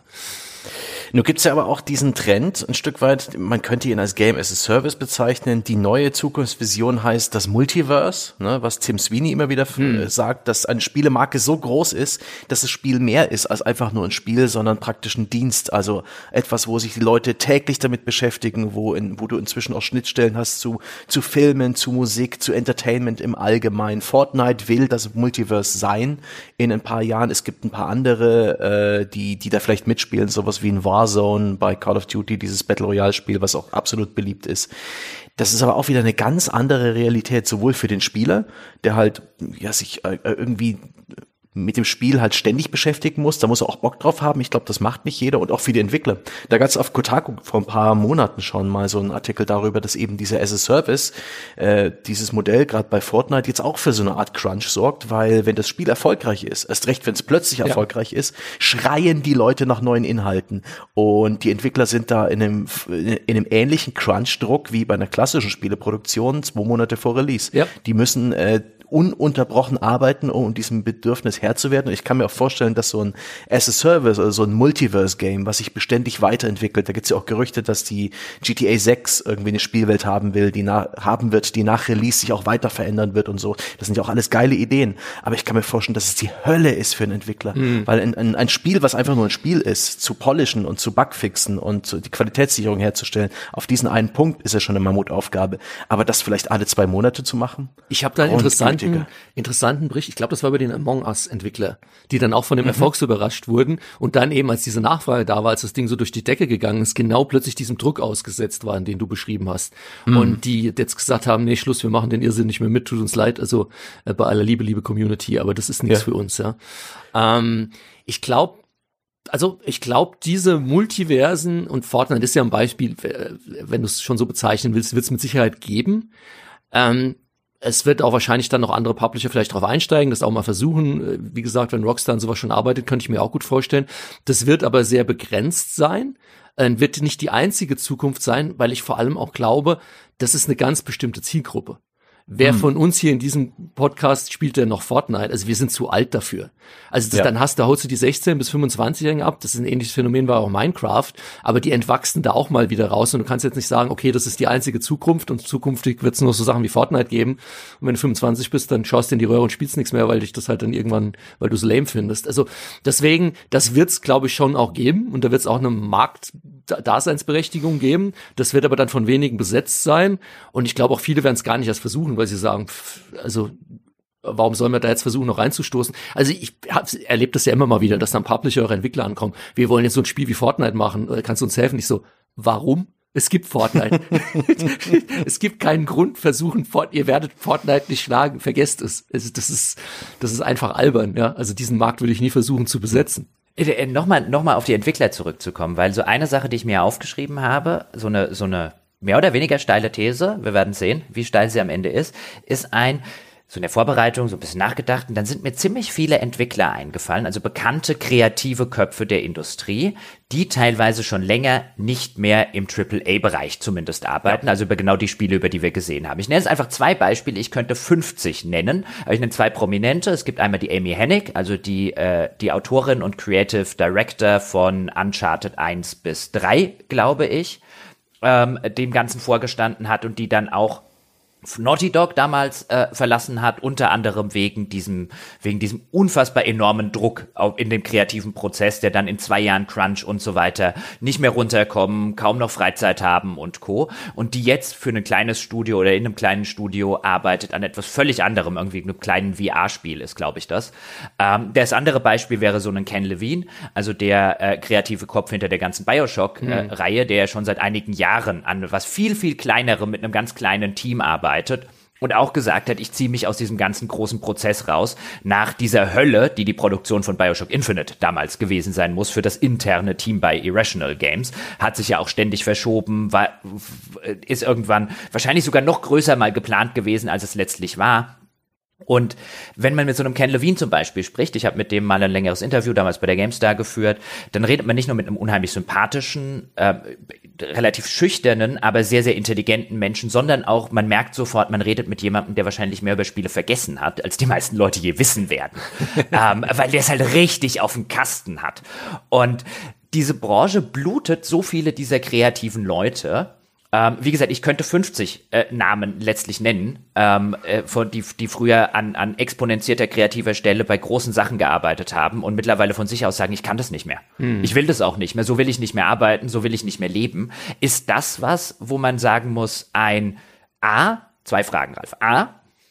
Nun gibt's ja aber auch diesen Trend, ein Stück weit, man könnte ihn als Game as a Service bezeichnen. Die neue Zukunftsvision heißt das Multiverse, ne, was Tim Sweeney immer wieder hm. sagt, dass eine Spielemarke so groß ist, dass das Spiel mehr ist als einfach nur ein Spiel, sondern praktisch ein Dienst. Also etwas, wo sich die Leute täglich damit beschäftigen, wo in, wo du inzwischen auch Schnittstellen hast zu, zu Filmen, zu Musik, zu Entertainment im Allgemeinen. Fortnite will das Multiverse sein in ein paar Jahren. Es gibt ein paar andere, äh, die, die da vielleicht mitspielen, sowas wie ein Warzone bei Call of Duty, dieses Battle Royale Spiel, was auch absolut beliebt ist. Das ist aber auch wieder eine ganz andere Realität, sowohl für den Spieler, der halt ja sich äh, irgendwie mit dem Spiel halt ständig beschäftigen muss. Da muss er auch Bock drauf haben. Ich glaube, das macht nicht jeder und auch für die Entwickler. Da gab es auf Kotaku vor ein paar Monaten schon mal so einen Artikel darüber, dass eben dieser As-a-Service, äh, dieses Modell gerade bei Fortnite jetzt auch für so eine Art Crunch sorgt, weil wenn das Spiel erfolgreich ist, erst recht, wenn es plötzlich ja. erfolgreich ist, schreien die Leute nach neuen Inhalten. Und die Entwickler sind da in einem, in einem ähnlichen Crunch-Druck wie bei einer klassischen Spieleproduktion zwei Monate vor Release. Ja. Die müssen äh, ununterbrochen arbeiten, um diesem Bedürfnis Herr zu werden. Und ich kann mir auch vorstellen, dass so ein As-a-Service oder so ein Multiverse-Game, was sich beständig weiterentwickelt, da gibt es ja auch Gerüchte, dass die G T A sechs irgendwie eine Spielwelt haben will, die na- haben wird, die nach Release sich auch weiter verändern wird und so. Das sind ja auch alles geile Ideen. Aber ich kann mir vorstellen, dass es die Hölle ist für einen Entwickler. Mhm. Weil ein, ein, ein Spiel, was einfach nur ein Spiel ist, zu polischen und zu bugfixen und die Qualitätssicherung herzustellen, auf diesen einen Punkt ist ja schon eine Mammutaufgabe. Aber das vielleicht alle zwei Monate zu machen? Ich habe da einen interessanten, interessanten Bericht, ich glaube, das war über den Among Us-Entwickler, die dann auch von dem mhm. Erfolg so überrascht wurden und dann eben, als diese Nachfrage da war, als das Ding so durch die Decke gegangen ist, genau plötzlich diesem Druck ausgesetzt waren, den du beschrieben hast. Mhm. Und die jetzt gesagt haben, nee, Schluss, wir machen den Irrsinn nicht mehr mit, tut uns leid, also äh, bei aller Liebe, liebe Community, aber das ist nichts ja. für uns, ja. Ähm, ich glaube, Also ich glaube, diese Multiversen und Fortnite ist ja ein Beispiel, wenn du es schon so bezeichnen willst, wird es mit Sicherheit geben. Ähm, es wird auch wahrscheinlich dann noch andere Publisher vielleicht drauf einsteigen, das auch mal versuchen. Wie gesagt, wenn Rockstar an sowas schon arbeitet, könnte ich mir auch gut vorstellen. Das wird aber sehr begrenzt sein, äh, wird nicht die einzige Zukunft sein, weil ich vor allem auch glaube, das ist eine ganz bestimmte Zielgruppe. Wer hm. von uns hier in diesem Podcast spielt denn noch Fortnite? Also wir sind zu alt dafür. Also das, ja. dann hast du, holst du die sechzehn bis fünfundzwanzigjährigen ab. Das ist ein ähnliches Phänomen, war auch Minecraft. Aber die entwachsen da auch mal wieder raus. Und du kannst jetzt nicht sagen, okay, das ist die einzige Zukunft und zukünftig wird es nur so Sachen wie Fortnite geben. Und wenn du fünfundzwanzig bist, dann schaust du in die Röhre und spielst nichts mehr, weil dich das halt dann irgendwann, weil du es lame findest. Also deswegen, das wird's, glaube ich, schon auch geben. Und da wird's auch eine Marktdaseinsberechtigung geben. Das wird aber dann von wenigen besetzt sein. Und ich glaube auch viele werden es gar nicht erst versuchen, weil sie sagen, pff, also warum sollen wir da jetzt versuchen, noch reinzustoßen? Also ich erlebe das ja immer mal wieder, dass dann Publisher oder Entwickler ankommen. Wir wollen jetzt so ein Spiel wie Fortnite machen. Kannst du uns helfen? Ich so, warum? Es gibt Fortnite. Es gibt keinen Grund, versuchen, Fort- ihr werdet Fortnite nicht schlagen. Vergesst es. es das ist, das ist einfach albern. Ja, also diesen Markt würde ich nie versuchen zu besetzen. Nochmal, nochmal auf die Entwickler zurückzukommen, weil so eine Sache, die ich mir aufgeschrieben habe, so eine, so eine mehr oder weniger steile These, wir werden sehen, wie steil sie am Ende ist, ist ein, so in der Vorbereitung, so ein bisschen nachgedacht, und dann sind mir ziemlich viele Entwickler eingefallen, also bekannte kreative Köpfe der Industrie, die teilweise schon länger nicht mehr im Triple A Bereich zumindest arbeiten, ja. also über genau die Spiele, über die wir gesehen haben. Ich nenne jetzt einfach zwei Beispiele, ich könnte fünfzig nennen, aber ich nenne zwei Prominente. Es gibt einmal die Amy Hennig, also die äh, die Autorin und Creative Director von Uncharted eins bis drei, glaube ich, Ähm, dem Ganzen vorgestanden hat und die dann auch Naughty Dog damals äh, verlassen hat, unter anderem wegen diesem wegen diesem unfassbar enormen Druck in dem kreativen Prozess, der dann in zwei Jahren Crunch und so weiter nicht mehr runterkommen, kaum noch Freizeit haben und Co. Und die jetzt für ein kleines Studio oder in einem kleinen Studio arbeitet an etwas völlig anderem, irgendwie einem kleinen V R-Spiel ist, glaube ich, das. Ähm, das andere Beispiel wäre so ein Ken Levine, also der äh, kreative Kopf hinter der ganzen Bioshock-Reihe, mhm. äh, der schon seit einigen Jahren an was viel, viel kleinerem mit einem ganz kleinen Team arbeitet. Und auch gesagt hat, ich ziehe mich aus diesem ganzen großen Prozess raus, nach dieser Hölle, die die Produktion von Bioshock Infinite damals gewesen sein muss, für das interne Team bei Irrational Games, hat sich ja auch ständig verschoben, war, ist irgendwann wahrscheinlich sogar noch größer mal geplant gewesen, als es letztlich war. Und wenn man mit so einem Ken Levine zum Beispiel spricht, ich habe mit dem mal ein längeres Interview damals bei der GameStar geführt, dann redet man nicht nur mit einem unheimlich sympathischen, äh, relativ schüchternen, aber sehr, sehr intelligenten Menschen, sondern auch, man merkt sofort, man redet mit jemandem, der wahrscheinlich mehr über Spiele vergessen hat, als die meisten Leute je wissen werden, ähm, weil der es halt richtig auf dem Kasten hat. Und diese Branche blutet so viele dieser kreativen Leute. Ähm, wie gesagt, ich könnte fünfzig äh, Namen letztlich nennen, ähm, äh, von die, die früher an, an exponentierter kreativer Stelle bei großen Sachen gearbeitet haben und mittlerweile von sich aus sagen, ich kann das nicht mehr. Hm. Ich will das auch nicht mehr. So will ich nicht mehr arbeiten, so will ich nicht mehr leben. Ist das was, wo man sagen muss, ein A, zwei Fragen, Ralf. A,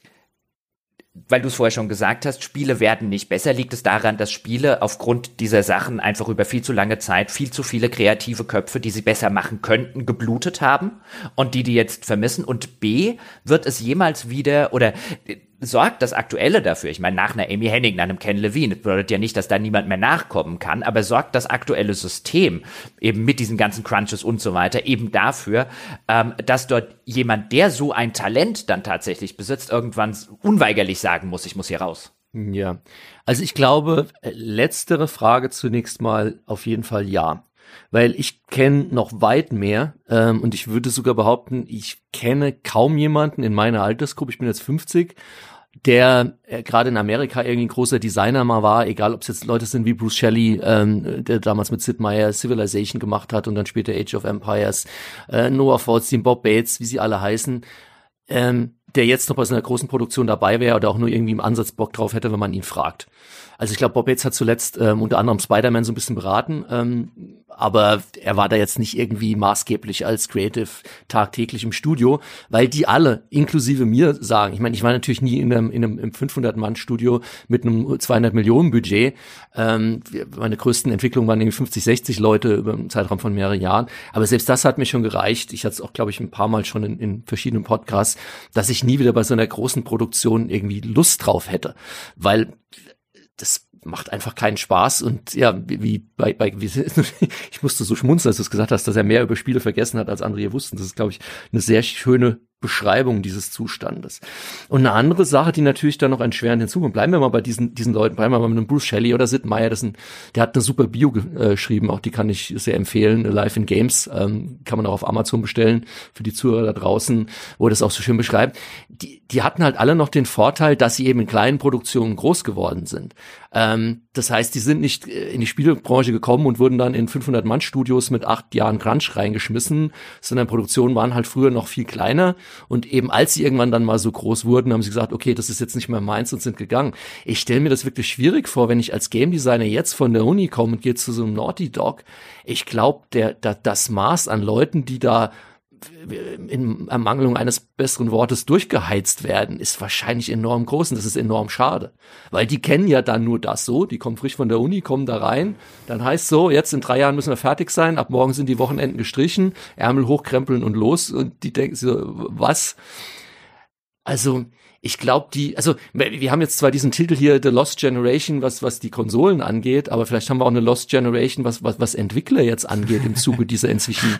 weil du es vorher schon gesagt hast, Spiele werden nicht besser. Liegt es daran, dass Spiele aufgrund dieser Sachen einfach über viel zu lange Zeit viel zu viele kreative Köpfe, die sie besser machen könnten, geblutet haben und die die jetzt vermissen? Und B, wird es jemals wieder, oder sorgt das Aktuelle dafür, ich meine, nach einer Amy Hennig, nach einem Ken Levine, das bedeutet ja nicht, dass da niemand mehr nachkommen kann, aber sorgt das aktuelle System eben mit diesen ganzen Crunches und so weiter eben dafür, ähm, dass dort jemand, der so ein Talent dann tatsächlich besitzt, irgendwann unweigerlich sagen muss, ich muss hier raus. Ja, also ich glaube, letztere Frage zunächst mal auf jeden Fall ja. Weil ich kenne noch weit mehr ähm, und ich würde sogar behaupten, ich kenne kaum jemanden in meiner Altersgruppe, ich bin jetzt fünfzig, der äh, gerade in Amerika irgendwie ein großer Designer mal war, egal ob es jetzt Leute sind wie Bruce Shelley, ähm, der damals mit Sid Meier Civilization gemacht hat und dann später Age of Empires, äh, Noah Falstein, Bob Bates, wie sie alle heißen, ähm, der jetzt noch bei so einer großen Produktion dabei wäre oder auch nur irgendwie im Ansatz Bock drauf hätte, wenn man ihn fragt. Also ich glaube, Bob Bates hat zuletzt ähm, unter anderem Spider-Man so ein bisschen beraten, ähm, aber er war da jetzt nicht irgendwie maßgeblich als Creative tagtäglich im Studio, weil die alle, inklusive mir, sagen, ich meine, ich war natürlich nie in einem, in einem, im fünfhundert-Mann-Studio mit einem zweihundert-Millionen-Budget. Ähm, meine größten Entwicklungen waren irgendwie fünfzig, sechzig Leute über einen Zeitraum von mehreren Jahren. Aber selbst das hat mir schon gereicht. Ich hatte es auch, glaube ich, ein paar Mal schon in, in verschiedenen Podcasts, dass ich nie wieder bei so einer großen Produktion irgendwie Lust drauf hätte, weil das macht einfach keinen Spaß und ja, wie bei, bei wie, ich musste so schmunzeln, als du es gesagt hast, dass er mehr über Spiele vergessen hat, als andere hier wussten. Das ist, glaube ich, eine sehr schöne Beschreibung dieses Zustandes. Und eine andere Sache, die natürlich dann noch erschwerend hinzukommt, bleiben wir mal bei diesen diesen Leuten, bleiben wir mal mit einem Bruce Shelley oder Sid Meier, das sind, der hat eine super Bio äh, geschrieben, auch die kann ich sehr empfehlen, Live in Games, ähm, kann man auch auf Amazon bestellen, für die Zuhörer da draußen, wo er das auch so schön beschreibt. Die, die hatten halt alle noch den Vorteil, dass sie eben in kleinen Produktionen groß geworden sind. Ähm, das heißt, die sind nicht in die Spielebranche gekommen und wurden dann in fünfhundert-Mann-Studios mit acht Jahren Crunch reingeschmissen, sondern Produktionen waren halt früher noch viel kleiner. Und eben als sie irgendwann dann mal so groß wurden, haben sie gesagt, okay, das ist jetzt nicht mehr meins und sind gegangen. Ich stelle mir das wirklich schwierig vor, wenn ich als Game Designer jetzt von der Uni komme und gehe zu so einem Naughty Dog. Ich glaube, der, der das Maß an Leuten, die da in Ermangelung eines besseren Wortes durchgeheizt werden, ist wahrscheinlich enorm groß und das ist enorm schade. Weil die kennen ja dann nur das so, die kommen frisch von der Uni, kommen da rein, dann heißt so, jetzt in drei Jahren müssen wir fertig sein, ab morgen sind die Wochenenden gestrichen, Ärmel hochkrempeln und los und die denken so, was? Also ich glaube, die, also wir haben jetzt zwar diesen Titel hier, The Lost Generation, was was die Konsolen angeht, aber vielleicht haben wir auch eine Lost Generation, was was was Entwickler jetzt angeht im Zuge dieser inzwischen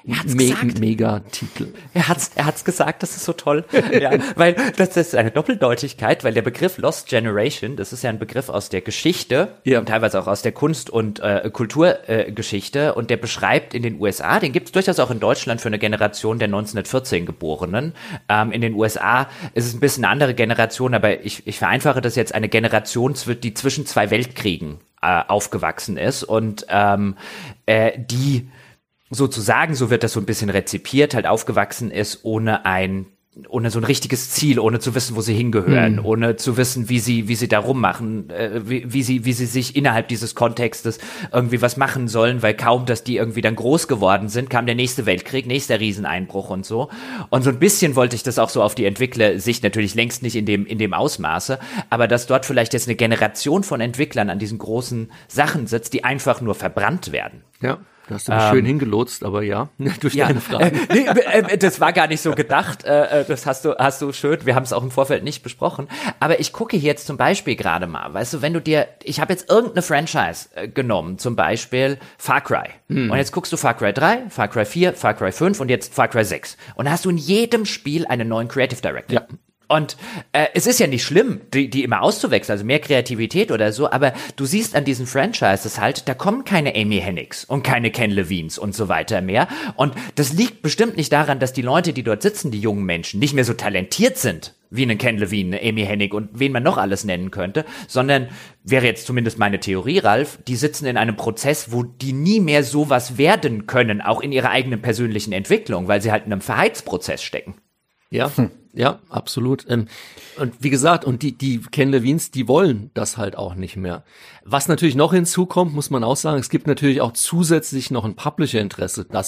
me Megatitel. Er hat's, er hat's gesagt, das ist so toll, ja, weil das ist eine Doppeldeutigkeit, weil der Begriff Lost Generation, das ist ja ein Begriff aus der Geschichte, ja, und teilweise auch aus der Kunst- und äh, Kulturgeschichte, äh, und der beschreibt in den U S A, den gibt's durchaus auch in Deutschland für eine Generation der neunzehnhundertvierzehn Geborenen. Ähm, in den U S A ist es ein bisschen andere Generation, aber ich, ich vereinfache das jetzt, eine Generation, die zwischen zwei Weltkriegen äh, aufgewachsen ist und ähm, äh, die sozusagen, so wird das so ein bisschen rezipiert, halt aufgewachsen ist ohne ein ohne so ein richtiges Ziel, ohne zu wissen, wo sie hingehören, mhm. ohne zu wissen, wie sie wie sie da rummachen, äh, wie, wie sie wie sie sich innerhalb dieses Kontextes irgendwie was machen sollen, weil kaum, dass die irgendwie dann groß geworden sind, kam der nächste Weltkrieg, nächster Rieseneinbruch und so. Und so ein bisschen wollte ich das auch so auf die Entwicklersicht, natürlich längst nicht in dem in dem Ausmaße, aber dass dort vielleicht jetzt eine Generation von Entwicklern an diesen großen Sachen sitzt, die einfach nur verbrannt werden. Ja. Da hast du mich ähm, schön hingelotst, aber ja, durch ja, deine Frage. Äh, nee, äh, das war gar nicht so gedacht, äh, das hast du hast du schön, wir haben es auch im Vorfeld nicht besprochen, aber ich gucke hier jetzt zum Beispiel gerade mal, weißt du, wenn du dir, ich habe jetzt irgendeine Franchise äh, genommen, zum Beispiel Far Cry, hm. und jetzt guckst du Far Cry drei, Far Cry vier, Far Cry fünf und jetzt Far Cry sechs und da hast du in jedem Spiel einen neuen Creative Director. Ja. Und äh, es ist ja nicht schlimm, die, die immer auszuwechseln, also mehr Kreativität oder so, aber du siehst an diesen Franchises halt, da kommen keine Amy Hennigs und keine Ken Levines und so weiter mehr. Und das liegt bestimmt nicht daran, dass die Leute, die dort sitzen, die jungen Menschen, nicht mehr so talentiert sind wie einen Ken Levine, eine Amy Hennig und wen man noch alles nennen könnte, sondern, wäre jetzt zumindest meine Theorie, Ralf, die sitzen in einem Prozess, wo die nie mehr sowas werden können, auch in ihrer eigenen persönlichen Entwicklung, weil sie halt in einem Verheizprozess stecken. Ja, hm. ja, absolut. Ähm, und wie gesagt, und die, die Ken Levines, die wollen das halt auch nicht mehr. Was natürlich noch hinzukommt, muss man auch sagen, es gibt natürlich auch zusätzlich noch ein Publisher-Interesse, dass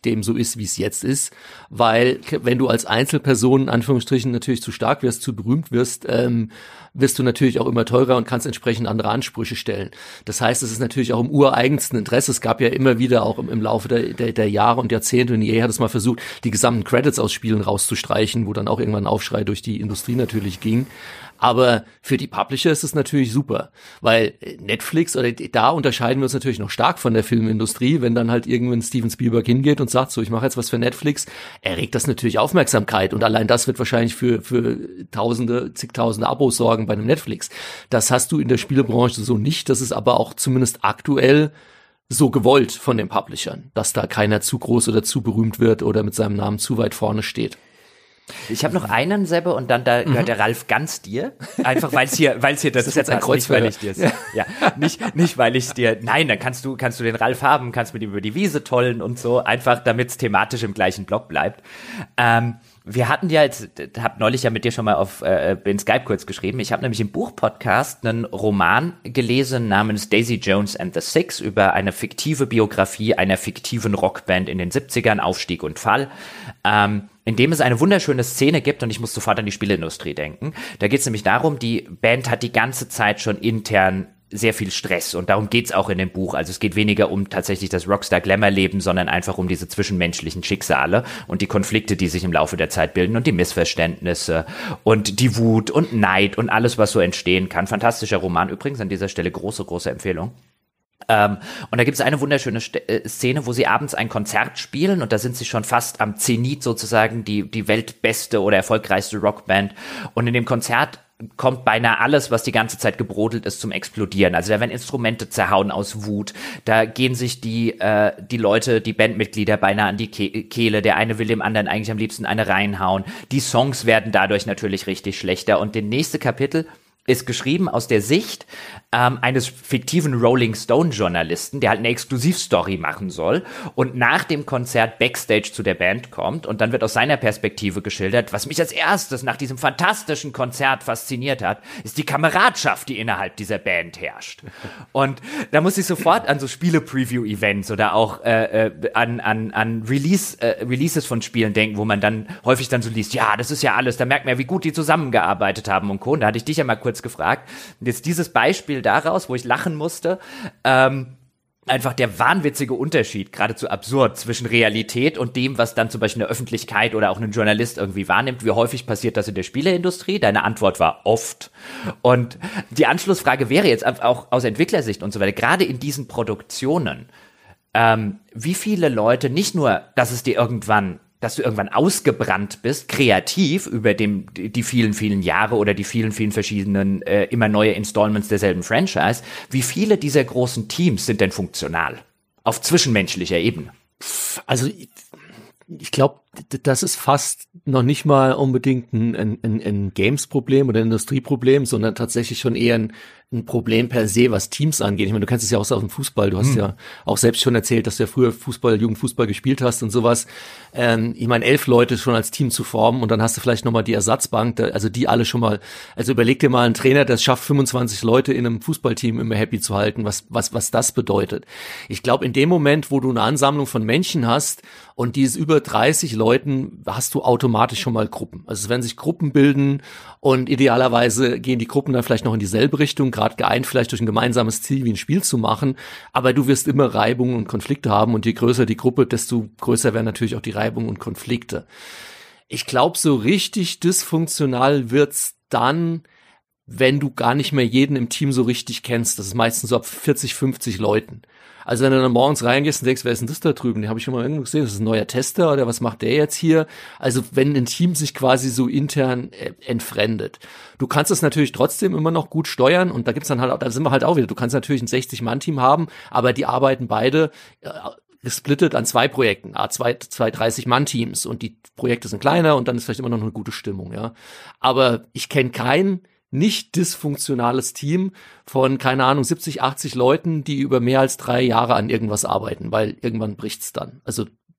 dem so ist, wie es jetzt ist, weil wenn du als Einzelperson in Anführungsstrichen natürlich zu stark wirst, zu berühmt wirst, ähm, wirst du natürlich auch immer teurer und kannst entsprechend andere Ansprüche stellen. Das heißt, es ist natürlich auch im ureigensten Interesse. Es gab ja immer wieder auch im, im Laufe der, der, der Jahre und Jahrzehnte, und E A hat es mal versucht, die gesamten Credits aus Spielen rauszustreichen, wo dann auch irgendwann ein Aufschrei durch die Industrie natürlich ging. Aber für die Publisher ist es natürlich super, weil Netflix, oder da unterscheiden wir uns natürlich noch stark von der Filmindustrie, wenn dann halt irgendwann Steven Spielberg hingeht und sagt, so, ich mache jetzt was für Netflix, erregt das natürlich Aufmerksamkeit, und allein das wird wahrscheinlich für für Tausende, zigtausende Abos sorgen bei einem Netflix. Das hast du in der Spielebranche so nicht, das ist aber auch zumindest aktuell so gewollt von den Publishern, dass da keiner zu groß oder zu berühmt wird oder mit seinem Namen zu weit vorne steht. Ich habe noch einen, Sebbe, und dann da gehört mhm. der Ralf ganz dir. Einfach weil es hier, weil es hier dazu ist jetzt ein nicht, weil ich dir, ja. ja, nicht, nicht weil ich dir, nein, dann kannst du, kannst du den Ralf haben, kannst mit ihm über die Wiese tollen und so, einfach damit es thematisch im gleichen Block bleibt. Ähm, wir hatten ja jetzt, hab neulich ja mit dir schon mal auf äh, in Skype kurz geschrieben. Ich habe nämlich im Buchpodcast einen Roman gelesen namens Daisy Jones and the Six über eine fiktive Biografie einer fiktiven Rockband in den siebzigern, Aufstieg und Fall. Ähm, in dem es eine wunderschöne Szene gibt, und ich muss sofort an die Spieleindustrie denken. Da geht es nämlich darum, die Band hat die ganze Zeit schon intern sehr viel Stress, und darum geht's auch in dem Buch. Also es geht weniger um tatsächlich das Rockstar-Glamour-Leben, sondern einfach um diese zwischenmenschlichen Schicksale und die Konflikte, die sich im Laufe der Zeit bilden, und die Missverständnisse und die Wut und Neid und alles, was so entstehen kann. Fantastischer Roman übrigens, an dieser Stelle große, große Empfehlung. Ähm, und da gibt es eine wunderschöne St- äh, Szene, wo sie abends ein Konzert spielen, und da sind sie schon fast am Zenit sozusagen, die die weltbeste oder erfolgreichste Rockband, und in dem Konzert kommt beinahe alles, was die ganze Zeit gebrodelt ist, zum Explodieren. Also da werden Instrumente zerhauen aus Wut, da gehen sich die äh, die Leute, die Bandmitglieder beinahe an die Ke- Kehle, der eine will dem anderen eigentlich am liebsten eine reinhauen, die Songs werden dadurch natürlich richtig schlechter, und der nächste Kapitel ist geschrieben aus der Sicht ähm, eines fiktiven Rolling Stone Journalisten, der halt eine Exklusivstory machen soll und nach dem Konzert Backstage zu der Band kommt, und dann wird aus seiner Perspektive geschildert, was mich als erstes nach diesem fantastischen Konzert fasziniert hat, ist die Kameradschaft, die innerhalb dieser Band herrscht. Und da muss ich sofort an so Spiele-Preview-Events oder auch äh, äh, an an an Release äh, Releases von Spielen denken, wo man dann häufig dann so liest, ja, das ist ja alles, da merkt man ja, wie gut die zusammengearbeitet haben und Co. Und da hatte ich dich ja mal kurz gefragt. Und jetzt dieses Beispiel daraus, wo ich lachen musste, ähm, einfach der wahnwitzige Unterschied, geradezu absurd, zwischen Realität und dem, was dann zum Beispiel in der Öffentlichkeit oder auch ein Journalist irgendwie wahrnimmt. Wie häufig passiert das in der Spieleindustrie? Deine Antwort war oft. Und die Anschlussfrage wäre jetzt auch aus Entwicklersicht und so weiter, gerade in diesen Produktionen, ähm, wie viele Leute, nicht nur, dass es dir irgendwann dass du irgendwann ausgebrannt bist, kreativ über dem, die vielen, vielen Jahre oder die vielen, vielen verschiedenen, äh, immer neue Installments derselben Franchise. Wie viele dieser großen Teams sind denn funktional? Auf zwischenmenschlicher Ebene? Also, ich, ich glaube, das ist fast noch nicht mal unbedingt ein, ein, ein Games-Problem oder ein Industrieproblem, sondern tatsächlich schon eher ein, ein Problem per se, was Teams angeht. Ich meine, du kennst es ja auch so aus dem Fußball. Du hast hm. ja auch selbst schon erzählt, dass du ja früher Fußball, Jugendfußball gespielt hast und sowas. Ähm, ich meine, elf Leute schon als Team zu formen, und dann hast du vielleicht nochmal die Ersatzbank, da, also die alle schon mal, also überleg dir mal einen Trainer, der es schafft, fünfundzwanzig Leute in einem Fußballteam immer happy zu halten, was, was, was das bedeutet. Ich glaube, in dem Moment, wo du eine Ansammlung von Menschen hast und die ist über dreißig Leuten, hast du automatisch schon mal Gruppen. Also es werden sich Gruppen bilden, und idealerweise gehen die Gruppen dann vielleicht noch in dieselbe Richtung, gerade geeint vielleicht durch ein gemeinsames Ziel wie ein Spiel zu machen, aber du wirst immer Reibungen und Konflikte haben, und je größer die Gruppe, desto größer werden natürlich auch die Reibungen und Konflikte. Ich glaube, so richtig dysfunktional wird's dann, wenn du gar nicht mehr jeden im Team so richtig kennst. Das ist meistens so ab vierzig, fünfzig Leuten. Also wenn du dann morgens reingehst und denkst, wer ist denn das da drüben? Den habe ich schon mal irgendwo gesehen. Das ist ein neuer Tester, oder was macht der jetzt hier? Also wenn ein Team sich quasi so intern äh, entfremdet. Du kannst es natürlich trotzdem immer noch gut steuern, und da gibt's dann halt, da sind wir halt auch wieder. Du kannst natürlich ein sechzig-Mann-Team haben, aber die arbeiten beide äh, gesplittet an zwei Projekten, zwei, zwei dreißig-Mann-Teams, und die Projekte sind kleiner, und dann ist vielleicht immer noch eine gute Stimmung, ja. Aber ich kenne keinen nicht dysfunktionales Team von, keine Ahnung, siebzig, achtzig Leuten, die über mehr als drei Jahre an irgendwas arbeiten, weil irgendwann bricht's dann. Also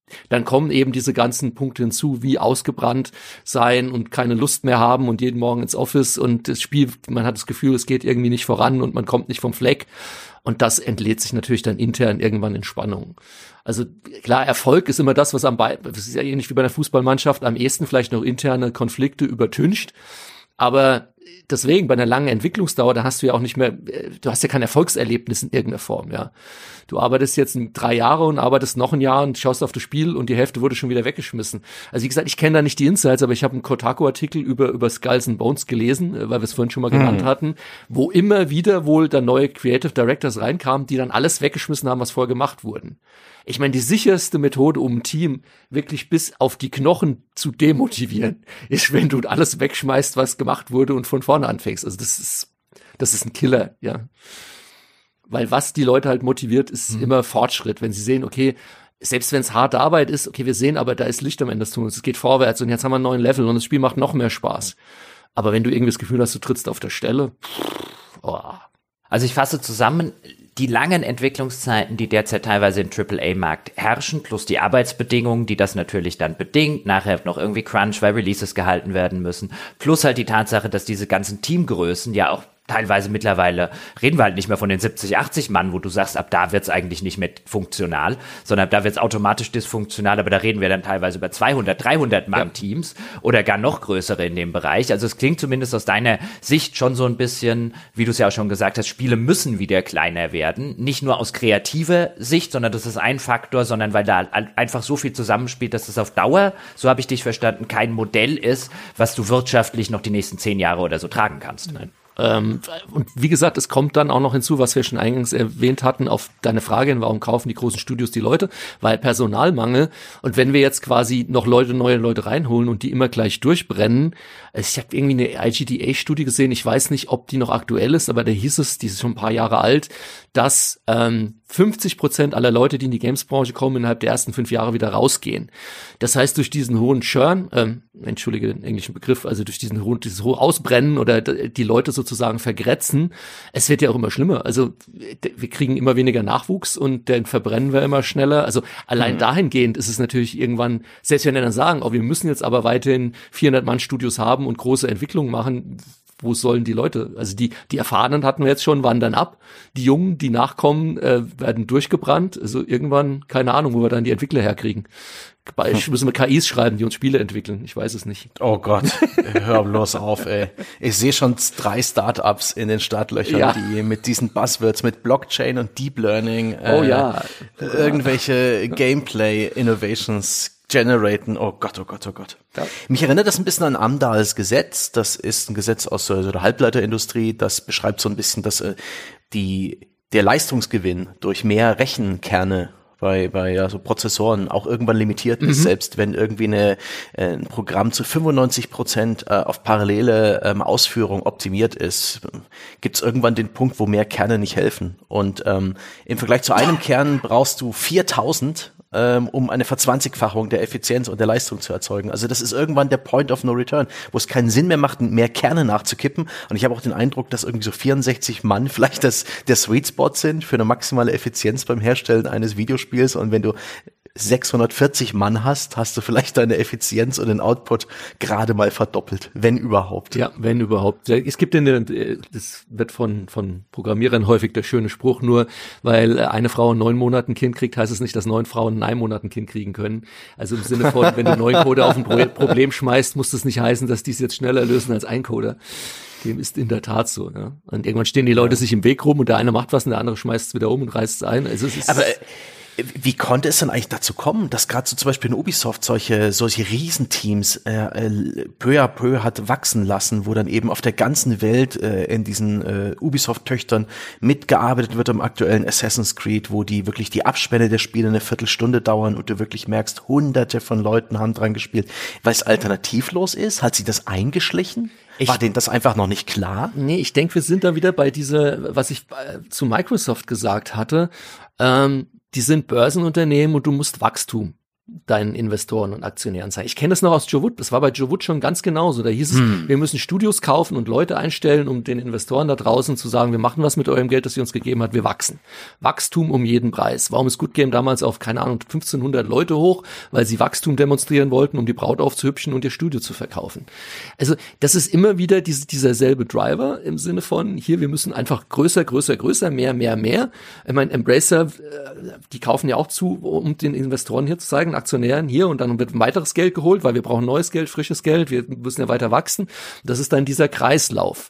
dann kommen eben diese ganzen Punkte hinzu, wie ausgebrannt sein und keine Lust mehr haben und jeden Morgen ins Office und das Spiel, man hat das Gefühl, es geht irgendwie nicht voran und man kommt nicht vom Fleck. Und das entlädt sich natürlich dann intern irgendwann in Spannung. Also klar, Erfolg ist immer das, was am Be- das ist ja ähnlich wie bei einer Fußballmannschaft, am ehesten vielleicht noch interne Konflikte übertüncht. Aber deswegen, bei einer langen Entwicklungsdauer, da hast du ja auch nicht mehr, du hast ja kein Erfolgserlebnis in irgendeiner Form, ja. Du arbeitest jetzt drei Jahre und arbeitest noch ein Jahr und schaust auf das Spiel und die Hälfte wurde schon wieder weggeschmissen. Also wie gesagt, ich kenne da nicht die Insights, aber ich habe einen Kotaku-Artikel über, über Skulls and Bones gelesen, weil wir es vorhin schon mal genannt hm. hatten, wo immer wieder wohl da neue Creative Directors reinkamen, die dann alles weggeschmissen haben, was vorher gemacht wurden. Ich meine, die sicherste Methode, um ein Team wirklich bis auf die Knochen zu demotivieren, ist, wenn du alles wegschmeißt, was gemacht wurde und von vorne anfängst. Also das ist, das ist ein Killer, ja. Weil was die Leute halt motiviert, ist mhm. immer Fortschritt. Wenn sie sehen, okay, selbst wenn es harte Arbeit ist, okay, wir sehen aber, da ist Licht am Ende des Tunnels, es geht vorwärts und jetzt haben wir einen neuen Level und das Spiel macht noch mehr Spaß. Aber wenn du irgendwie das Gefühl hast, du trittst auf der Stelle, pff, oh. Also ich fasse zusammen, die langen Entwicklungszeiten, die derzeit teilweise im Triple A Markt herrschen, plus die Arbeitsbedingungen, die das natürlich dann bedingt, nachher noch irgendwie Crunch, weil Releases gehalten werden müssen, plus halt die Tatsache, dass diese ganzen Teamgrößen ja auch teilweise mittlerweile, reden wir halt nicht mehr von den siebzig, achtzig Mann, wo du sagst, ab da wird's eigentlich nicht mehr funktional, sondern ab da wird's automatisch dysfunktional, aber da reden wir dann teilweise über zweihundert, dreihundert Mann Teams oder gar noch größere in dem Bereich. Also es klingt zumindest aus deiner Sicht schon so ein bisschen, wie du es ja auch schon gesagt hast, Spiele müssen wieder kleiner werden. Nicht nur aus kreativer Sicht, sondern das ist ein Faktor, sondern weil da einfach so viel zusammenspielt, dass das auf Dauer, so habe ich dich verstanden, kein Modell ist, was du wirtschaftlich noch die nächsten zehn Jahre oder so tragen kannst. Nein. Ähm, und wie gesagt, es kommt dann auch noch hinzu, was wir schon eingangs erwähnt hatten, auf deine Frage hin, warum kaufen die großen Studios die Leute? Weil Personalmangel. Und wenn wir jetzt quasi noch Leute, neue Leute reinholen und die immer gleich durchbrennen, ich habe irgendwie eine I G D A-Studie gesehen, ich weiß nicht, ob die noch aktuell ist, aber da hieß es, die ist schon ein paar Jahre alt, dass ähm, fünfzig Prozent aller Leute, die in die Games-Branche kommen, innerhalb der ersten fünf Jahre wieder rausgehen. Das heißt, durch diesen hohen Churn, ähm, entschuldige den englischen Begriff, also durch diesen hohen, dieses hohe Ausbrennen oder die Leute sozusagen vergrätzen, es wird ja auch immer schlimmer. Also wir kriegen immer weniger Nachwuchs und den verbrennen wir immer schneller. Also allein mhm. dahingehend ist es natürlich irgendwann, selbst wenn wir dann sagen, oh, wir müssen jetzt aber weiterhin vierhundert Mann Studios haben und große Entwicklungen machen, wo sollen die Leute, also die die Erfahrenen hatten wir jetzt schon, wandern ab, die Jungen, die nachkommen, äh, werden durchgebrannt, also irgendwann, keine Ahnung, wo wir dann die Entwickler herkriegen. Bald müssen wir K Is schreiben, die uns Spiele entwickeln, ich weiß es nicht. Oh Gott, hör bloß auf, ey. Ich sehe schon drei Startups in den Startlöchern, ja. die mit diesen Buzzwords, mit Blockchain und Deep Learning, äh, oh ja, irgendwelche Gameplay-Innovations generaten. Oh Gott, oh Gott, oh Gott. Ja. Mich erinnert das ein bisschen an Amdahls Gesetz. Das ist ein Gesetz aus so der Halbleiterindustrie. Das beschreibt so ein bisschen, dass äh, die der Leistungsgewinn durch mehr Rechenkerne bei bei ja so Prozessoren auch irgendwann limitiert ist, mhm. selbst wenn irgendwie eine äh, ein Programm zu fünfundneunzig Prozent äh, auf parallele ähm, Ausführung optimiert ist, gibt es irgendwann den Punkt, wo mehr Kerne nicht helfen. Und ähm, im Vergleich zu einem Kern brauchst du viertausend, ähm, um eine Verzwanzigfachung der Effizienz und der Leistung zu erzeugen. Also das ist irgendwann der Point of No Return, wo es keinen Sinn mehr macht, mehr Kerne nachzukippen. Und ich habe auch den Eindruck, dass irgendwie so vierundsechzig Mann vielleicht das der Sweet Spot sind für eine maximale Effizienz beim Herstellen eines Videospiels. Und wenn du sechshundertvierzig Mann hast, hast du vielleicht deine Effizienz und den Output gerade mal verdoppelt, wenn überhaupt. Ja, wenn überhaupt. Es gibt in der, das wird von von Programmierern häufig der schöne Spruch, nur weil eine Frau in neun Monaten ein Kind kriegt, heißt es nicht, dass neun Frauen in einem Monat ein Kind kriegen können. Also im Sinne von, wenn du neun Coder auf ein Problem schmeißt, muss das nicht heißen, dass die es jetzt schneller lösen als ein Coder. Dem ist in der Tat so. Ja. Und irgendwann stehen die Leute ja. sich im Weg rum und der eine macht was und der andere schmeißt es wieder um und reißt es ein. Also es ist aber wie konnte es denn eigentlich dazu kommen, dass gerade so zum Beispiel in Ubisoft solche solche Riesenteams äh, äh, peu à peu hat wachsen lassen, wo dann eben auf der ganzen Welt äh, in diesen äh, Ubisoft-Töchtern mitgearbeitet wird am aktuellen Assassin's Creed, wo die wirklich die Abspende der Spiele eine Viertelstunde dauern und du wirklich merkst, hunderte von Leuten haben dran gespielt, weil es alternativlos ist? Hat sie das eingeschlichen? Ich, War denen das einfach noch nicht klar? Nee, ich denke, wir sind da wieder bei dieser, was ich äh, zu Microsoft gesagt hatte, ähm, die sind Börsenunternehmen und du musst Wachstum. deinen Investoren und Aktionären zeigen. Ich kenne das noch aus Joe Wood, das war bei Joe Wood schon ganz genauso. Da hieß es, hm. wir müssen Studios kaufen und Leute einstellen, um den Investoren da draußen zu sagen, wir machen was mit eurem Geld, das ihr uns gegeben habt, wir wachsen. Wachstum um jeden Preis. Warum ist Good Game damals auf, keine Ahnung, fünfzehnhundert Leute hoch? Weil sie Wachstum demonstrieren wollten, um die Braut aufzuhübschen und ihr Studio zu verkaufen. Also das ist immer wieder diese, dieser selbe Driver im Sinne von, hier, wir müssen einfach größer, größer, größer, mehr, mehr, mehr. Ich meine, Embracer, die kaufen ja auch zu, um den Investoren hier zu zeigen, Aktionären hier, und dann wird ein weiteres Geld geholt, weil wir brauchen neues Geld, frisches Geld, wir müssen ja weiter wachsen. Das ist dann dieser Kreislauf.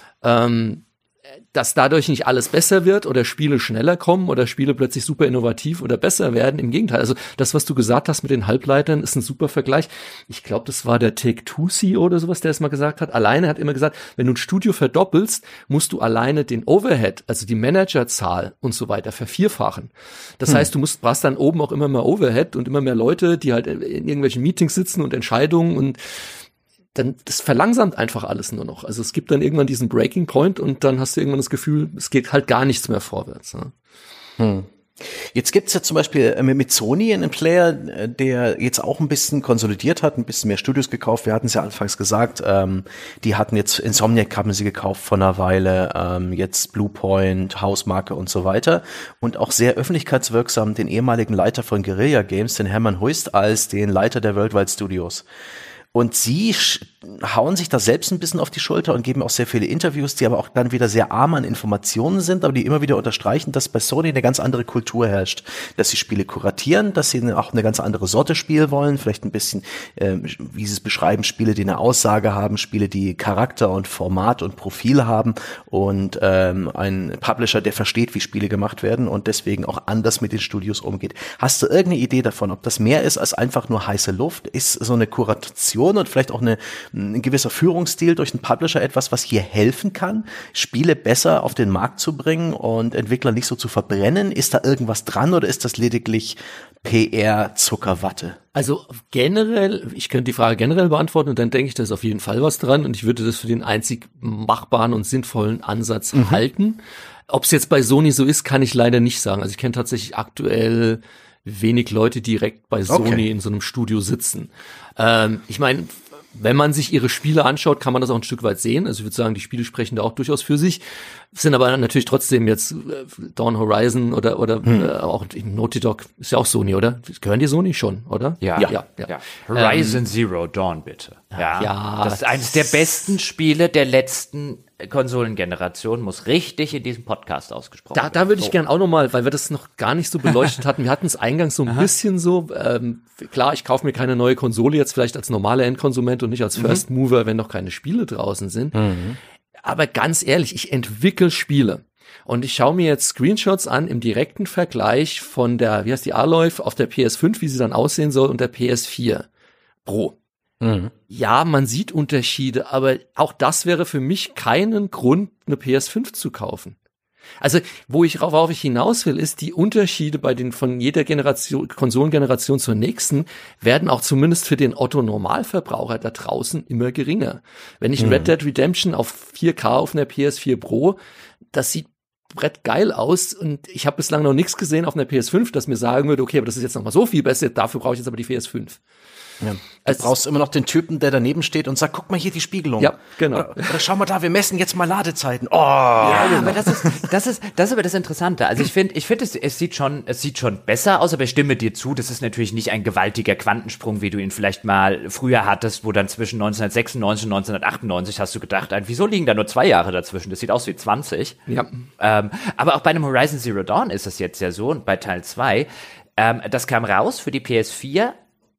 Ähm, dass dadurch nicht alles besser wird oder Spiele schneller kommen oder Spiele plötzlich super innovativ oder besser werden. Im Gegenteil. Also das, was du gesagt hast mit den Halbleitern, ist ein super Vergleich. Ich glaube, das war der Take-Two-C E O oder sowas, der es mal gesagt hat. Alleine hat immer gesagt, wenn du ein Studio verdoppelst, musst du alleine den Overhead, also die Managerzahl und so weiter vervierfachen. Das hm. heißt, du musst, brauchst dann oben auch immer mehr Overhead und immer mehr Leute, die halt in irgendwelchen Meetings sitzen und Entscheidungen, und dann, das verlangsamt einfach alles nur noch. Also es gibt dann irgendwann diesen Breaking Point und dann hast du irgendwann das Gefühl, es geht halt gar nichts mehr vorwärts. Ne? Hm. Jetzt gibt's ja zum Beispiel mit Sony einen Player, der jetzt auch ein bisschen konsolidiert hat, ein bisschen mehr Studios gekauft. Wir hatten es ja anfangs gesagt, ähm, die hatten jetzt Insomniac, haben sie gekauft vor einer Weile, ähm, jetzt Bluepoint, Hausmarke und so weiter. Und auch sehr öffentlichkeitswirksam den ehemaligen Leiter von Guerilla Games, den Hermann Huist, als den Leiter der Worldwide Studios. Und sie hauen sich da selbst ein bisschen auf die Schulter und geben auch sehr viele Interviews, die aber auch dann wieder sehr arm an Informationen sind, aber die immer wieder unterstreichen, dass bei Sony eine ganz andere Kultur herrscht, dass sie Spiele kuratieren, dass sie auch eine ganz andere Sorte Spiel wollen, vielleicht ein bisschen, äh, wie sie es beschreiben, Spiele, die eine Aussage haben, Spiele, die Charakter und Format und Profil haben, und ähm, ein Publisher, der versteht, wie Spiele gemacht werden und deswegen auch anders mit den Studios umgeht. Hast du irgendeine Idee davon, ob das mehr ist als einfach nur heiße Luft? Ist so eine Kuration und vielleicht auch eine, ein gewisser Führungsstil durch einen Publisher etwas, was hier helfen kann, Spiele besser auf den Markt zu bringen und Entwickler nicht so zu verbrennen? Ist da irgendwas dran oder ist das lediglich P R-Zuckerwatte? Also generell, ich könnte die Frage generell beantworten und dann denke ich, da ist auf jeden Fall was dran und ich würde das für den einzig machbaren und sinnvollen Ansatz mhm. halten. Ob es jetzt bei Sony so ist, kann ich leider nicht sagen. Also ich kenne tatsächlich aktuell wenig Leute direkt bei Sony okay. in so einem Studio sitzen. Ähm, ich meine, wenn man sich ihre Spiele anschaut, kann man das auch ein Stück weit sehen. Also ich würde sagen, die Spiele sprechen da auch durchaus für sich. Sind aber natürlich trotzdem jetzt äh, Dawn Horizon oder oder hm. äh, auch Naughty Dog ist ja auch Sony, oder? Gehören die Sony schon, oder? Ja, ja, ja. ja. ja. Horizon ähm, Zero Dawn, bitte. Ja, ja, das ist eines der besten Spiele der letzten Konsolengeneration, muss richtig in diesem Podcast ausgesprochen da, werden. Da würde ich so. gern auch nochmal, weil wir das noch gar nicht so beleuchtet hatten. Wir hatten es eingangs so ein Aha. bisschen so, ähm, klar, ich kaufe mir keine neue Konsole jetzt vielleicht als normaler Endkonsument und nicht als First Mover, wenn noch keine Spiele draußen sind. Mhm. Aber ganz ehrlich, ich entwickle Spiele. Und ich schaue mir jetzt Screenshots an im direkten Vergleich von der, wie heißt die, Aloy auf der P S fünf, wie sie dann aussehen soll, und der P S vier Pro. Mhm. Ja, man sieht Unterschiede, aber auch das wäre für mich keinen Grund, eine P S fünf zu kaufen. Also, wo ich, worauf ich hinaus will, ist, die Unterschiede bei den, von jeder Generation, Konsolengeneration zur nächsten, werden auch zumindest für den Otto-Normalverbraucher da draußen immer geringer. Wenn ich mhm. Red Dead Redemption auf vier K auf einer P S vier Pro, das sieht Brett geil aus und ich habe bislang noch nichts gesehen auf einer P S fünf, das mir sagen würde, okay, aber das ist jetzt noch mal so viel besser, dafür brauche ich jetzt aber die P S fünf. Ja. Du also, brauchst immer noch den Typen, der daneben steht und sagt, guck mal hier die Spiegelung. Ja, genau. Oder, oder schau mal da, wir messen jetzt mal Ladezeiten. Oh, ja, genau. Aber das ist, das ist, das ist aber das Interessante. Also ich finde, ich finde, es, es sieht schon, es sieht schon besser aus, aber ich stimme dir zu, das ist natürlich nicht ein gewaltiger Quantensprung, wie du ihn vielleicht mal früher hattest, wo dann zwischen neunzehnhundertsechsundneunzig und neunzehnhundertachtundneunzig hast du gedacht, wieso liegen da nur zwei Jahre dazwischen? Das sieht aus wie zwanzig. Ja. Ähm, aber auch bei einem Horizon Zero Dawn ist es jetzt ja so, und bei Teil zwei, ähm, das kam raus für die P S vier,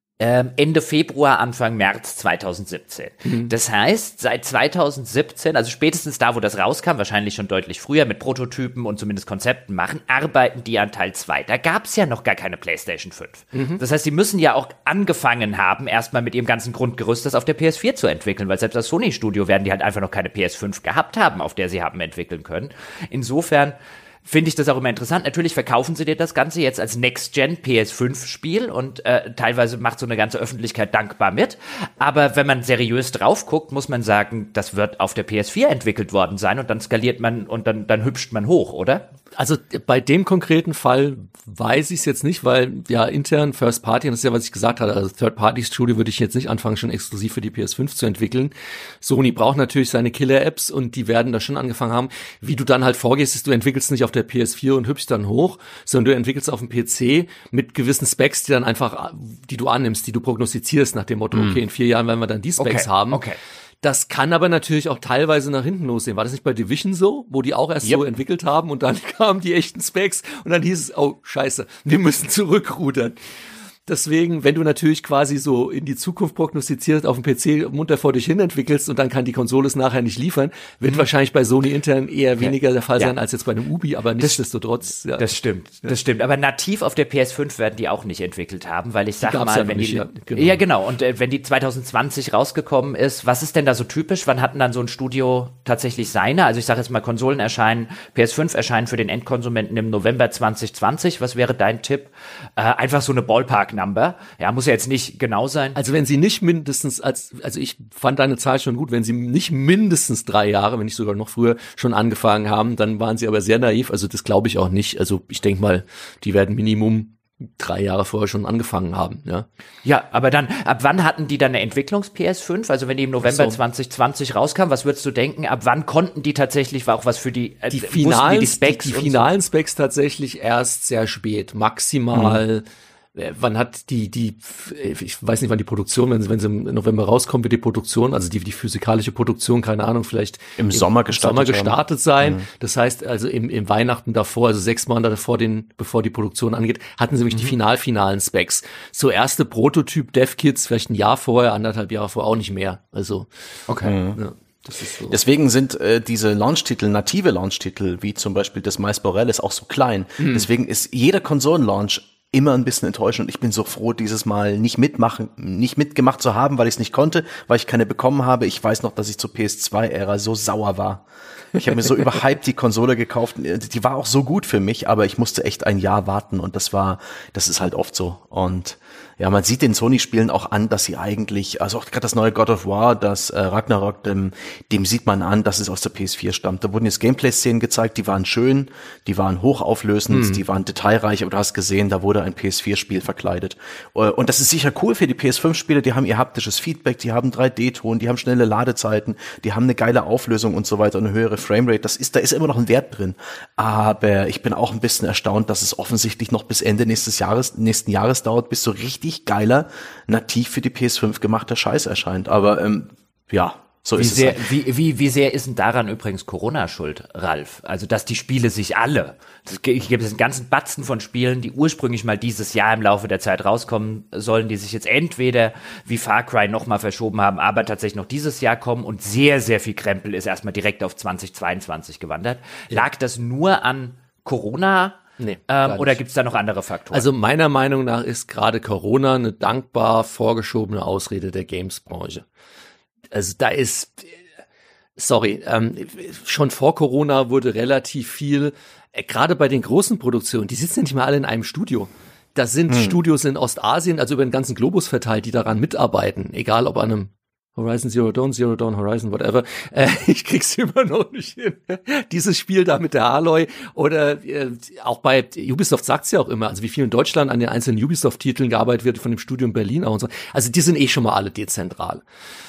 Ende Februar, Anfang März zweitausendsiebzehn. Mhm. Das heißt, seit zweitausendsiebzehn, also spätestens da, wo das rauskam, wahrscheinlich schon deutlich früher mit Prototypen und zumindest Konzepten machen, arbeiten die an Teil zwei. Da gab es ja noch gar keine PlayStation fünf. Mhm. Das heißt, sie müssen ja auch angefangen haben, erstmal mit ihrem ganzen Grundgerüst das auf der P S vier zu entwickeln, weil selbst das Sony-Studio werden die halt einfach noch keine P S fünf gehabt haben, auf der sie haben entwickeln können. Insofern finde ich das auch immer interessant. Natürlich verkaufen sie dir das Ganze jetzt als Next-Gen P S fünf Spiel und äh, teilweise macht so eine ganze Öffentlichkeit dankbar mit. Aber wenn man seriös drauf guckt, muss man sagen, das wird auf der P S vier entwickelt worden sein und dann skaliert man und dann, dann hübscht man hoch, oder? Also bei dem konkreten Fall weiß ich es jetzt nicht, weil ja intern First Party, das ist ja, was ich gesagt hatte, also Third-Party-Studio würde ich jetzt nicht anfangen, schon exklusiv für die P S fünf zu entwickeln. Sony braucht natürlich seine Killer-Apps und die werden da schon angefangen haben. Wie du dann halt vorgehst, ist, du entwickelst nicht auf der P S vier und hüpfst dann hoch, sondern du entwickelst auf dem P C mit gewissen Specs, die dann einfach, die du annimmst, die du prognostizierst nach dem Motto, mm. okay, in vier Jahren werden wir dann die Specs okay. haben. Okay. Das kann aber natürlich auch teilweise nach hinten losgehen. War das nicht bei Division so, wo die auch erst yep. so entwickelt haben und dann kamen die echten Specs und dann hieß es, oh scheiße, wir müssen zurückrudern. Deswegen, wenn du natürlich quasi so in die Zukunft prognostiziert auf dem P C munter vor dich hin entwickelst und dann kann die Konsole es nachher nicht liefern, wird mhm. wahrscheinlich bei Sony intern eher weniger ja. der Fall sein ja. als jetzt bei einem Ubi, aber nichtsdestotrotz. Ja. Das stimmt, das stimmt. Aber nativ auf der P S fünf werden die auch nicht entwickelt haben, weil ich sag mal, ja wenn nicht, die, ja, genau. ja genau, und äh, wenn die zwanzig zwanzig rausgekommen ist, was ist denn da so typisch? Wann hatten dann so ein Studio tatsächlich seine? Also ich sage jetzt mal, Konsolen erscheinen, P S fünf erscheinen für den Endkonsumenten im November zwanzig zwanzig. Was wäre dein Tipp? Äh, einfach so eine Ballpark-Number. Ja, muss ja jetzt nicht genau sein. Also wenn sie nicht mindestens als, also ich fand deine Zahl schon gut, wenn sie nicht mindestens drei Jahre, wenn nicht sogar noch früher schon angefangen haben, dann waren sie aber sehr naiv. Also das glaube ich auch nicht. Also ich denke mal, die werden Minimum drei Jahre vorher schon angefangen haben, ja. Ja, aber dann, ab wann hatten die dann eine Entwicklungs-P S fünf? Also wenn die im November so. zwanzig zwanzig rauskam, was würdest du denken? Ab wann konnten die tatsächlich, war auch was für die, äh, die finalen, die, die Specs? Die, die finalen so? Specs tatsächlich erst sehr spät, maximal mhm. Wann hat die, die, ich weiß nicht, wann die Produktion, wenn sie, wenn sie im November rauskommt, wird die Produktion, also die, die physikalische Produktion, keine Ahnung, vielleicht im, im Sommer gestartet, Sommer gestartet sein. Mhm. Das heißt, also im, im Weihnachten davor, also sechs Monate vor den, bevor die Produktion angeht, hatten sie nämlich mhm. die final-finalen Specs. So erste Prototyp-Dev-Kits, vielleicht ein Jahr vorher, anderthalb Jahre vorher, auch nicht mehr. Also, okay. Mhm. Ja. Das ist so. Deswegen sind äh, diese Launch-Titel, native Launch-Titel, wie zum Beispiel das Miles Morales, auch so klein. Mhm. Deswegen ist jeder Konsolen-Launch immer ein bisschen enttäuschend und ich bin so froh, dieses Mal nicht mitmachen, nicht mitgemacht zu haben, weil ich es nicht konnte, weil ich keine bekommen habe. Ich weiß noch, dass ich zur P S zwei Ära so sauer war. Ich habe mir so überhyped die Konsole gekauft. Die war auch so gut für mich, aber ich musste echt ein Jahr warten und das war, das ist halt oft so. Und ja, man sieht den Sony-Spielen auch an, dass sie eigentlich, also auch gerade das neue God of War, das äh, Ragnarok, dem, dem sieht man an, dass es aus der P S vier stammt. Da wurden jetzt Gameplay-Szenen gezeigt, die waren schön, die waren hochauflösend, hm. die waren detailreich, aber du hast gesehen, da wurde ein P S vier Spiel verkleidet. Und das ist sicher cool für die P S fünf Spiele, die haben ihr haptisches Feedback, die haben drei D-Ton, die haben schnelle Ladezeiten, die haben eine geile Auflösung und so weiter, eine höhere Framerate. Das ist, da ist immer noch ein Wert drin. Aber ich bin auch ein bisschen erstaunt, dass es offensichtlich noch bis Ende nächstes Jahres, nächsten Jahres dauert, bis so richtig geiler, nativ für die P S fünf gemachter Scheiß erscheint. Aber ähm, ja, so wie ist sehr, es halt. Wie, wie, wie sehr ist denn daran übrigens Corona schuld, Ralf? Also, dass die Spiele sich alle, es gibt einen ganzen Batzen von Spielen, die ursprünglich mal dieses Jahr im Laufe der Zeit rauskommen sollen, die sich jetzt entweder wie Far Cry nochmal verschoben haben, aber tatsächlich noch dieses Jahr kommen und sehr, sehr viel Krempel ist erstmal direkt auf zwanzig zweiundzwanzig gewandert. Ja. Lag das nur an Corona? Nee, ähm, oder gibt es da noch andere Faktoren? Also meiner Meinung nach ist gerade Corona eine dankbar vorgeschobene Ausrede der Games-Branche. Also da ist, sorry, ähm, schon vor Corona wurde relativ viel, äh, gerade bei den großen Produktionen, die sitzen ja nicht mal alle in einem Studio. Da sind hm. Studios in Ostasien, also über den ganzen Globus verteilt, die daran mitarbeiten, egal ob an einem Horizon Zero Dawn, Zero Dawn, Horizon, whatever. Äh, ich krieg's immer noch nicht hin. Dieses Spiel da mit der Aloy oder äh, auch bei Ubisoft sagt's ja auch immer, also wie viel in Deutschland an den einzelnen Ubisoft-Titeln gearbeitet wird von dem Studio in Berlin auch und so. Also die sind eh schon mal alle dezentral.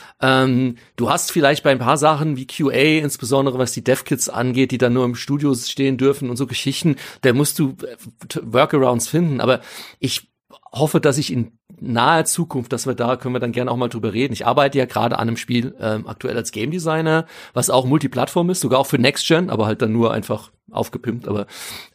Ähm, du hast vielleicht bei ein paar Sachen wie Q A, insbesondere was die Dev-Kits angeht, die dann nur im Studio stehen dürfen und so Geschichten, da musst du Workarounds finden, aber ich hoffe, dass ich in naher Zukunft, dass wir da, können wir dann gerne auch mal drüber reden. Ich arbeite ja gerade an einem Spiel ähm, aktuell als Game Designer, was auch Multiplattform ist, sogar auch für Next Gen, aber halt dann nur einfach aufgepimpt, aber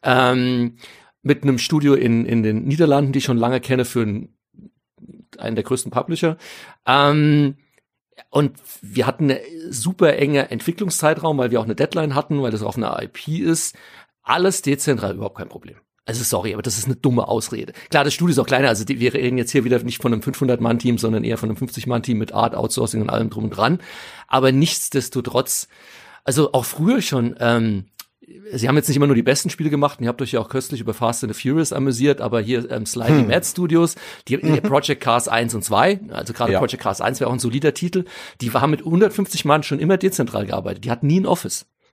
ähm, mit einem Studio in in den Niederlanden, die ich schon lange kenne, für einen, einen der größten Publisher. Ähm, und wir hatten eine super enge Entwicklungszeitraum, weil wir auch eine Deadline hatten, weil das auf einer I P ist. Alles dezentral, überhaupt kein Problem. Also sorry, aber das ist eine dumme Ausrede. Klar, das Studio ist auch kleiner, also die, wir reden jetzt hier wieder nicht von einem fünfhundert-Mann-Team, sondern eher von einem fünfzig-Mann-Team mit Art, Outsourcing und allem drum und dran. Aber nichtsdestotrotz, also auch früher schon, ähm, Sie haben jetzt nicht immer nur die besten Spiele gemacht, und ihr habt euch ja auch köstlich über Fast and the Furious amüsiert, aber hier ähm, Slidey hm. Mad Studios, die mhm. Project Cars eins und zwei, also gerade ja. Project Cars eins wäre auch ein solider Titel, die haben mit hundertfünfzig Mann schon immer dezentral gearbeitet, die hatten nie ein Office.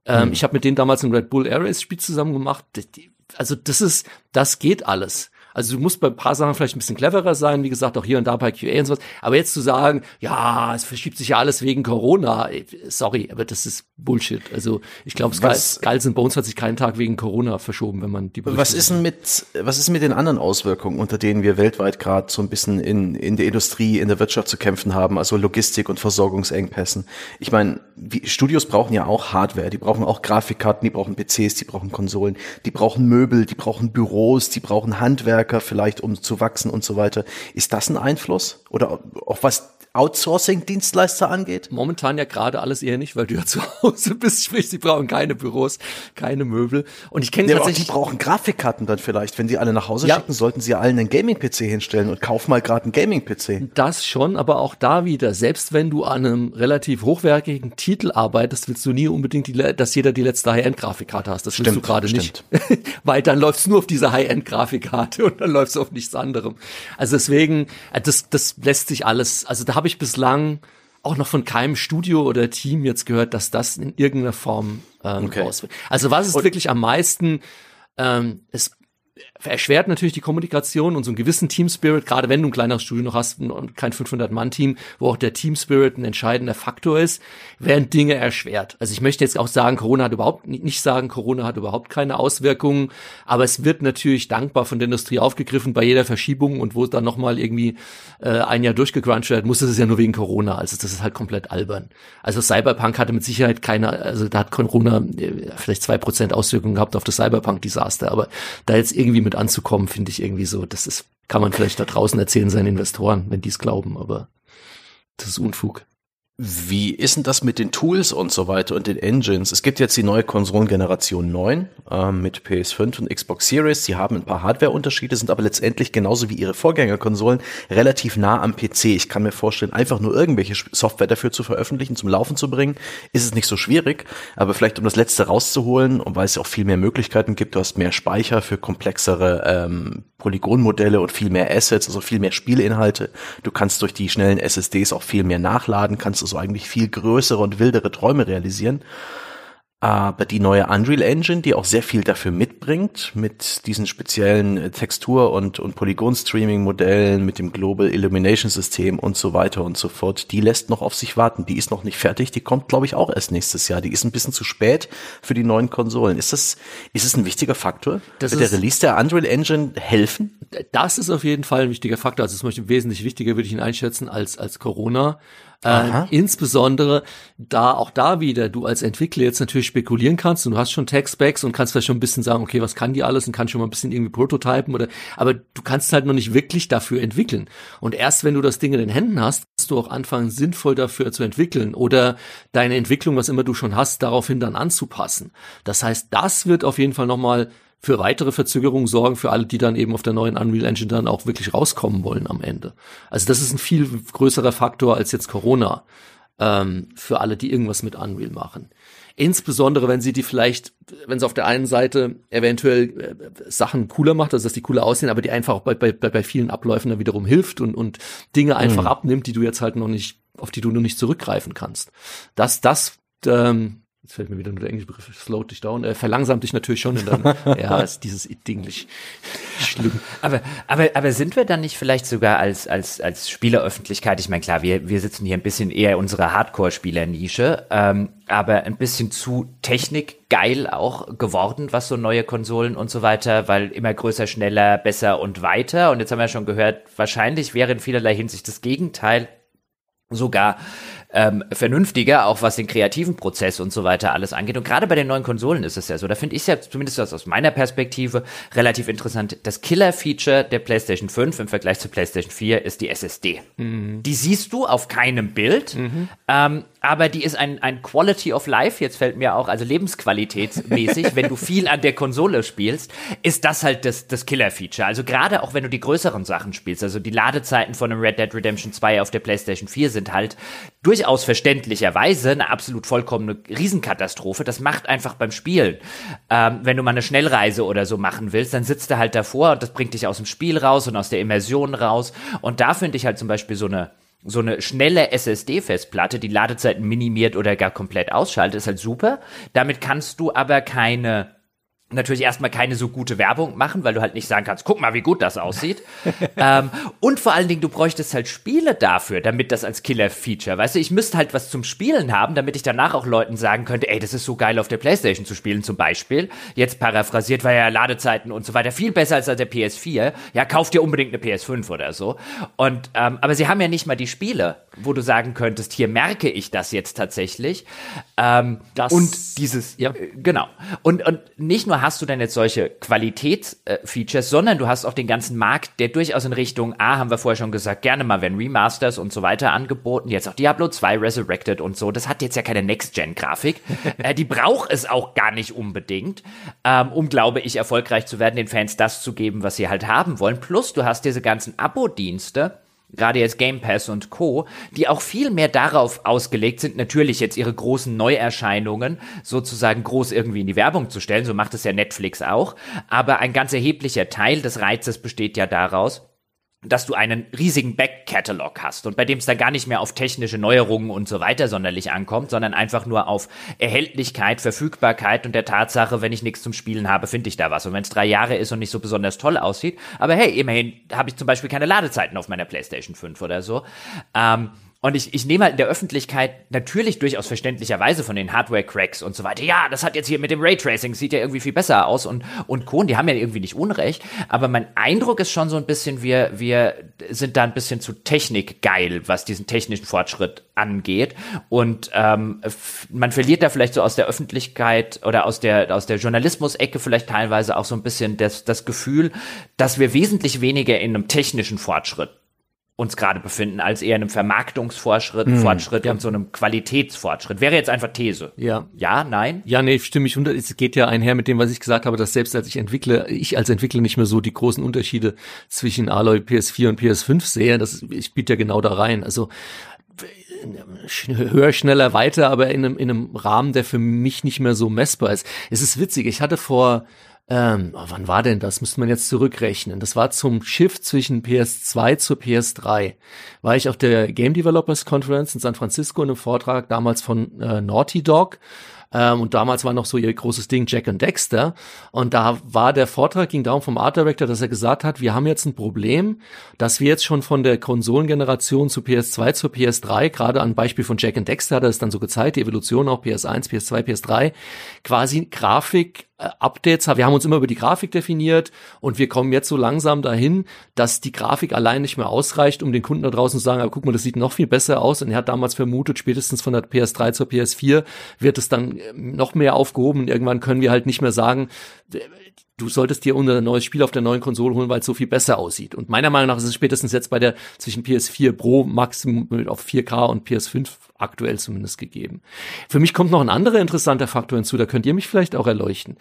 Ähm, hm. Ich habe mit denen damals ein Red Bull Air Race Spiel zusammen gemacht. Also das ist, das geht alles. Also du musst bei ein paar Sachen vielleicht ein bisschen cleverer sein, wie gesagt, auch hier und da bei Q A und sowas. Aber jetzt zu sagen, ja, es verschiebt sich ja alles wegen Corona, sorry, aber das ist Bullshit. Also ich glaube, Skulls and Bones hat sich keinen Tag wegen Corona verschoben, wenn man die Berichte Was ist denn mit, was ist mit den anderen Auswirkungen, unter denen wir weltweit gerade so ein bisschen in, in der Industrie, in der Wirtschaft zu kämpfen haben, also Logistik und Versorgungsengpässen? Ich meine, Studios brauchen ja auch Hardware, die brauchen auch Grafikkarten, die brauchen P Cs, die brauchen Konsolen, die brauchen Möbel, die brauchen Büros, die brauchen Handwerk, vielleicht um zu wachsen und so weiter. Ist das ein Einfluss? Oder auch was Outsourcing-Dienstleister angeht? Momentan ja gerade alles eher nicht, weil du ja zu Hause bist, sprich, sie brauchen keine Büros, keine Möbel. Und ich kenne ja, tatsächlich... Die brauchen Grafikkarten dann vielleicht. Wenn sie alle nach Hause ja. schicken, sollten sie allen einen Gaming-P C hinstellen und kauf mal gerade einen Gaming-P C. Das schon, aber auch da wieder, selbst wenn du an einem relativ hochwertigen Titel arbeitest, willst du nie unbedingt, die, dass jeder die letzte High-End-Grafikkarte hast. Das willst stimmt, du gerade nicht. Weil dann läuft's nur auf dieser High-End-Grafikkarte und dann läuft's auf nichts anderem. Also deswegen, das, das lässt sich alles, also da habe ich bislang auch noch von keinem Studio oder Team jetzt gehört, dass das in irgendeiner Form ähm, okay. auswirkt. Also was ist und wirklich am meisten, ähm, es erschwert natürlich die Kommunikation und so einen gewissen Team-Spirit, gerade wenn du ein kleineres Studio noch hast und kein fünfhundert-Mann-Team, wo auch der Team-Spirit ein entscheidender Faktor ist, werden Dinge erschwert. Also ich möchte jetzt auch sagen, Corona hat überhaupt, nicht sagen, Corona hat überhaupt keine Auswirkungen, aber es wird natürlich dankbar von der Industrie aufgegriffen bei jeder Verschiebung und wo es dann nochmal irgendwie äh, ein Jahr durchgecrunched wird, muss es ja nur wegen Corona, also das ist halt komplett albern. Also Cyberpunk hatte mit Sicherheit keine, also da hat Corona äh, vielleicht zwei Prozent Auswirkungen gehabt auf das Cyberpunk-Desaster, aber da jetzt irgendwie mit anzukommen, finde ich irgendwie so, das ist, kann man vielleicht da draußen erzählen seinen Investoren, wenn die es glauben, aber das ist Unfug. Wie ist denn das mit den Tools und so weiter und den Engines? Es gibt jetzt die neue Konsolengeneration neun äh, mit P S fünf und Xbox Series. Sie haben ein paar Hardware-Unterschiede, sind aber letztendlich genauso wie ihre Vorgängerkonsolen relativ nah am P C. Ich kann mir vorstellen, einfach nur irgendwelche Software dafür zu veröffentlichen, zum Laufen zu bringen, ist es nicht so schwierig. Aber vielleicht, um das Letzte rauszuholen, und weil es ja auch viel mehr Möglichkeiten gibt, du hast mehr Speicher für komplexere ähm, Polygonmodelle und viel mehr Assets, also viel mehr Spielinhalte. Du kannst durch die schnellen S S Ds auch viel mehr nachladen, kannst also eigentlich viel größere und wildere Träume realisieren. Aber die neue Unreal Engine, die auch sehr viel dafür mitbringt, mit diesen speziellen Textur- und, und Polygon-Streaming-Modellen, mit dem Global Illumination-System und so weiter und so fort, die lässt noch auf sich warten. Die ist noch nicht fertig, die kommt, glaube ich, auch erst nächstes Jahr. Die ist ein bisschen zu spät für die neuen Konsolen. Ist das, ist es ein wichtiger Faktor? Das Wird der Release der Unreal Engine helfen? Das ist auf jeden Fall ein wichtiger Faktor. Also zum Beispiel wesentlich wichtiger würde ich ihn einschätzen als, als Corona. Äh, insbesondere, da auch da wieder du als Entwickler jetzt natürlich spekulieren kannst und du hast schon Tech-Specs und kannst vielleicht schon ein bisschen sagen, okay, was kann die alles und kannst schon mal ein bisschen irgendwie prototypen oder, aber du kannst halt noch nicht wirklich dafür entwickeln. Und erst wenn du das Ding in den Händen hast, kannst du auch anfangen, sinnvoll dafür zu entwickeln oder deine Entwicklung, was immer du schon hast, daraufhin dann anzupassen. Das heißt, das wird auf jeden Fall nochmal für weitere Verzögerungen sorgen, für alle, die dann eben auf der neuen Unreal Engine dann auch wirklich rauskommen wollen am Ende. Also das ist ein viel größerer Faktor als jetzt Corona, ähm, für alle, die irgendwas mit Unreal machen. Insbesondere, wenn sie die vielleicht, wenn sie auf der einen Seite eventuell äh, Sachen cooler macht, also dass die cooler aussehen, aber die einfach auch bei, bei, bei vielen Abläufen dann wiederum hilft und, und Dinge einfach mhm. abnimmt, die du jetzt halt noch nicht, auf die du noch nicht zurückgreifen kannst. Das, das, ähm, jetzt fällt mir wieder nur der englische Begriff, slowed dich down, äh, verlangsamt dich natürlich schon in deinem, ja, ist dieses Dinglich schlimm. Aber, aber, aber sind wir dann nicht vielleicht sogar als, als, als Spieleröffentlichkeit, ich meine, klar, wir, wir sitzen hier ein bisschen eher in unserer Hardcore-Spieler-Nische, ähm, aber ein bisschen zu technikgeil auch geworden, was so neue Konsolen und so weiter, weil immer größer, schneller, besser und weiter. Und jetzt haben wir schon gehört, wahrscheinlich wäre in vielerlei Hinsicht das Gegenteil sogar ähm, vernünftiger, auch was den kreativen Prozess und so weiter alles angeht. Und gerade bei den neuen Konsolen ist es ja so. Da finde ich es ja, zumindest aus meiner Perspektive, relativ interessant. Das Killer-Feature der PlayStation fünf im Vergleich zur PlayStation vier ist die S S D. Mhm. Die siehst du auf keinem Bild, mhm. ähm, aber die ist ein, ein Quality of Life, jetzt fällt mir auch, also lebensqualitätsmäßig, wenn du viel an der Konsole spielst, ist das halt das, das Killer-Feature. Also gerade auch wenn du die größeren Sachen spielst, also die Ladezeiten von einem Red Dead Redemption zwei auf der PlayStation vier sind halt durchaus verständlicherweise eine absolut vollkommene Riesenkatastrophe. Das macht einfach beim Spielen. Ähm, wenn du mal eine Schnellreise oder so machen willst, dann sitzt du halt davor und das bringt dich aus dem Spiel raus und aus der Immersion raus. Und da finde ich halt zum Beispiel so eine so eine schnelle S S D-Festplatte, die Ladezeiten minimiert oder gar komplett ausschaltet, ist halt super. Damit kannst du aber keine natürlich erstmal keine so gute Werbung machen, weil du halt nicht sagen kannst, guck mal, wie gut das aussieht. ähm, und vor allen Dingen, du bräuchtest halt Spiele dafür, damit das als Killer-Feature, weißt du, ich müsste halt was zum Spielen haben, damit ich danach auch Leuten sagen könnte, ey, das ist so geil auf der PlayStation zu spielen zum Beispiel. Jetzt paraphrasiert, weil ja Ladezeiten und so weiter viel besser als auf der P S vier. Ja, kauf dir unbedingt eine P S fünf oder so. Und ähm, aber sie haben ja nicht mal die Spiele, wo du sagen könntest, hier merke ich das jetzt tatsächlich. Ähm, das, und dieses, ja. äh, genau. Und, und nicht nur hast du denn jetzt solche Qualitätsfeatures, äh, sondern du hast auch den ganzen Markt, der durchaus in Richtung, A, haben wir vorher schon gesagt, gerne mal werden Remasters und so weiter angeboten, jetzt auch Diablo zwei Resurrected und so, das hat jetzt ja keine Next-Gen-Grafik, äh, die braucht es auch gar nicht unbedingt, ähm, um, glaube ich, erfolgreich zu werden, den Fans das zu geben, was sie halt haben wollen, plus du hast diese ganzen Abo-Dienste, gerade jetzt Game Pass und Co., die auch viel mehr darauf ausgelegt sind, natürlich jetzt ihre großen Neuerscheinungen sozusagen groß irgendwie in die Werbung zu stellen, so macht es ja Netflix auch, aber ein ganz erheblicher Teil des Reizes besteht ja daraus, dass du einen riesigen Back-Catalog hast und bei dem es dann gar nicht mehr auf technische Neuerungen und so weiter sonderlich ankommt, sondern einfach nur auf Erhältlichkeit, Verfügbarkeit und der Tatsache, wenn ich nichts zum Spielen habe, finde ich da was. Und wenn es drei Jahre ist und nicht so besonders toll aussieht, aber hey, immerhin habe ich zum Beispiel keine Ladezeiten auf meiner PlayStation fünf oder so. Ähm, Und ich, ich nehme halt in der Öffentlichkeit natürlich durchaus verständlicherweise von den Hardware-Cracks und so weiter. Ja, das hat jetzt hier mit dem Raytracing, sieht ja irgendwie viel besser aus und, und Co. Die haben ja irgendwie nicht Unrecht. Aber mein Eindruck ist schon so ein bisschen, wir, wir sind da ein bisschen zu technikgeil, was diesen technischen Fortschritt angeht. Und ähm, f- man verliert da vielleicht so aus der Öffentlichkeit oder aus der, aus der Journalismus-Ecke vielleicht teilweise auch so ein bisschen das, das Gefühl, dass wir wesentlich weniger in einem technischen Fortschritt uns gerade befinden, als eher einem Vermarktungsfortschritt hm, Fortschritt ja. und so einem Qualitätsfortschritt. Wäre jetzt einfach These. Ja. Ja, nein? Ja, nee, stimme ich unter. Es geht ja einher mit dem, was ich gesagt habe, dass selbst als ich entwickle, ich als Entwickler nicht mehr so die großen Unterschiede zwischen Aloy P S vier und P S fünf sehe. Das, ich biete ja genau da rein. Also höher, schneller, weiter, aber in einem, in einem Rahmen, der für mich nicht mehr so messbar ist. Es ist witzig. Ich hatte vor Ähm, oh, wann war denn das? Müsste man jetzt zurückrechnen. Das war zum Shift zwischen P S zwei zur P S drei. War ich auf der Game Developers Conference in San Francisco in einem Vortrag, damals von äh, Naughty Dog. Ähm, und damals war noch so ihr großes Ding Jack and Dexter. Und da war der Vortrag, ging darum vom Art Director, dass er gesagt hat, wir haben jetzt ein Problem, dass wir jetzt schon von der Konsolengeneration zu P S zwei zur P S drei, gerade an Beispiel von Jack and Dexter hat er es dann so gezeigt, die Evolution auch P S eins, P S zwei, P S drei, quasi Grafik Updates haben. Wir haben uns immer über die Grafik definiert und wir kommen jetzt so langsam dahin, dass die Grafik allein nicht mehr ausreicht, um den Kunden da draußen zu sagen, aber guck mal, das sieht noch viel besser aus. Und er hat damals vermutet, spätestens von der P S drei zur P S vier wird es dann noch mehr aufgehoben und irgendwann können wir halt nicht mehr sagen, du solltest dir unser neues Spiel auf der neuen Konsole holen, weil es so viel besser aussieht. Und meiner Meinung nach ist es spätestens jetzt bei der zwischen P S vier Pro Maximum auf vier K und P S fünf aktuell zumindest gegeben. Für mich kommt noch ein anderer interessanter Faktor hinzu, da könnt ihr mich vielleicht auch erleuchten.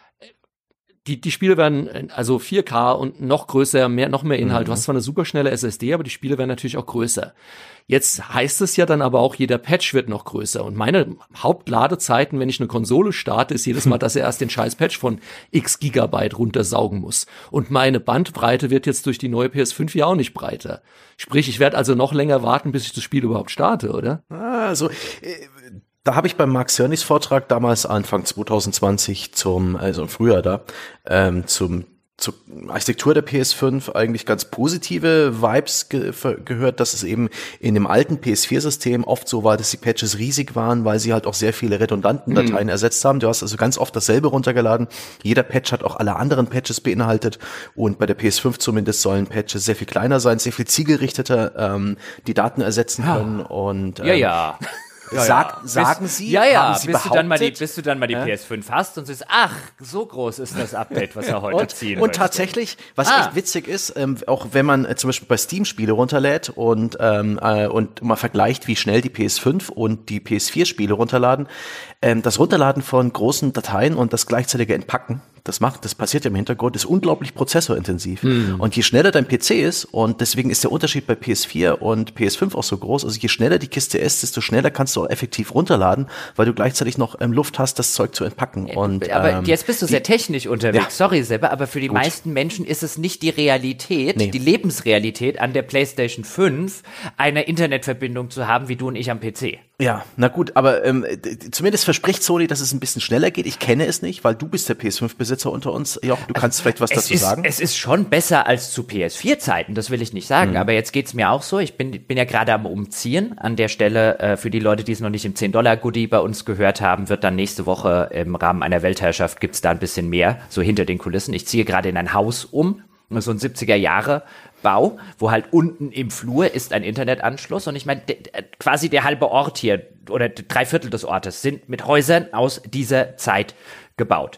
Die, die Spiele werden also vier K und noch größer, mehr, noch mehr Inhalt. Mhm. Du hast zwar eine superschnelle S S D, aber die Spiele werden natürlich auch größer. Jetzt heißt es ja dann aber auch, jeder Patch wird noch größer. Und meine Hauptladezeiten, wenn ich eine Konsole starte, ist jedes Mal, dass er erst den scheiß Patch von x Gigabyte runtersaugen muss. Und meine Bandbreite wird jetzt durch die neue P S fünf ja auch nicht breiter. Sprich, ich werde also noch länger warten, bis ich das Spiel überhaupt starte, oder? Also, äh Da habe ich beim Mark Cerny's Vortrag damals Anfang zwanzig zwanzig zum, also im Frühjahr da, ähm, zum zur Architektur der P S fünf eigentlich ganz positive Vibes ge- gehört, dass es eben in dem alten P S vier System oft so war, dass die Patches riesig waren, weil sie halt auch sehr viele redundanten Dateien mhm. ersetzt haben. Du hast also ganz oft dasselbe runtergeladen. Jeder Patch hat auch alle anderen Patches beinhaltet und bei der P S fünf zumindest sollen Patches sehr viel kleiner sein, sehr viel zielgerichteter ähm, die Daten ersetzen können ja. und ähm, ja, ja. Ja, Sag, ja. sagen bis, Sie, ja, ja, haben Sie bis, behauptet, du dann mal die, bis du dann mal die ja? P S fünf hast und siehst, ach, so groß ist das Update, was er heute und, ziehen Und möchte. tatsächlich, was ah. echt witzig ist, ähm, auch wenn man äh, zum Beispiel bei Steam Spiele runterlädt und ähm, äh, und mal vergleicht, wie schnell die P S fünf und die P S vier Spiele runterladen, ähm, das Runterladen von großen Dateien und das gleichzeitige Entpacken, Das macht, das passiert ja im Hintergrund, ist unglaublich prozessorintensiv. Mhm. Und je schneller dein P C ist, und deswegen ist der Unterschied bei P S vier und P S fünf auch so groß, also je schneller die Kiste ist, desto schneller kannst du auch effektiv runterladen, weil du gleichzeitig noch ähm, Luft hast, das Zeug zu entpacken. Und, aber ähm, jetzt bist du sehr technisch unterwegs, ja. Sorry Sebbe, aber für die Gut. meisten Menschen ist es nicht die Realität, nee. die Lebensrealität an der PlayStation fünf, eine Internetverbindung zu haben, wie du und ich am P C. Ja, na gut, aber ähm, zumindest verspricht Sony, dass es ein bisschen schneller geht. Ich kenne es nicht, weil du bist der P S fünf Besitzer unter uns. Joch, du kannst also, vielleicht was dazu ist, sagen. Es ist schon besser als zu P S vier Zeiten, das will ich nicht sagen. Mhm. Aber jetzt geht's mir auch so. Ich bin, bin ja gerade am Umziehen. An der Stelle, äh, für die Leute, die es noch nicht im zehn Dollar Goodie bei uns gehört haben, wird dann nächste Woche im Rahmen einer Weltherrschaft gibt's da ein bisschen mehr, so hinter den Kulissen. Ich ziehe gerade in ein Haus um, so ein siebziger Jahre Bau, wo halt unten im Flur ist ein Internetanschluss. Und ich meine, quasi der halbe Ort hier oder drei Viertel des Ortes sind mit Häusern aus dieser Zeit gebaut.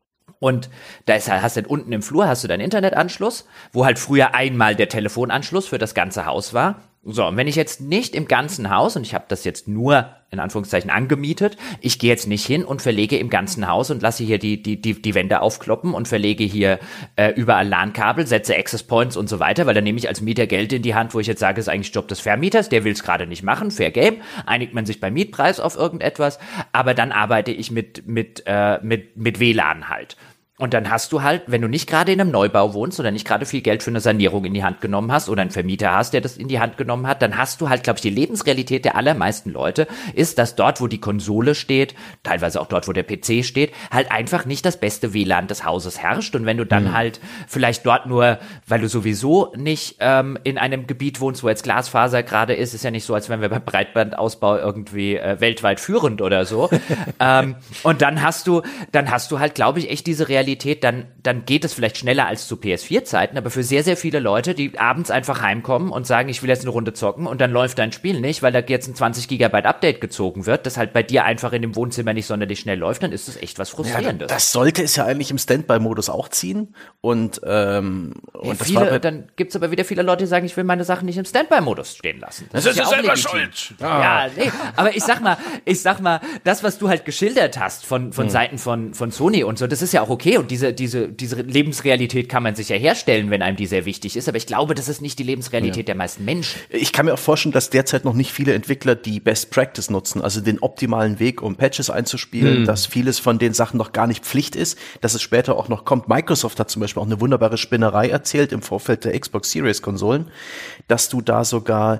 Und da ist, hast du dann unten im Flur hast du deinen Internetanschluss, wo halt früher einmal der Telefonanschluss für das ganze Haus war. So, und wenn ich jetzt nicht im ganzen Haus, und ich habe das jetzt nur in Anführungszeichen angemietet, ich gehe jetzt nicht hin und verlege im ganzen Haus und lasse hier die die die die Wände aufkloppen und verlege hier äh, überall LAN-Kabel, setze Access Points und so weiter, weil dann nehme ich als Mieter Geld in die Hand, wo ich jetzt sage, ist eigentlich Job des Vermieters, der will es gerade nicht machen, fair game, einigt man sich beim Mietpreis auf irgendetwas, aber dann arbeite ich mit mit äh, mit mit W L A N halt. Und dann hast du halt, wenn du nicht gerade in einem Neubau wohnst oder nicht gerade viel Geld für eine Sanierung in die Hand genommen hast oder einen Vermieter hast, der das in die Hand genommen hat, dann hast du halt, glaube ich, die Lebensrealität der allermeisten Leute ist, dass dort, wo die Konsole steht, teilweise auch dort, wo der P C steht, halt einfach nicht das beste W L A N des Hauses herrscht. Und wenn du dann mhm. halt vielleicht dort nur, weil du sowieso nicht ähm, in einem Gebiet wohnst, wo jetzt Glasfaser gerade ist, ist ja nicht so, als wären wir beim Breitbandausbau irgendwie äh, weltweit führend oder so. ähm, und dann hast du, dann hast du halt, glaube ich, echt diese Realität, dann, dann geht es vielleicht schneller als zu P S vier Zeiten, aber für sehr, sehr viele Leute, die abends einfach heimkommen und sagen, ich will jetzt eine Runde zocken und dann läuft dein Spiel nicht, weil da jetzt ein zwanzig Gigabyte Update gezogen wird, das halt bei dir einfach in dem Wohnzimmer nicht sonderlich schnell läuft, dann ist das echt was Frustrierendes. Ja, das sollte es ja eigentlich im Standby-Modus auch ziehen und, ähm, und ja, das viele, war dann gibt's aber wieder viele Leute, die sagen, ich will meine Sachen nicht im Standby-Modus stehen lassen. Das, das ist ja selber schuld. Ja, nee, aber ich sag mal, ich sag mal, das, was du halt geschildert hast von, von hm. Seiten von, von Sony und so, das ist ja auch okay und diese, diese, diese Lebensrealität kann man sich ja herstellen, wenn einem die sehr wichtig ist, aber ich glaube, das ist nicht die Lebensrealität ja. der meisten Menschen. Ich kann mir auch vorstellen, dass derzeit noch nicht viele Entwickler die Best Practice nutzen, also den optimalen Weg, um Patches einzuspielen, hm. dass vieles von den Sachen noch gar nicht Pflicht ist, dass es später auch noch kommt. Microsoft hat zum Beispiel auch eine wunderbare Spinnerei erzählt im Vorfeld der Xbox Series Konsolen, dass du da sogar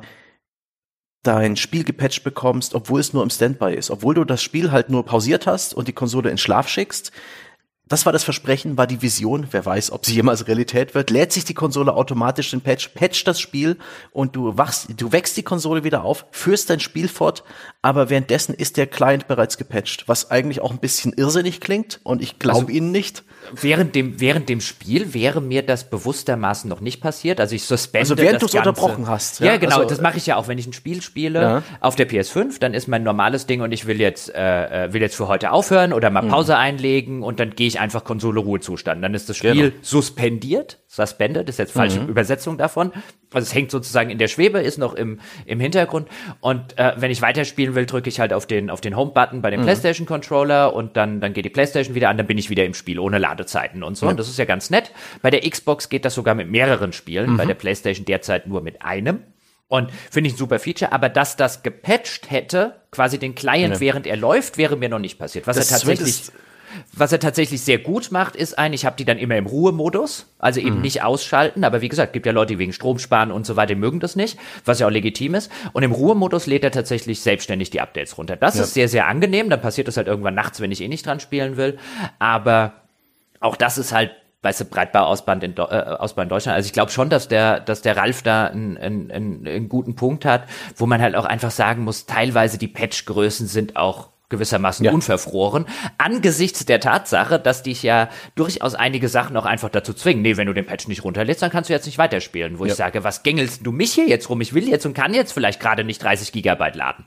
dein Spiel gepatcht bekommst, obwohl es nur im Standby ist, obwohl du das Spiel halt nur pausiert hast und die Konsole in Schlaf schickst. Das war das Versprechen, war die Vision. Wer weiß, ob sie jemals Realität wird. Lädt sich die Konsole automatisch den Patch, patcht das Spiel und du wachst, du wächst die Konsole wieder auf, führst dein Spiel fort, aber währenddessen ist der Client bereits gepatcht, was eigentlich auch ein bisschen irrsinnig klingt und ich glaube also, Ihnen nicht. Während dem, während dem Spiel wäre mir das bewusstermaßen noch nicht passiert. Also ich suspende Also während du es unterbrochen hast. Ja, ja genau, also, das mache ich ja auch, wenn ich ein Spiel spiele ja. auf der P S fünf, dann ist mein normales Ding und ich will jetzt, äh, will jetzt für heute aufhören oder mal Pause mhm. einlegen und dann gehe ich einfach Konsole-Ruhezustand. Dann ist das Spiel genau. suspendiert, suspended, ist jetzt falsche mhm. Übersetzung davon. Also es hängt sozusagen in der Schwebe, ist noch im, im Hintergrund. Und äh, wenn ich weiterspielen will, drücke ich halt auf den, auf den Home-Button bei dem mhm. PlayStation-Controller und dann, dann geht die PlayStation wieder an, dann bin ich wieder im Spiel, ohne Ladezeiten und so. Ja. Und das ist ja ganz nett. Bei der Xbox geht das sogar mit mehreren Spielen, mhm. bei der PlayStation derzeit nur mit einem. Und finde ich ein super Feature, aber dass das gepatcht hätte, quasi den Client, ja. während er läuft, wäre mir noch nicht passiert. Was das er tatsächlich... Was er tatsächlich sehr gut macht, ist ein, ich habe die dann immer im Ruhemodus, also eben mhm. nicht ausschalten, aber wie gesagt, gibt ja Leute, die wegen Strom sparen und so weiter, die mögen das nicht, was ja auch legitim ist. Und im Ruhemodus lädt er tatsächlich selbstständig die Updates runter. Das ja. ist sehr, sehr angenehm, dann passiert das halt irgendwann nachts, wenn ich eh nicht dran spielen will, aber auch das ist halt, weißt du, Breitbandausbau in, äh, Ausbau in Deutschland. Also ich glaube schon, dass der, dass der Ralf da einen, einen, einen guten Punkt hat, wo man halt auch einfach sagen muss, teilweise die Patchgrößen sind auch gewissermaßen ja. unverfroren, angesichts der Tatsache, dass dich ja durchaus einige Sachen auch einfach dazu zwingen, nee, wenn du den Patch nicht runterlädst, dann kannst du jetzt nicht weiterspielen, wo ja. ich sage, was gängelst du mich hier jetzt rum? Ich will jetzt und kann jetzt vielleicht gerade nicht dreißig Gigabyte laden.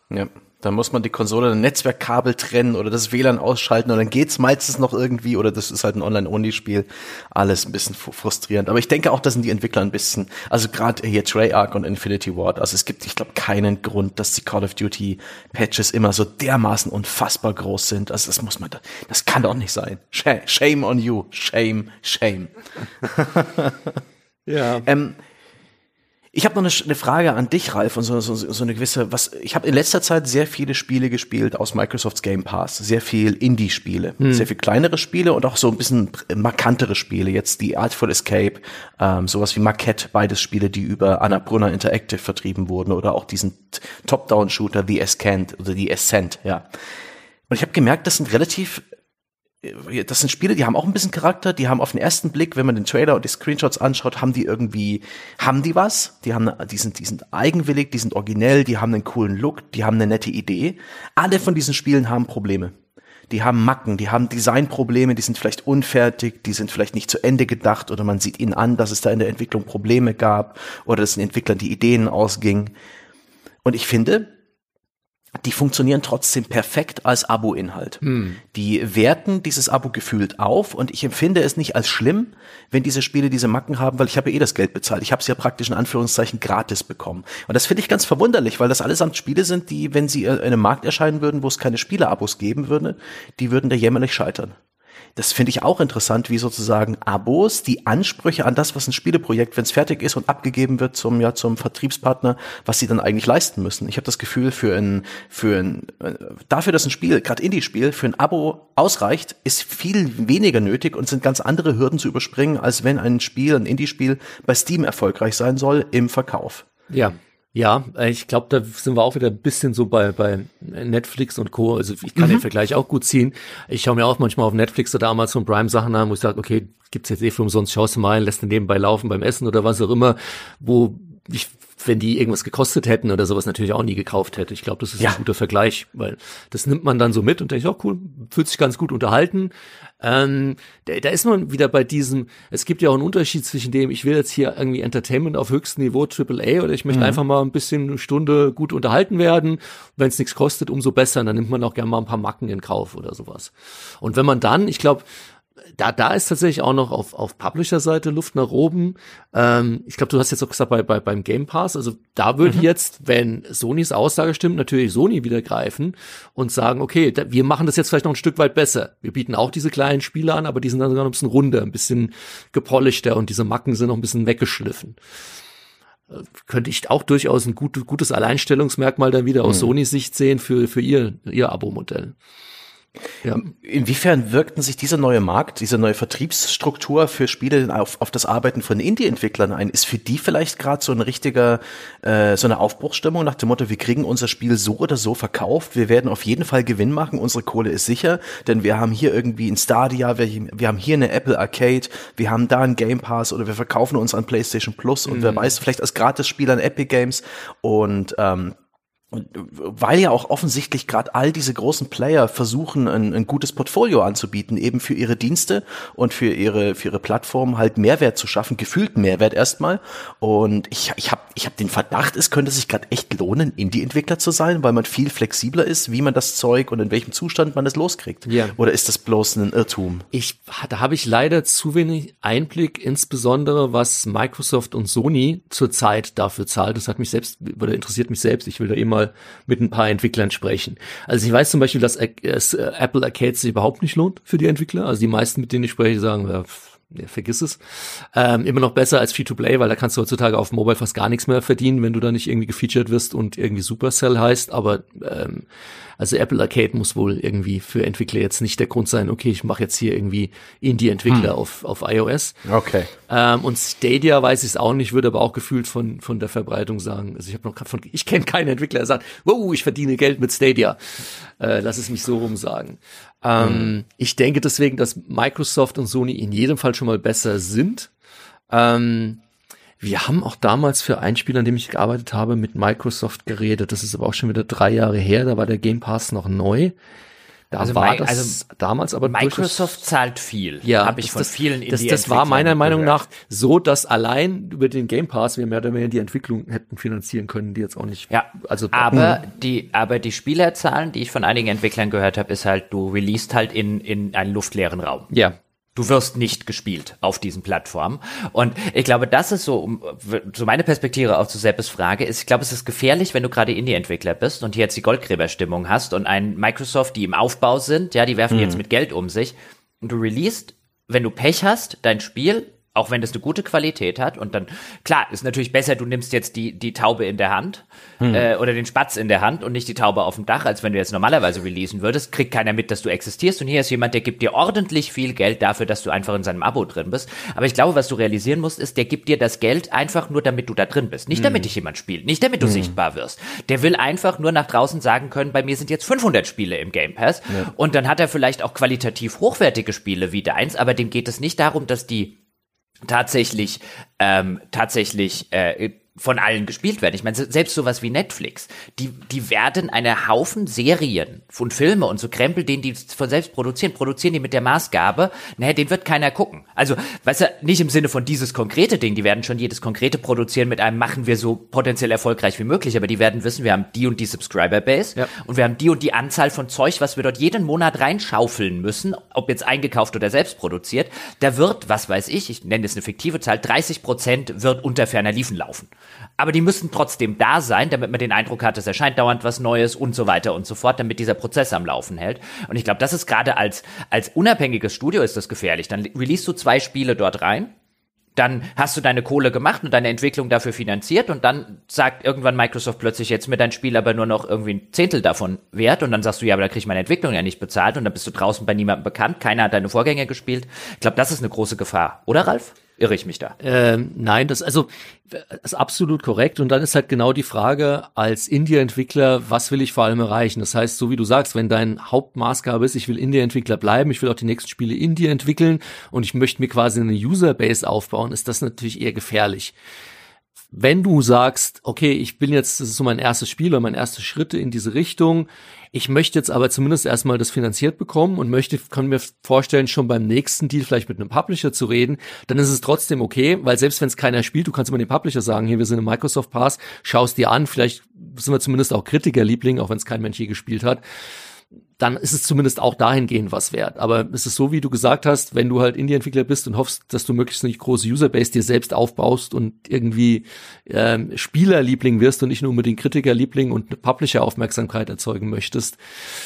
Ja. Dann muss man die Konsole, ein Netzwerkkabel trennen oder das W L A N ausschalten und dann geht's meistens noch irgendwie oder das ist halt ein Online-Only-Spiel. Alles ein bisschen frustrierend. Aber ich denke auch, da sind die Entwickler ein bisschen, also gerade hier Treyarch und Infinity Ward, also es gibt, ich glaube, keinen Grund, dass die Call of Duty Patches immer so dermaßen unfassbar groß sind. Also das muss man, das kann doch nicht sein. Shame on you. Shame, shame. Ja. ähm, Ich habe noch eine, eine Frage an dich, Ralf, und so, so, so eine gewisse, was ich habe in letzter Zeit sehr viele Spiele gespielt aus Microsofts Game Pass, sehr viel Indie-Spiele, hm. sehr viel kleinere Spiele und auch so ein bisschen markantere Spiele, jetzt die Artful Escape, ähm, sowas wie Maquette, beides Spiele, die über Annapurna Interactive vertrieben wurden oder auch diesen Top-Down-Shooter The Ascent oder The Ascent, ja. Und ich habe gemerkt, das sind relativ Das sind Spiele, die haben auch ein bisschen Charakter, die haben auf den ersten Blick, wenn man den Trailer und die Screenshots anschaut, haben die irgendwie, haben die was? Die haben, die sind, die sind eigenwillig, die sind originell, die haben einen coolen Look, die haben eine nette Idee. Alle von diesen Spielen haben Probleme. Die haben Macken, die haben Designprobleme, die sind vielleicht unfertig, die sind vielleicht nicht zu Ende gedacht oder man sieht ihnen an, dass es da in der Entwicklung Probleme gab oder dass den Entwicklern die Ideen ausgingen. Und ich finde, die funktionieren trotzdem perfekt als Abo-Inhalt. Hm. Die werten dieses Abo gefühlt auf und ich empfinde es nicht als schlimm, wenn diese Spiele diese Macken haben, weil ich habe ja eh das Geld bezahlt. Ich habe es ja praktisch in Anführungszeichen gratis bekommen. Und das finde ich ganz verwunderlich, weil das allesamt Spiele sind, die, wenn sie in einem Markt erscheinen würden, wo es keine Spiele-Abos geben würde, die würden da jämmerlich scheitern. Das finde ich auch interessant, wie sozusagen Abos die Ansprüche an das, was ein Spieleprojekt, wenn es fertig ist und abgegeben wird zum ja zum Vertriebspartner, was sie dann eigentlich leisten müssen. Ich habe das Gefühl, für ein für ein dafür, dass ein Spiel, gerade Indie-Spiel, für ein Abo ausreicht, ist viel weniger nötig und sind ganz andere Hürden zu überspringen, als wenn ein Spiel, ein Indie-Spiel bei Steam erfolgreich sein soll im Verkauf. Ja. Ja, ich glaube, da sind wir auch wieder ein bisschen so bei bei Netflix und Co. Also ich kann mhm. den Vergleich auch gut ziehen. Ich schaue mir auch manchmal auf Netflix oder Amazon Prime Sachen an, wo ich sage, okay, gibt's jetzt eh für umsonst, schaust du mal, lässt du nebenbei laufen beim Essen oder was auch immer, wo ich, wenn die irgendwas gekostet hätten oder sowas, natürlich auch nie gekauft hätte. Ich glaube, das ist ja. ein guter Vergleich, weil das nimmt man dann so mit und denkt, oh cool, fühlt sich ganz gut unterhalten. Ähm, da, da ist man wieder bei diesem, es gibt ja auch einen Unterschied zwischen dem, ich will jetzt hier irgendwie Entertainment auf höchstem Niveau, Triple A, oder ich möchte mhm. einfach mal ein bisschen eine Stunde gut unterhalten werden. Wenn es nichts kostet, umso besser. Und dann nimmt man auch gerne mal ein paar Macken in Kauf oder sowas. Und wenn man dann, ich glaube, Da, da ist tatsächlich auch noch auf, auf Publisher-Seite Luft nach oben. Ähm, ich glaube, du hast jetzt auch gesagt, bei, bei, beim Game Pass, also da würde mhm. jetzt, wenn Sonys Aussage stimmt, natürlich Sony wieder greifen und sagen, okay, da, wir machen das jetzt vielleicht noch ein Stück weit besser. Wir bieten auch diese kleinen Spiele an, aber die sind dann sogar noch ein bisschen runder, ein bisschen gepolischter und diese Macken sind noch ein bisschen weggeschliffen. Äh, könnte ich auch durchaus ein gut, gutes Alleinstellungsmerkmal dann wieder mhm. aus Sonys Sicht sehen für, für ihr, ihr Abo-Modell. Ja. Inwiefern wirkten sich dieser neue Markt, diese neue Vertriebsstruktur für Spiele auf, auf das Arbeiten von Indie-Entwicklern ein? Ist für die vielleicht gerade so ein richtiger, äh, so eine Aufbruchsstimmung nach dem Motto, wir kriegen unser Spiel so oder so verkauft, wir werden auf jeden Fall Gewinn machen, unsere Kohle ist sicher, denn wir haben hier irgendwie ein Stadia, wir, wir haben hier eine Apple Arcade, wir haben da einen Game Pass oder wir verkaufen uns an PlayStation Plus und mhm. wer weiß, vielleicht als Gratisspiel an Epic Games und ähm, Und weil ja auch offensichtlich gerade all diese großen Player versuchen, ein, ein gutes Portfolio anzubieten, eben für ihre Dienste und für ihre für ihre Plattform halt Mehrwert zu schaffen, gefühlten Mehrwert erstmal. Und ich ich habe ich habe den Verdacht, es könnte sich gerade echt lohnen, Indie-Entwickler zu sein, weil man viel flexibler ist, wie man das Zeug und in welchem Zustand man es loskriegt. Ja. Oder ist das bloß ein Irrtum? Ich da habe ich leider zu wenig Einblick, insbesondere was Microsoft und Sony zurzeit dafür zahlt. Das hat mich selbst oder interessiert mich selbst. Ich will da eh mal mit ein paar Entwicklern sprechen. Also ich weiß zum Beispiel, dass Apple Arcade sich überhaupt nicht lohnt für die Entwickler. Also die meisten, mit denen ich spreche, sagen, ja, ja, vergiss es. Ähm, immer noch besser als Free-to-Play, weil da kannst du heutzutage auf Mobile fast gar nichts mehr verdienen, wenn du da nicht irgendwie gefeatured wirst und irgendwie Supercell heißt. Aber ähm, also Apple Arcade muss wohl irgendwie für Entwickler jetzt nicht der Grund sein, okay, ich mache jetzt hier irgendwie Indie-Entwickler hm. auf auf iOS. Okay. Ähm, und Stadia weiß ich es auch nicht, würde aber auch gefühlt von von der Verbreitung sagen. Also ich habe noch von, ich kenne keinen Entwickler, der sagt, wow, ich verdiene Geld mit Stadia. Äh, lass es mich so rum sagen. Ähm, hm. Ich denke deswegen, dass Microsoft und Sony in jedem Fall schon mal besser sind. Ähm, Wir haben auch damals für ein Spiel, an dem ich gearbeitet habe, mit Microsoft geredet. Das ist aber auch schon wieder drei Jahre her. Da war der Game Pass noch neu. Da also war Mi- das also damals aber Microsoft zahlt viel, ja, habe ich das, von das, vielen das, das Indie-Entwicklern war meiner Meinung gehört. nach so, dass allein über den Game Pass wir mehr oder weniger die Entwicklung hätten finanzieren können, die jetzt auch nicht. Ja, also aber die, aber die Spielerzahlen, die ich von einigen Entwicklern gehört habe, ist halt, du releast halt in, in einen luftleeren Raum. ja. Du wirst nicht gespielt auf diesen Plattformen. Und ich glaube, das ist so, um, so meine Perspektive auch zu Seppes Frage ist, ich glaube, es ist gefährlich, wenn du gerade Indie-Entwickler bist und hier jetzt die Goldgräberstimmung hast und ein Microsoft, die im Aufbau sind, ja, die werfen Mhm. jetzt mit Geld um sich und du releast, wenn du Pech hast, dein Spiel, auch wenn das eine gute Qualität hat und dann, klar, ist natürlich besser, du nimmst jetzt die, die Taube in der Hand hm. äh, oder den Spatz in der Hand und nicht die Taube auf dem Dach, als wenn du jetzt normalerweise releasen würdest, kriegt keiner mit, dass du existierst und hier ist jemand, der gibt dir ordentlich viel Geld dafür, dass du einfach in seinem Abo drin bist. Aber ich glaube, was du realisieren musst, ist, der gibt dir das Geld einfach nur, damit du da drin bist. Nicht, damit dich jemand spielt, nicht damit du hm. sichtbar wirst. Der will einfach nur nach draußen sagen können, bei mir sind jetzt fünfhundert Spiele im Game Pass ja. und dann hat er vielleicht auch qualitativ hochwertige Spiele wie deins, aber dem geht es nicht darum, dass die tatsächlich ähm, tatsächlich äh, von allen gespielt werden. Ich meine, selbst sowas wie Netflix, die die werden eine Haufen Serien und Filme und so Krempel, den die von selbst produzieren, produzieren die mit der Maßgabe, naja, den wird keiner gucken. Also, weißt du, nicht im Sinne von dieses konkrete Ding, die werden schon jedes konkrete produzieren mit einem, machen wir so potenziell erfolgreich wie möglich, aber die werden wissen, wir haben die und die Subscriber-Base ja. und wir haben die und die Anzahl von Zeug, was wir dort jeden Monat reinschaufeln müssen, ob jetzt eingekauft oder selbst produziert. Da wird, was weiß ich, ich nenne das eine fiktive Zahl, dreißig Prozent wird unter ferner Liefen laufen. Aber die müssen trotzdem da sein, damit man den Eindruck hat, es erscheint dauernd was Neues und so weiter und so fort, damit dieser Prozess am Laufen hält. Und ich glaube, das ist gerade als als unabhängiges Studio ist das gefährlich. Dann releast du zwei Spiele dort rein, dann hast du deine Kohle gemacht und deine Entwicklung dafür finanziert und dann sagt irgendwann Microsoft plötzlich, jetzt mir dein Spiel aber nur noch irgendwie ein Zehntel davon wert und dann sagst du, ja, aber da krieg ich meine Entwicklung ja nicht bezahlt und dann bist du draußen bei niemandem bekannt, keiner hat deine Vorgänger gespielt. Ich glaube, das ist eine große Gefahr. Oder, Ralf? Irre ich mich da? Ähm, nein, das also das ist absolut korrekt. Und dann ist halt genau die Frage als Indie-Entwickler, was will ich vor allem erreichen? Das heißt, so wie du sagst, wenn dein Hauptmaßgabe ist, ich will Indie-Entwickler bleiben, ich will auch die nächsten Spiele Indie entwickeln und ich möchte mir quasi eine User-Base aufbauen, ist das natürlich eher gefährlich. Wenn du sagst, okay, ich bin jetzt, das ist so mein erstes Spiel oder meine erste Schritte in diese Richtung, ich möchte jetzt aber zumindest erstmal das finanziert bekommen und möchte, kann mir vorstellen, schon beim nächsten Deal vielleicht mit einem Publisher zu reden, dann ist es trotzdem okay, weil selbst wenn es keiner spielt, du kannst immer dem Publisher sagen, hier, wir sind im Microsoft Pass, schau es dir an, vielleicht sind wir zumindest auch Kritikerliebling, auch wenn es kein Mensch je gespielt hat. Dann ist es zumindest auch dahingehend was wert. Aber es ist so, wie du gesagt hast, wenn du halt Indie-Entwickler bist und hoffst, dass du möglichst eine große Userbase dir selbst aufbaust und irgendwie ähm, Spielerliebling wirst und nicht nur unbedingt Kritikerliebling und eine Publisher-Aufmerksamkeit erzeugen möchtest,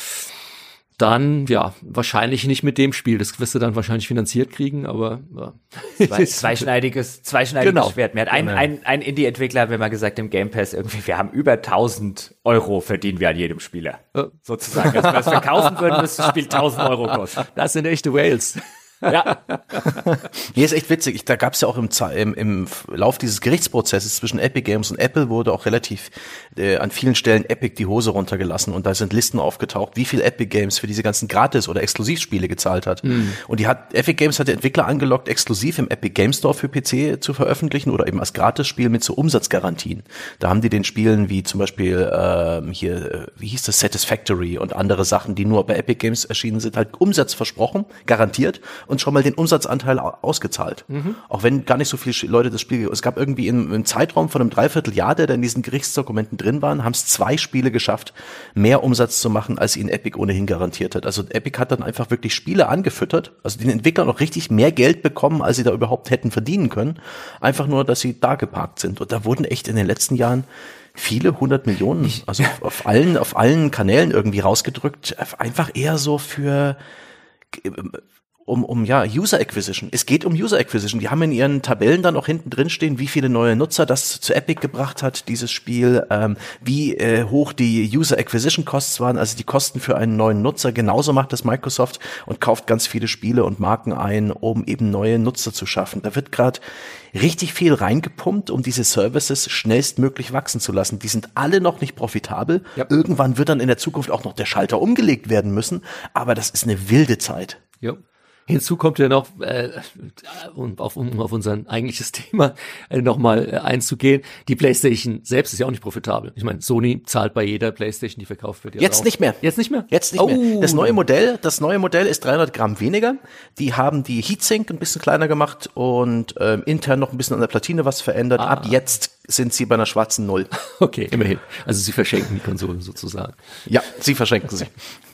dann, ja, wahrscheinlich nicht mit dem Spiel. Das wirst du dann wahrscheinlich finanziert kriegen, aber ja. Zwei, zweischneidiges, zweischneidiges Genau. Schwert. Mir hat ein, ein, ein Indie-Entwickler hat mir mal gesagt im Game Pass irgendwie, wir haben über tausend Euro verdienen wir an jedem Spieler. Ja. Sozusagen. Also wenn wir das verkaufen würden, müsste das Spiel tausend Euro kosten. Das sind echte Whales. Ja. Hier ist echt witzig. Ich, da gab es ja auch im, im, im Lauf dieses Gerichtsprozesses zwischen Epic Games und Apple wurde auch relativ äh, an vielen Stellen Epic die Hose runtergelassen und da sind Listen aufgetaucht, wie viel Epic Games für diese ganzen Gratis- oder Exklusivspiele gezahlt hat. Mhm. Und die hat Epic Games hat der Entwickler angelockt, exklusiv im Epic Game Store für P C zu veröffentlichen oder eben als Gratisspiel mit so Umsatzgarantien. Da haben die den Spielen wie zum Beispiel ähm, hier, wie hieß das, Satisfactory und andere Sachen, die nur bei Epic Games erschienen sind, halt Umsatz versprochen, garantiert und schon mal den Umsatzanteil ausgezahlt. Mhm. Auch wenn gar nicht so viele Leute das Spiel, es gab irgendwie im, im Zeitraum von einem Dreivierteljahr, der da in diesen Gerichtsdokumenten drin waren, haben es zwei Spiele geschafft, mehr Umsatz zu machen, als ihnen Epic ohnehin garantiert hat. Also Epic hat dann einfach wirklich Spiele angefüttert, also den Entwicklern noch richtig mehr Geld bekommen, als sie da überhaupt hätten verdienen können. Einfach nur, dass sie da geparkt sind. Und da wurden echt in den letzten Jahren viele hundert Millionen, also auf allen, auf allen Kanälen irgendwie rausgedrückt, einfach eher so für Um, um, ja, User Acquisition. Es geht um User Acquisition. Die haben in ihren Tabellen dann auch hinten drin stehen, wie viele neue Nutzer das zu Epic gebracht hat, dieses Spiel, ähm, wie äh, hoch die User Acquisition Costs waren, also die Kosten für einen neuen Nutzer. Genauso macht das Microsoft und kauft ganz viele Spiele und Marken ein, um eben neue Nutzer zu schaffen. Da wird gerade richtig viel reingepumpt, um diese Services schnellstmöglich wachsen zu lassen. Die sind alle noch nicht profitabel. Ja. Irgendwann wird dann in der Zukunft auch noch der Schalter umgelegt werden müssen, aber das ist eine wilde Zeit. Ja. Hinzu kommt ja noch, äh, um, auf, um auf unser eigentliches Thema äh, nochmal äh, einzugehen, die PlayStation selbst ist ja auch nicht profitabel. Ich meine, Sony zahlt bei jeder PlayStation, die verkauft wird. Jetzt auch. nicht mehr. Jetzt nicht mehr? Jetzt nicht oh. mehr. Das neue Modell, das neue Modell ist dreihundert Gramm weniger. Die haben die Heatsink ein bisschen kleiner gemacht und ähm, intern noch ein bisschen an der Platine was verändert. Ah. Ab jetzt sind sie bei einer schwarzen Null. Okay, immerhin. Also sie verschenken die Konsolen sozusagen. Ja, sie verschenken sie.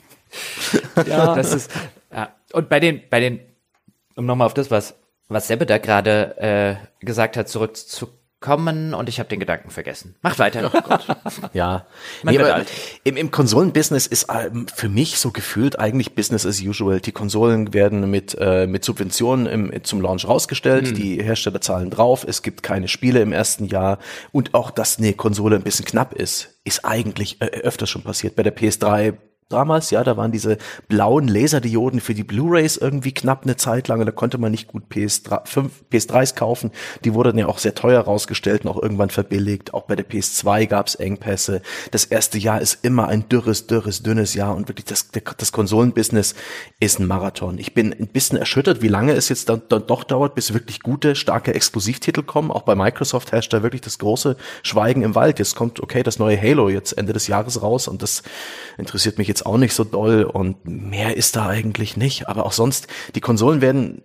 Ja, das ist, ja. Und bei den, bei den, um nochmal auf das, was, was Sebbe da gerade äh, gesagt hat, zurückzukommen, und ich habe den Gedanken vergessen. Macht weiter. Oh Gott. Ja. Man Nee, wird aber alt. Im, im Konsolenbusiness ist ähm, für mich so gefühlt eigentlich Business as usual. Die Konsolen werden mit, äh, mit Subventionen im, zum Launch rausgestellt. Mhm. Die Hersteller zahlen drauf. Es gibt keine Spiele im ersten Jahr. Und auch, dass eine Konsole ein bisschen knapp ist, ist eigentlich äh, öfters schon passiert. Bei der P S drei damals, ja, da waren diese blauen Laserdioden für die Blu-rays irgendwie knapp eine Zeit lang, und da konnte man nicht gut P S drei, fünf, P S dreis kaufen. Die wurden ja auch sehr teuer rausgestellt und auch irgendwann verbilligt. Auch bei der P S zwei gab es Engpässe. Das erste Jahr ist immer ein dürres, dürres, dünnes Jahr, und wirklich das, das Konsolenbusiness ist ein Marathon. Ich bin ein bisschen erschüttert, wie lange es jetzt dann, dann doch dauert, bis wirklich gute, starke Exklusivtitel kommen. Auch bei Microsoft herrscht da wirklich das große Schweigen im Wald. Jetzt kommt, okay, das neue Halo jetzt Ende des Jahres raus, und das interessiert mich jetzt auch nicht so doll, und mehr ist da eigentlich nicht. Aber auch sonst, die Konsolen werden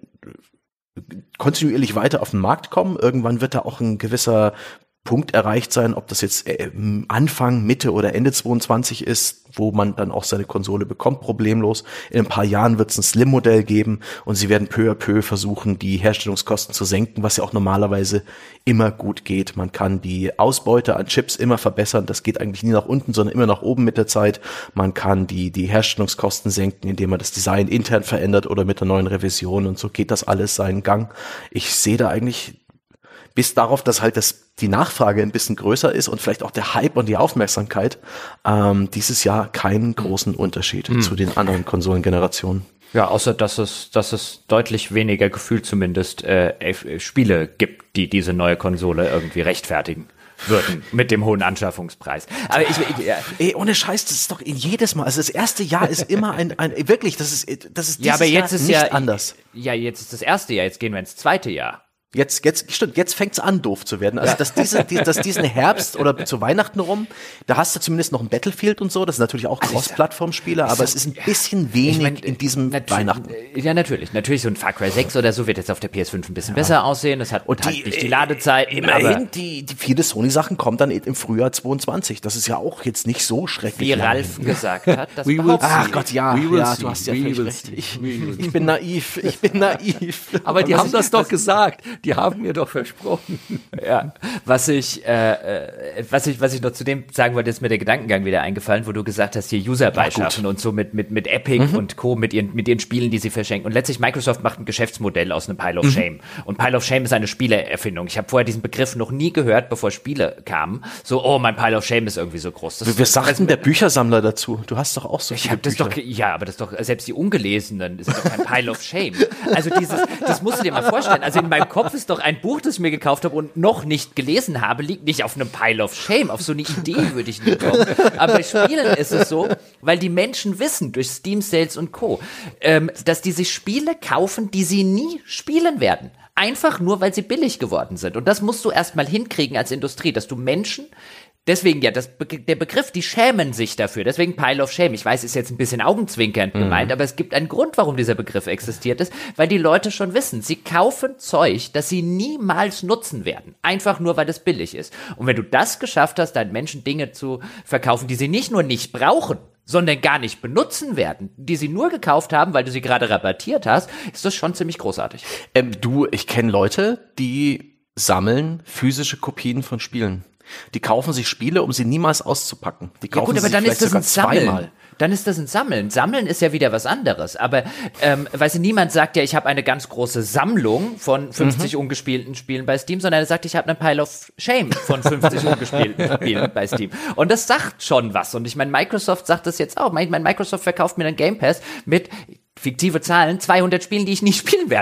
kontinuierlich weiter auf den Markt kommen. Irgendwann wird da auch ein gewisser Punkt erreicht sein, ob das jetzt Anfang, Mitte oder Ende zweiundzwanzig ist, wo man dann auch seine Konsole bekommt, problemlos. In ein paar Jahren wird es ein Slim-Modell geben, und sie werden peu à peu versuchen, die Herstellungskosten zu senken, was ja auch normalerweise immer gut geht. Man kann die Ausbeute an Chips immer verbessern. Das geht eigentlich nie nach unten, sondern immer nach oben mit der Zeit. Man kann die, die Herstellungskosten senken, indem man das Design intern verändert oder mit einer neuen Revision, und so geht das alles seinen Gang. Ich sehe da eigentlich, bis darauf, dass halt das, die Nachfrage ein bisschen größer ist und vielleicht auch der Hype und die Aufmerksamkeit, ähm, dieses Jahr keinen großen Unterschied mhm. zu den anderen Konsolengenerationen. Ja, außer dass es, dass es deutlich weniger gefühlt zumindest äh, Spiele gibt, die diese neue Konsole irgendwie rechtfertigen würden mit dem hohen Anschaffungspreis. Aber ich, ich ja. Ey, ohne Scheiß, das ist doch jedes Mal. Also das erste Jahr ist immer ein, ein wirklich, das ist, das ist dieses ja, aber jetzt Jahr ist nicht ja anders. Ja, jetzt ist das erste Jahr. Jetzt gehen wir ins zweite Jahr. Jetzt, jetzt, stimmt, jetzt fängt's an, doof zu werden. Also, dass diese, die, dass diesen Herbst oder zu Weihnachten rum, da hast du zumindest noch ein Battlefield und so, das ist natürlich auch Cross-Plattform-Spiele, aber es ist ein bisschen wenig ich mein, in diesem Weihnachten. Ja, natürlich. Natürlich, so ein Far Cry sechs oder so wird jetzt auf der P S fünf ein bisschen ja. besser aussehen. Das hat und halt die, nicht die Ladezeiten. Immerhin, die, die viele Sony-Sachen kommen dann im Frühjahr zweiundzwanzig. Das ist ja auch jetzt nicht so schrecklich. Wie Ralf hin. gesagt hat, das Ach Gott, ja, ja, du hast ja völlig recht. Ich, ich bin naiv, ich bin naiv. Aber die haben das doch gesagt. Die haben mir doch versprochen. Ja, was ich, äh, was ich, was ich noch zu dem sagen wollte, ist mir der Gedankengang wieder eingefallen, wo du gesagt hast, hier User beischaffen und so mit, mit, mit Epic mhm. und Co., mit ihren, mit ihren Spielen, die sie verschenken. Und letztlich Microsoft macht ein Geschäftsmodell aus einem Pile of mhm. Shame. Und Pile of Shame ist eine Spieleerfindung. Ich habe vorher diesen Begriff noch nie gehört, bevor Spiele kamen. So, oh, mein Pile of Shame ist irgendwie so groß. Das Wir sagten der Büchersammler dazu. Du hast doch auch so ich viele hab das Bücher. Doch, ja, aber das ist doch, selbst die Ungelesenen ist doch kein Pile of Shame. Also dieses, das musst du dir mal vorstellen. Also in meinem Kopf ist doch ein Buch, das ich mir gekauft habe und noch nicht gelesen habe, liegt nicht auf einem Pile of Shame. Auf so eine Idee würde ich nie kommen. Aber bei Spielen ist es so, weil die Menschen wissen, durch Steam Sales und Co., ähm, dass die sich Spiele kaufen, die sie nie spielen werden. Einfach nur, weil sie billig geworden sind. Und das musst du erstmal hinkriegen als Industrie, dass du Menschen Deswegen ja, das, der Begriff, die schämen sich dafür. Deswegen Pile of Shame. Ich weiß, ist jetzt ein bisschen augenzwinkernd gemeint, mhm. aber es gibt einen Grund, warum dieser Begriff existiert ist, weil die Leute schon wissen, sie kaufen Zeug, das sie niemals nutzen werden. Einfach nur, weil es billig ist. Und wenn du das geschafft hast, deinen Menschen Dinge zu verkaufen, die sie nicht nur nicht brauchen, sondern gar nicht benutzen werden, die sie nur gekauft haben, weil du sie gerade rabattiert hast, ist das schon ziemlich großartig. Ähm, du, ich kenne Leute, die sammeln physische Kopien von Spielen. Die kaufen sich Spiele, um sie niemals auszupacken. Die kaufen ja gut, aber sie dann ist das ein Sammeln. Zweimal. Dann ist das ein Sammeln. Sammeln ist ja wieder was anderes. Aber, ähm, weißt du, niemand sagt ja, ich habe eine ganz große Sammlung von fünfzig mhm. ungespielten Spielen bei Steam, sondern er sagt, ich habe einen Pile of Shame von fünfzig ungespielten Spielen bei Steam. Und das sagt schon was. Und ich meine, Microsoft sagt das jetzt auch. Ich meine, Microsoft verkauft mir einen Game Pass mit, fiktive Zahlen, zweihundert Spielen, die ich nicht spielen werde.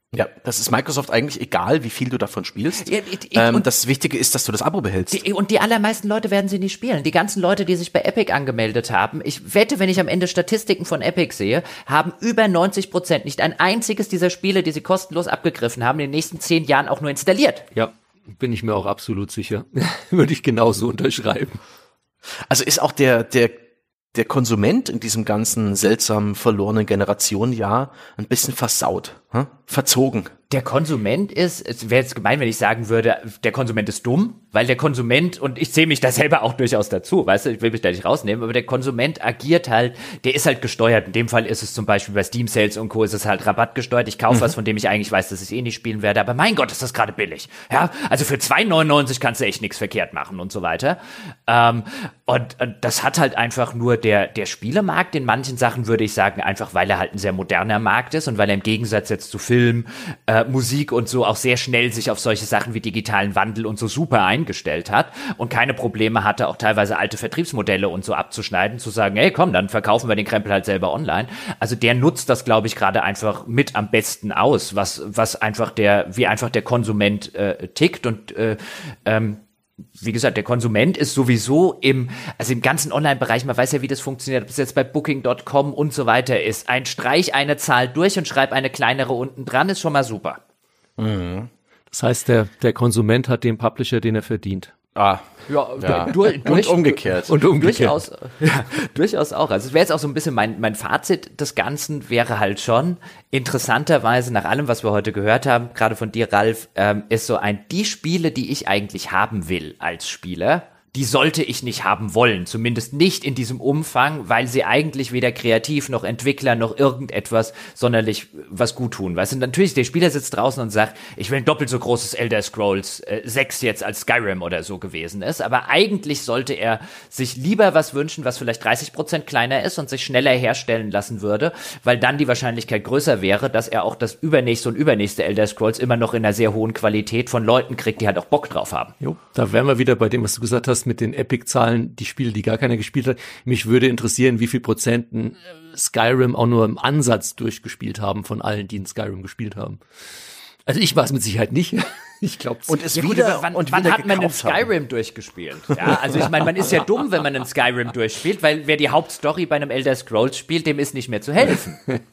Ja, das ist Microsoft eigentlich egal, wie viel du davon spielst. Ja, ich, ich, ähm, und das Wichtige ist, dass du das Abo behältst. Die, und die allermeisten Leute werden sie nicht spielen. Die ganzen Leute, die sich bei Epic angemeldet haben, ich wette, wenn ich am Ende Statistiken von Epic sehe, haben über neunzig Prozent nicht ein einziges dieser Spiele, die sie kostenlos abgegriffen haben, in den nächsten zehn Jahren auch nur installiert. Ja, bin ich mir auch absolut sicher. Würde ich genauso unterschreiben. Also ist auch der, der, der Konsument in diesem ganzen seltsamen, verlorenen Generationenjahr ein bisschen versaut, hm? verzogen. Der Konsument ist, es wäre jetzt gemein, wenn ich sagen würde, der Konsument ist dumm, weil der Konsument, und ich zähle mich da selber auch durchaus dazu, weißt du, ich will mich da nicht rausnehmen, aber der Konsument agiert halt, der ist halt gesteuert. In dem Fall ist es zum Beispiel bei Steam Sales und Co. ist es halt rabattgesteuert. Ich kaufe mhm. was, von dem ich eigentlich weiß, dass ich eh nicht spielen werde, aber mein Gott, ist das gerade billig. Ja, also für zwei neunundneunzig kannst du echt nichts verkehrt machen und so weiter. Ähm, und, und das hat halt einfach nur der, der Spielemarkt in manchen Sachen, würde ich sagen, einfach weil er halt ein sehr moderner Markt ist und weil er im Gegensatz jetzt zu Film, äh, Musik und so auch sehr schnell sich auf solche Sachen wie digitalen Wandel und so super eingestellt hat und keine Probleme hatte, auch teilweise alte Vertriebsmodelle und so abzuschneiden, zu sagen, hey komm, dann verkaufen wir den Krempel halt selber online. Also der nutzt das, glaube ich, gerade einfach mit am besten aus, was was einfach der, wie einfach der Konsument äh, tickt und äh, ähm, wie gesagt, der Konsument ist sowieso im, also im ganzen Online-Bereich, man weiß ja, wie das funktioniert, ob es jetzt bei Booking Punkt com und so weiter ist. Ein Streich eine Zahl durch und schreib eine kleinere unten dran, ist schon mal super. Mhm. Das heißt, der, der Konsument hat den Publisher, den er verdient. Ah, ja, ja. Durch, durch, und umgekehrt. Und umgekehrt. Durchaus, ja, durchaus auch. Also es wäre jetzt auch so ein bisschen mein, mein Fazit des Ganzen wäre halt schon, interessanterweise nach allem, was wir heute gehört haben, gerade von dir, Ralf, ähm, ist so ein, die Spiele, die ich eigentlich haben will als Spieler, die sollte ich nicht haben wollen, zumindest nicht in diesem Umfang, weil sie eigentlich weder kreativ noch Entwickler noch irgendetwas sonderlich was gut tun. Weißt du, natürlich, der Spieler sitzt draußen und sagt, ich will ein doppelt so großes Elder Scrolls äh, sechs jetzt als Skyrim oder so gewesen ist, aber eigentlich sollte er sich lieber was wünschen, was vielleicht dreißig Prozent kleiner ist und sich schneller herstellen lassen würde, weil dann die Wahrscheinlichkeit größer wäre, dass er auch das übernächste und übernächste Elder Scrolls immer noch in einer sehr hohen Qualität von Leuten kriegt, die halt auch Bock drauf haben. Jo, da wären wir wieder bei dem, was du gesagt hast, mit den Epic-Zahlen, die Spiele, die gar keiner gespielt hat. Mich würde interessieren, wie viel Prozent Skyrim auch nur im Ansatz durchgespielt haben von allen, die in Skyrim gespielt haben. Also ich war es mit Sicherheit nicht. Ich glaube, und es ja, wieder gut, wann, und wann wieder hat man einen Skyrim haben. durchgespielt? Ja, also ich meine, man ist ja dumm, wenn man einen Skyrim durchspielt, weil wer die Hauptstory bei einem Elder Scrolls spielt, dem ist nicht mehr zu helfen.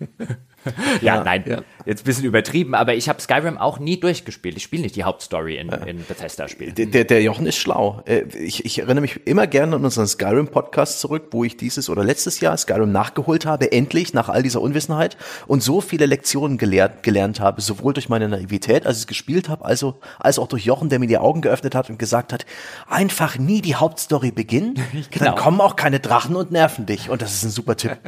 ja, ja, nein, ja. Jetzt ein bisschen übertrieben, aber ich habe Skyrim auch nie durchgespielt. Ich spiele nicht die Hauptstory in, ja. in Bethesda-Spielen. Der, der, der Jochen ist schlau. Ich, ich erinnere mich immer gerne an unseren Skyrim-Podcast zurück, wo ich dieses oder letztes Jahr Skyrim nachgeholt habe, endlich, nach all dieser Unwissenheit und so viele Lektionen gelehrt, gelernt habe, sowohl durch meine Naivität, als ich es gespielt habe, also, als auch durch Jochen, der mir die Augen geöffnet hat und gesagt hat, einfach nie die Hauptstory beginnen, genau. Dann kommen auch keine Drachen und nerven dich. Und das ist ein super Tipp.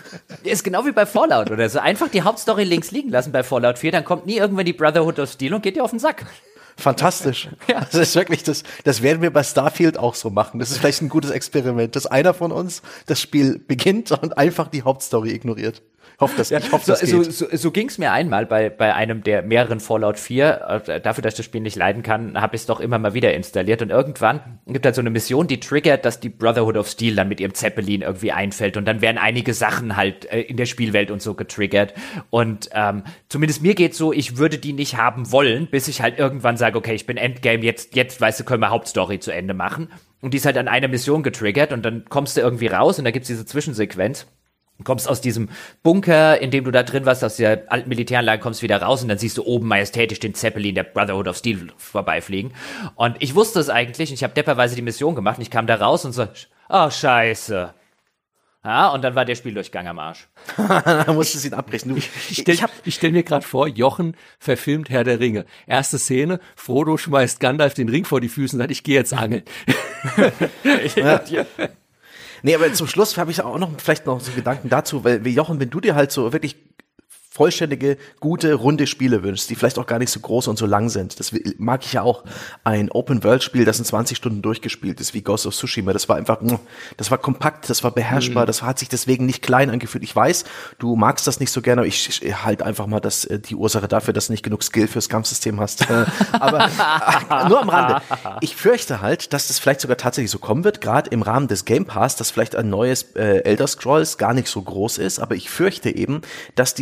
Ist genau wie bei Fallout oder so. Einfach die Hauptstory links liegen lassen bei Fallout vier, dann kommt nie irgendwann die Brotherhood of Steel und geht dir auf den Sack. Fantastisch. Ja. Das ist wirklich, das, das werden wir bei Starfield auch so machen. Das ist vielleicht ein gutes Experiment, dass einer von uns das Spiel beginnt und einfach die Hauptstory ignoriert. Ich hoffe, das, ja, ich hoffe, so, das geht. So, so, so ging es mir einmal bei, bei einem der mehreren Fallout vier. Dafür, dass ich das Spiel nicht leiden kann, habe ich es doch immer mal wieder installiert. Und irgendwann gibt halt so eine Mission, die triggert, dass die Brotherhood of Steel dann mit ihrem Zeppelin irgendwie einfällt. Und dann werden einige Sachen halt äh, in der Spielwelt und so getriggert. Und ähm, zumindest mir geht's so, ich würde die nicht haben wollen, bis ich halt irgendwann sage, okay, ich bin Endgame, jetzt, jetzt weißt du, können wir Hauptstory zu Ende machen. Und die ist halt an einer Mission getriggert und dann kommst du irgendwie raus und da gibt's diese Zwischensequenz. Du kommst aus diesem Bunker, in dem du da drin warst, aus der alten Militäranlage, kommst wieder raus und dann siehst du oben majestätisch den Zeppelin der Brotherhood of Steel vorbeifliegen. Und ich wusste es eigentlich, und ich habe depperweise die Mission gemacht und ich kam da raus und so, oh scheiße. Ja, und dann war der Spieldurchgang am Arsch. Da musstest du ihn abbrechen. Du, ich ich stelle stell mir gerade vor, Jochen verfilmt Herr der Ringe. Erste Szene, Frodo schmeißt Gandalf den Ring vor die Füße und sagt, ich gehe jetzt angeln. ja. Nee, aber zum Schluss habe ich auch noch vielleicht noch so Gedanken dazu, weil wie Jochen, wenn du dir halt so wirklich vollständige, gute, runde Spiele wünschst, die vielleicht auch gar nicht so groß und so lang sind. Das mag ich ja auch. Ein Open-World-Spiel, das in zwanzig Stunden durchgespielt ist, wie Ghost of Tsushima. Das war einfach, das war kompakt, das war beherrschbar, mhm. das hat sich deswegen nicht klein angefühlt. Ich weiß, du magst das nicht so gerne, aber ich, ich halt einfach mal das, die Ursache dafür, dass du nicht genug Skill fürs Kampfsystem hast. Aber nur am Rande. Ich fürchte halt, dass das vielleicht sogar tatsächlich so kommen wird, gerade im Rahmen des Game Pass, dass vielleicht ein neues äh, Elder Scrolls gar nicht so groß ist, aber ich fürchte eben, dass dieses Elder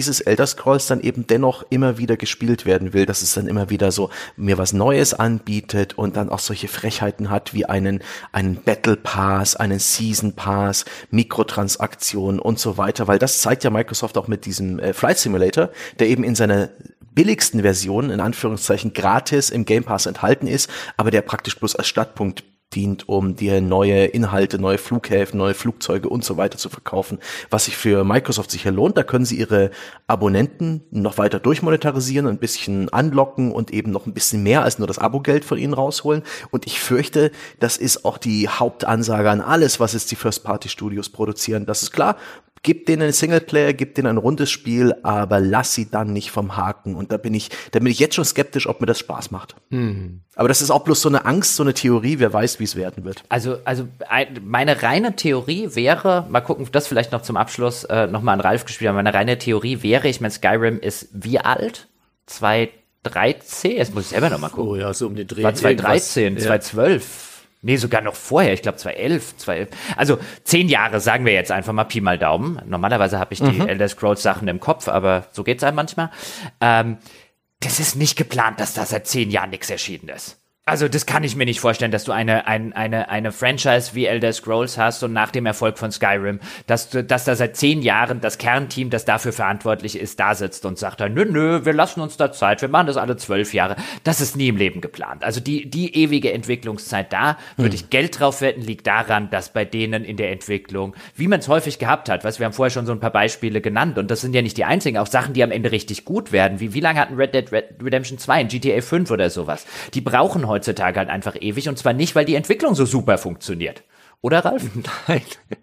Elder Scrolls dann eben dennoch immer wieder gespielt werden will, dass es dann immer wieder so mir was Neues anbietet und dann auch solche Frechheiten hat wie einen, einen Battle Pass, einen Season Pass, Mikrotransaktionen und so weiter, weil das zeigt ja Microsoft auch mit diesem äh, Flight Simulator, der eben in seiner billigsten Version, in Anführungszeichen gratis im Game Pass enthalten ist, aber der praktisch bloß als Startpunkt dient, um dir neue Inhalte, neue Flughäfen, neue Flugzeuge und so weiter zu verkaufen, was sich für Microsoft sicher lohnt. Da können sie ihre Abonnenten noch weiter durchmonetarisieren, ein bisschen anlocken und eben noch ein bisschen mehr als nur das Abogeld von ihnen rausholen. Und ich fürchte, das ist auch die Hauptansage an alles, was jetzt die First-Party-Studios produzieren. Das ist klar. Gib denen einen Singleplayer, gib denen ein rundes Spiel, aber lass sie dann nicht vom Haken. Und da bin ich, da bin ich jetzt schon skeptisch, ob mir das Spaß macht. Mhm. Aber das ist auch bloß so eine Angst, so eine Theorie, wer weiß, wie es werden wird. Also, also meine reine Theorie wäre, mal gucken, das vielleicht noch zum Abschluss äh, nochmal an Ralf gespielt haben, meine reine Theorie wäre, ich meine, Skyrim ist wie alt? zwanzig dreizehn? Jetzt muss ich selber nochmal gucken. Oh ja, so um den Dreh. War zwanzig dreizehn, ja. zwanzig zwölf. Nee, sogar noch vorher, ich glaube zwanzig elf, zwanzig elf. Also zehn Jahre, sagen wir jetzt einfach mal Pi mal Daumen. Normalerweise habe ich die mhm. Elder Scrolls Sachen im Kopf, aber so geht's einem manchmal. Ähm, das ist nicht geplant, dass da seit zehn Jahren nichts erschienen ist. Also das kann ich mir nicht vorstellen, dass du eine ein, eine eine Franchise wie Elder Scrolls hast und nach dem Erfolg von Skyrim, dass du, dass da seit zehn Jahren das Kernteam, das dafür verantwortlich ist, da sitzt und sagt dann, nö, nö, wir lassen uns da Zeit, wir machen das alle zwölf Jahre. Das ist nie im Leben geplant. Also die die ewige Entwicklungszeit da, würde hm. ich Geld drauf wetten, liegt daran, dass bei denen in der Entwicklung, wie man es häufig gehabt hat, was wir haben vorher schon so ein paar Beispiele genannt und das sind ja nicht die einzigen, auch Sachen, die am Ende richtig gut werden. Wie wie lange hatten Red Dead Redemption zwei, G T A fünf oder sowas? Die brauchen heute heutzutage halt einfach ewig und zwar nicht, weil die Entwicklung so super funktioniert. Oder, Ralf? Nein.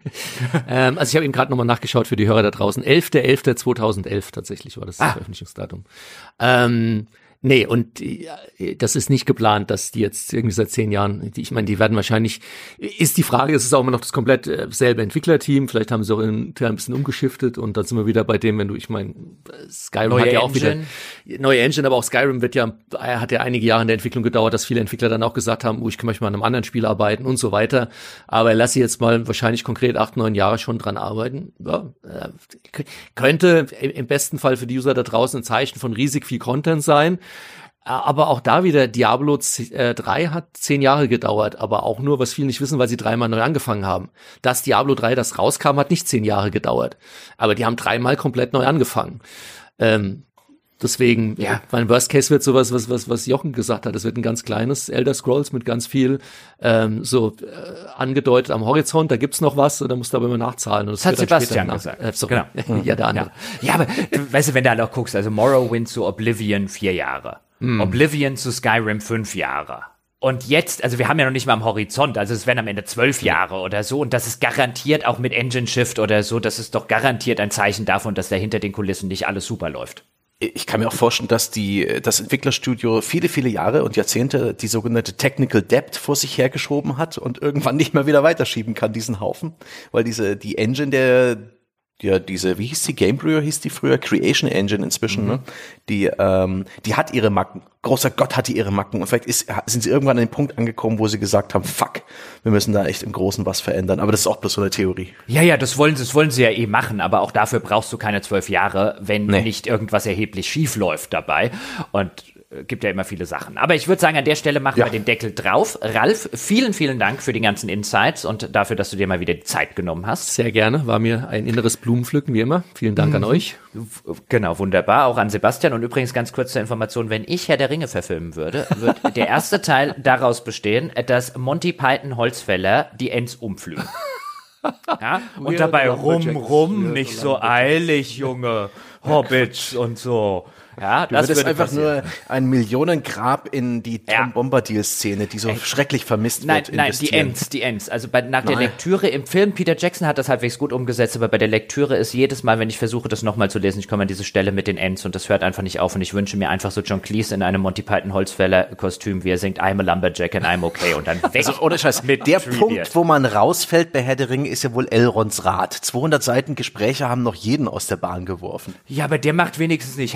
ähm, also ich habe eben gerade nochmal nachgeschaut für die Hörer da draußen. elfter elfter zweitausendelf tatsächlich war das ah. Veröffentlichungsdatum. Ähm, nee, und äh, das ist nicht geplant, dass die jetzt irgendwie seit zehn Jahren, die, ich meine, die werden wahrscheinlich, ist die Frage, es ist auch immer noch das komplett äh, selbe Entwicklerteam, vielleicht haben sie auch in, ein bisschen umgeschiftet und dann sind wir wieder bei dem, wenn du, ich meine, Skyrim neue hat ja auch Engine. wieder, neue Engine, aber auch Skyrim wird ja, hat ja einige Jahre in der Entwicklung gedauert, dass viele Entwickler dann auch gesagt haben, oh, ich kann mal an einem anderen Spiel arbeiten und so weiter, aber lass sie jetzt mal wahrscheinlich konkret acht, neun Jahre schon dran arbeiten, ja, äh, könnte im besten Fall für die User da draußen ein Zeichen von riesig viel Content sein. Aber auch da wieder, Diablo drei hat zehn Jahre gedauert, aber auch nur, was viele nicht wissen, weil sie dreimal neu angefangen haben. Das Diablo drei, das rauskam, hat nicht zehn Jahre gedauert. Aber die haben dreimal komplett neu angefangen. Ähm, deswegen, ja. mein Worst Case wird sowas, was, was, was Jochen gesagt hat. Es wird ein ganz kleines Elder Scrolls mit ganz viel, ähm, so, äh, angedeutet am Horizont. Da gibt's noch was, da musst du aber immer nachzahlen. Und das, das hat Sebastian nach, gesagt. Äh, sorry. Genau. ja, der andere. Ja, ja aber, du, weißt du, wenn du halt auch guckst, also Morrowind zu Oblivion vier Jahre. Mm. Oblivion zu Skyrim fünf Jahre. Und jetzt, also wir haben ja noch nicht mal am Horizont, also es werden am Ende zwölf Jahre oder so und das ist garantiert auch mit Engine Shift oder so, das ist doch garantiert ein Zeichen davon, dass da hinter den Kulissen nicht alles super läuft. Ich kann mir auch vorstellen, dass die, das Entwicklerstudio viele, viele Jahre und Jahrzehnte die sogenannte Technical Debt vor sich hergeschoben hat und irgendwann nicht mehr wieder weiterschieben kann, diesen Haufen, weil diese, die Engine der, ja, diese, wie hieß die, Gamebrewers hieß die früher, Creation Engine inzwischen, mhm. ne? Die, ähm, die hat ihre Macken. Großer Gott hat die ihre Macken. Und vielleicht ist, sind sie irgendwann an den Punkt angekommen, wo sie gesagt haben, fuck, wir müssen da echt im Großen was verändern. Aber das ist auch bloß so eine Theorie. Ja, ja, das wollen, das wollen sie ja eh machen. Aber auch dafür brauchst du keine zwölf Jahre, wenn nee. nicht irgendwas erheblich schief läuft dabei. Und gibt ja immer viele Sachen. Aber ich würde sagen, an der Stelle machen ja. wir den Deckel drauf. Ralf, vielen, vielen Dank für die ganzen Insights und dafür, dass du dir mal wieder die Zeit genommen hast. Sehr gerne. War mir ein inneres Blumenpflücken, wie immer. Vielen Dank mhm. an euch. Genau, wunderbar. Auch an Sebastian. Und übrigens ganz kurz zur Information, wenn ich Herr der Ringe verfilmen würde, wird der erste Teil daraus bestehen, dass Monty Python Holzfäller die Ents umflügen. Ja? Und dabei rum, rum, nicht so eilig, Junge. Hobbits und so. Ja, du das würdest einfach passieren. Nur ein Millionengrab in die Tom ja. Bombadil-Szene, die so Echt? schrecklich vermisst nein, wird, Nein, nein, die Ents, die Ents. Also bei, nach nein. der Lektüre im Film, Peter Jackson hat das halbwegs gut umgesetzt, aber bei der Lektüre ist jedes Mal, wenn ich versuche, das nochmal zu lesen, ich komme an diese Stelle mit den Ents und das hört einfach nicht auf und ich wünsche mir einfach so John Cleese in einem Monty Python Holzfäller-Kostüm, wie er singt, I'm a Lumberjack and I'm okay und dann weg. Also ohne Scheiß, mit der Tribute. Punkt, wo man rausfällt bei Herr der Ringe, ist ja wohl Elrons Rat. zweihundert Seiten Gespräche haben noch jeden aus der Bahn geworfen. Ja, aber der macht wenigstens nicht, hey du,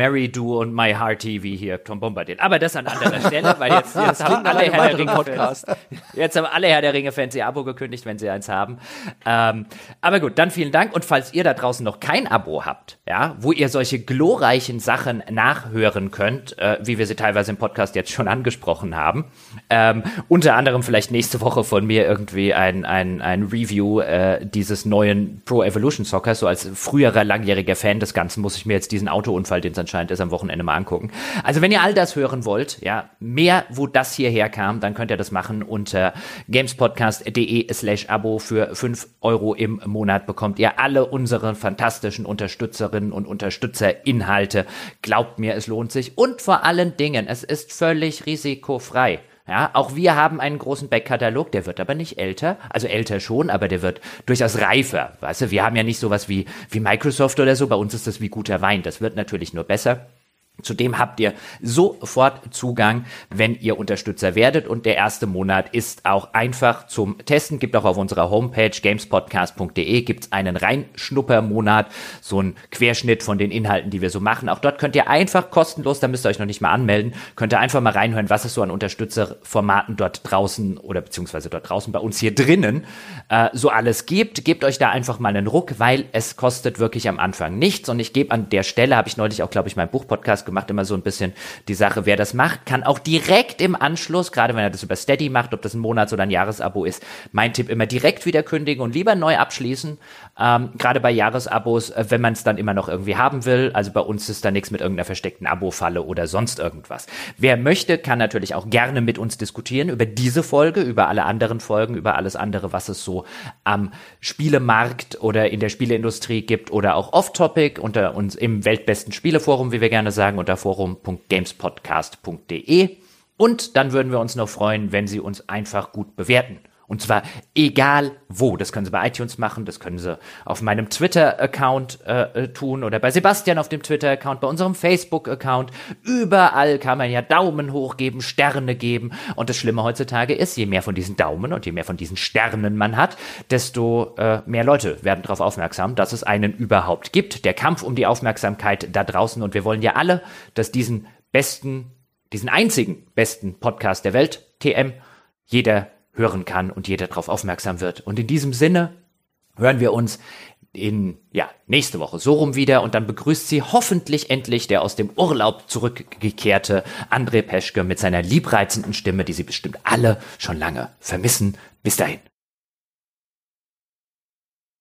Mary Do und My Hearty, wie hier Tom Bombadil. Aber das an anderer Stelle, weil jetzt, jetzt haben alle Herr der Ringe-Fans jetzt haben alle Herr der Ringe-Fans ihr Abo gekündigt, wenn sie eins haben. Ähm, aber gut, dann vielen Dank. Und falls ihr da draußen noch kein Abo habt, ja, wo ihr solche glorreichen Sachen nachhören könnt, äh, wie wir sie teilweise im Podcast jetzt schon angesprochen haben, ähm, unter anderem vielleicht nächste Woche von mir irgendwie ein, ein, ein Review äh, dieses neuen Pro Evolution Soccer, so als früherer langjähriger Fan des Ganzen muss ich mir jetzt diesen Autounfall, den es anscheinend ist, am Wochenende mal angucken. Also wenn ihr all das hören wollt, ja, mehr, wo das hierher kam, dann könnt ihr das machen unter gamespodcast.de slash Abo. Für fünf Euro im Monat bekommt ihr alle unsere fantastischen Unterstützerinnen und Unterstützerinhalte. Glaubt mir, es lohnt sich. Und vor allen Dingen, es ist völlig risikofrei. Ja, auch wir haben einen großen Backkatalog, der wird aber nicht älter, also älter schon, aber der wird durchaus reifer, weißt du, wir haben ja nicht sowas wie, wie Microsoft oder so, bei uns ist das wie guter Wein, das wird natürlich nur besser. Zudem habt ihr sofort Zugang, wenn ihr Unterstützer werdet, und der erste Monat ist auch einfach zum Testen. Gibt auch auf unserer Homepage gamespodcast punkt de gibt's einen Reinschnuppermonat, so ein Querschnitt von den Inhalten, die wir so machen. Auch dort könnt ihr einfach kostenlos, da müsst ihr euch noch nicht mal anmelden, könnt ihr einfach mal reinhören, was es so an Unterstützerformaten dort draußen oder beziehungsweise dort draußen bei uns hier drinnen äh, so alles gibt. Gebt euch da einfach mal einen Ruck, weil es kostet wirklich am Anfang nichts, und ich gebe an der Stelle, habe ich neulich auch, glaube ich, meinen Buchpodcast gemacht, immer so ein bisschen die Sache, wer das macht, kann auch direkt im Anschluss, gerade wenn er das über Steady macht, ob das ein Monats- oder ein Jahresabo ist, mein Tipp immer direkt wieder kündigen und lieber neu abschließen, ähm, gerade bei Jahresabos, äh, wenn man es dann immer noch irgendwie haben will. Also bei uns ist da nichts mit irgendeiner versteckten Abo-Falle oder sonst irgendwas. Wer möchte, kann natürlich auch gerne mit uns diskutieren über diese Folge, über alle anderen Folgen, über alles andere, was es so am Spielemarkt oder in der Spieleindustrie gibt, oder auch off-topic unter uns im weltbesten Spieleforum, wie wir gerne sagen, unter forum punkt gamespodcast punkt de. Und dann würden wir uns noch freuen, wenn Sie uns einfach gut bewerten. Und zwar egal wo. Das können Sie bei iTunes machen, das können Sie auf meinem Twitter-Account äh, tun oder bei Sebastian auf dem Twitter-Account, bei unserem Facebook-Account. Überall kann man ja Daumen hoch geben, Sterne geben. Und das Schlimme heutzutage ist, je mehr von diesen Daumen und je mehr von diesen Sternen man hat, desto äh, mehr Leute werden darauf aufmerksam, dass es einen überhaupt gibt. Der Kampf um die Aufmerksamkeit da draußen. Und wir wollen ja alle, dass diesen besten, diesen einzigen besten Podcast der Welt, T M, jeder hören kann und jeder darauf aufmerksam wird. Und in diesem Sinne hören wir uns in, ja, nächste Woche so rum wieder, und dann begrüßt Sie hoffentlich endlich der aus dem Urlaub zurückgekehrte André Peschke mit seiner liebreizenden Stimme, die Sie bestimmt alle schon lange vermissen. Bis dahin.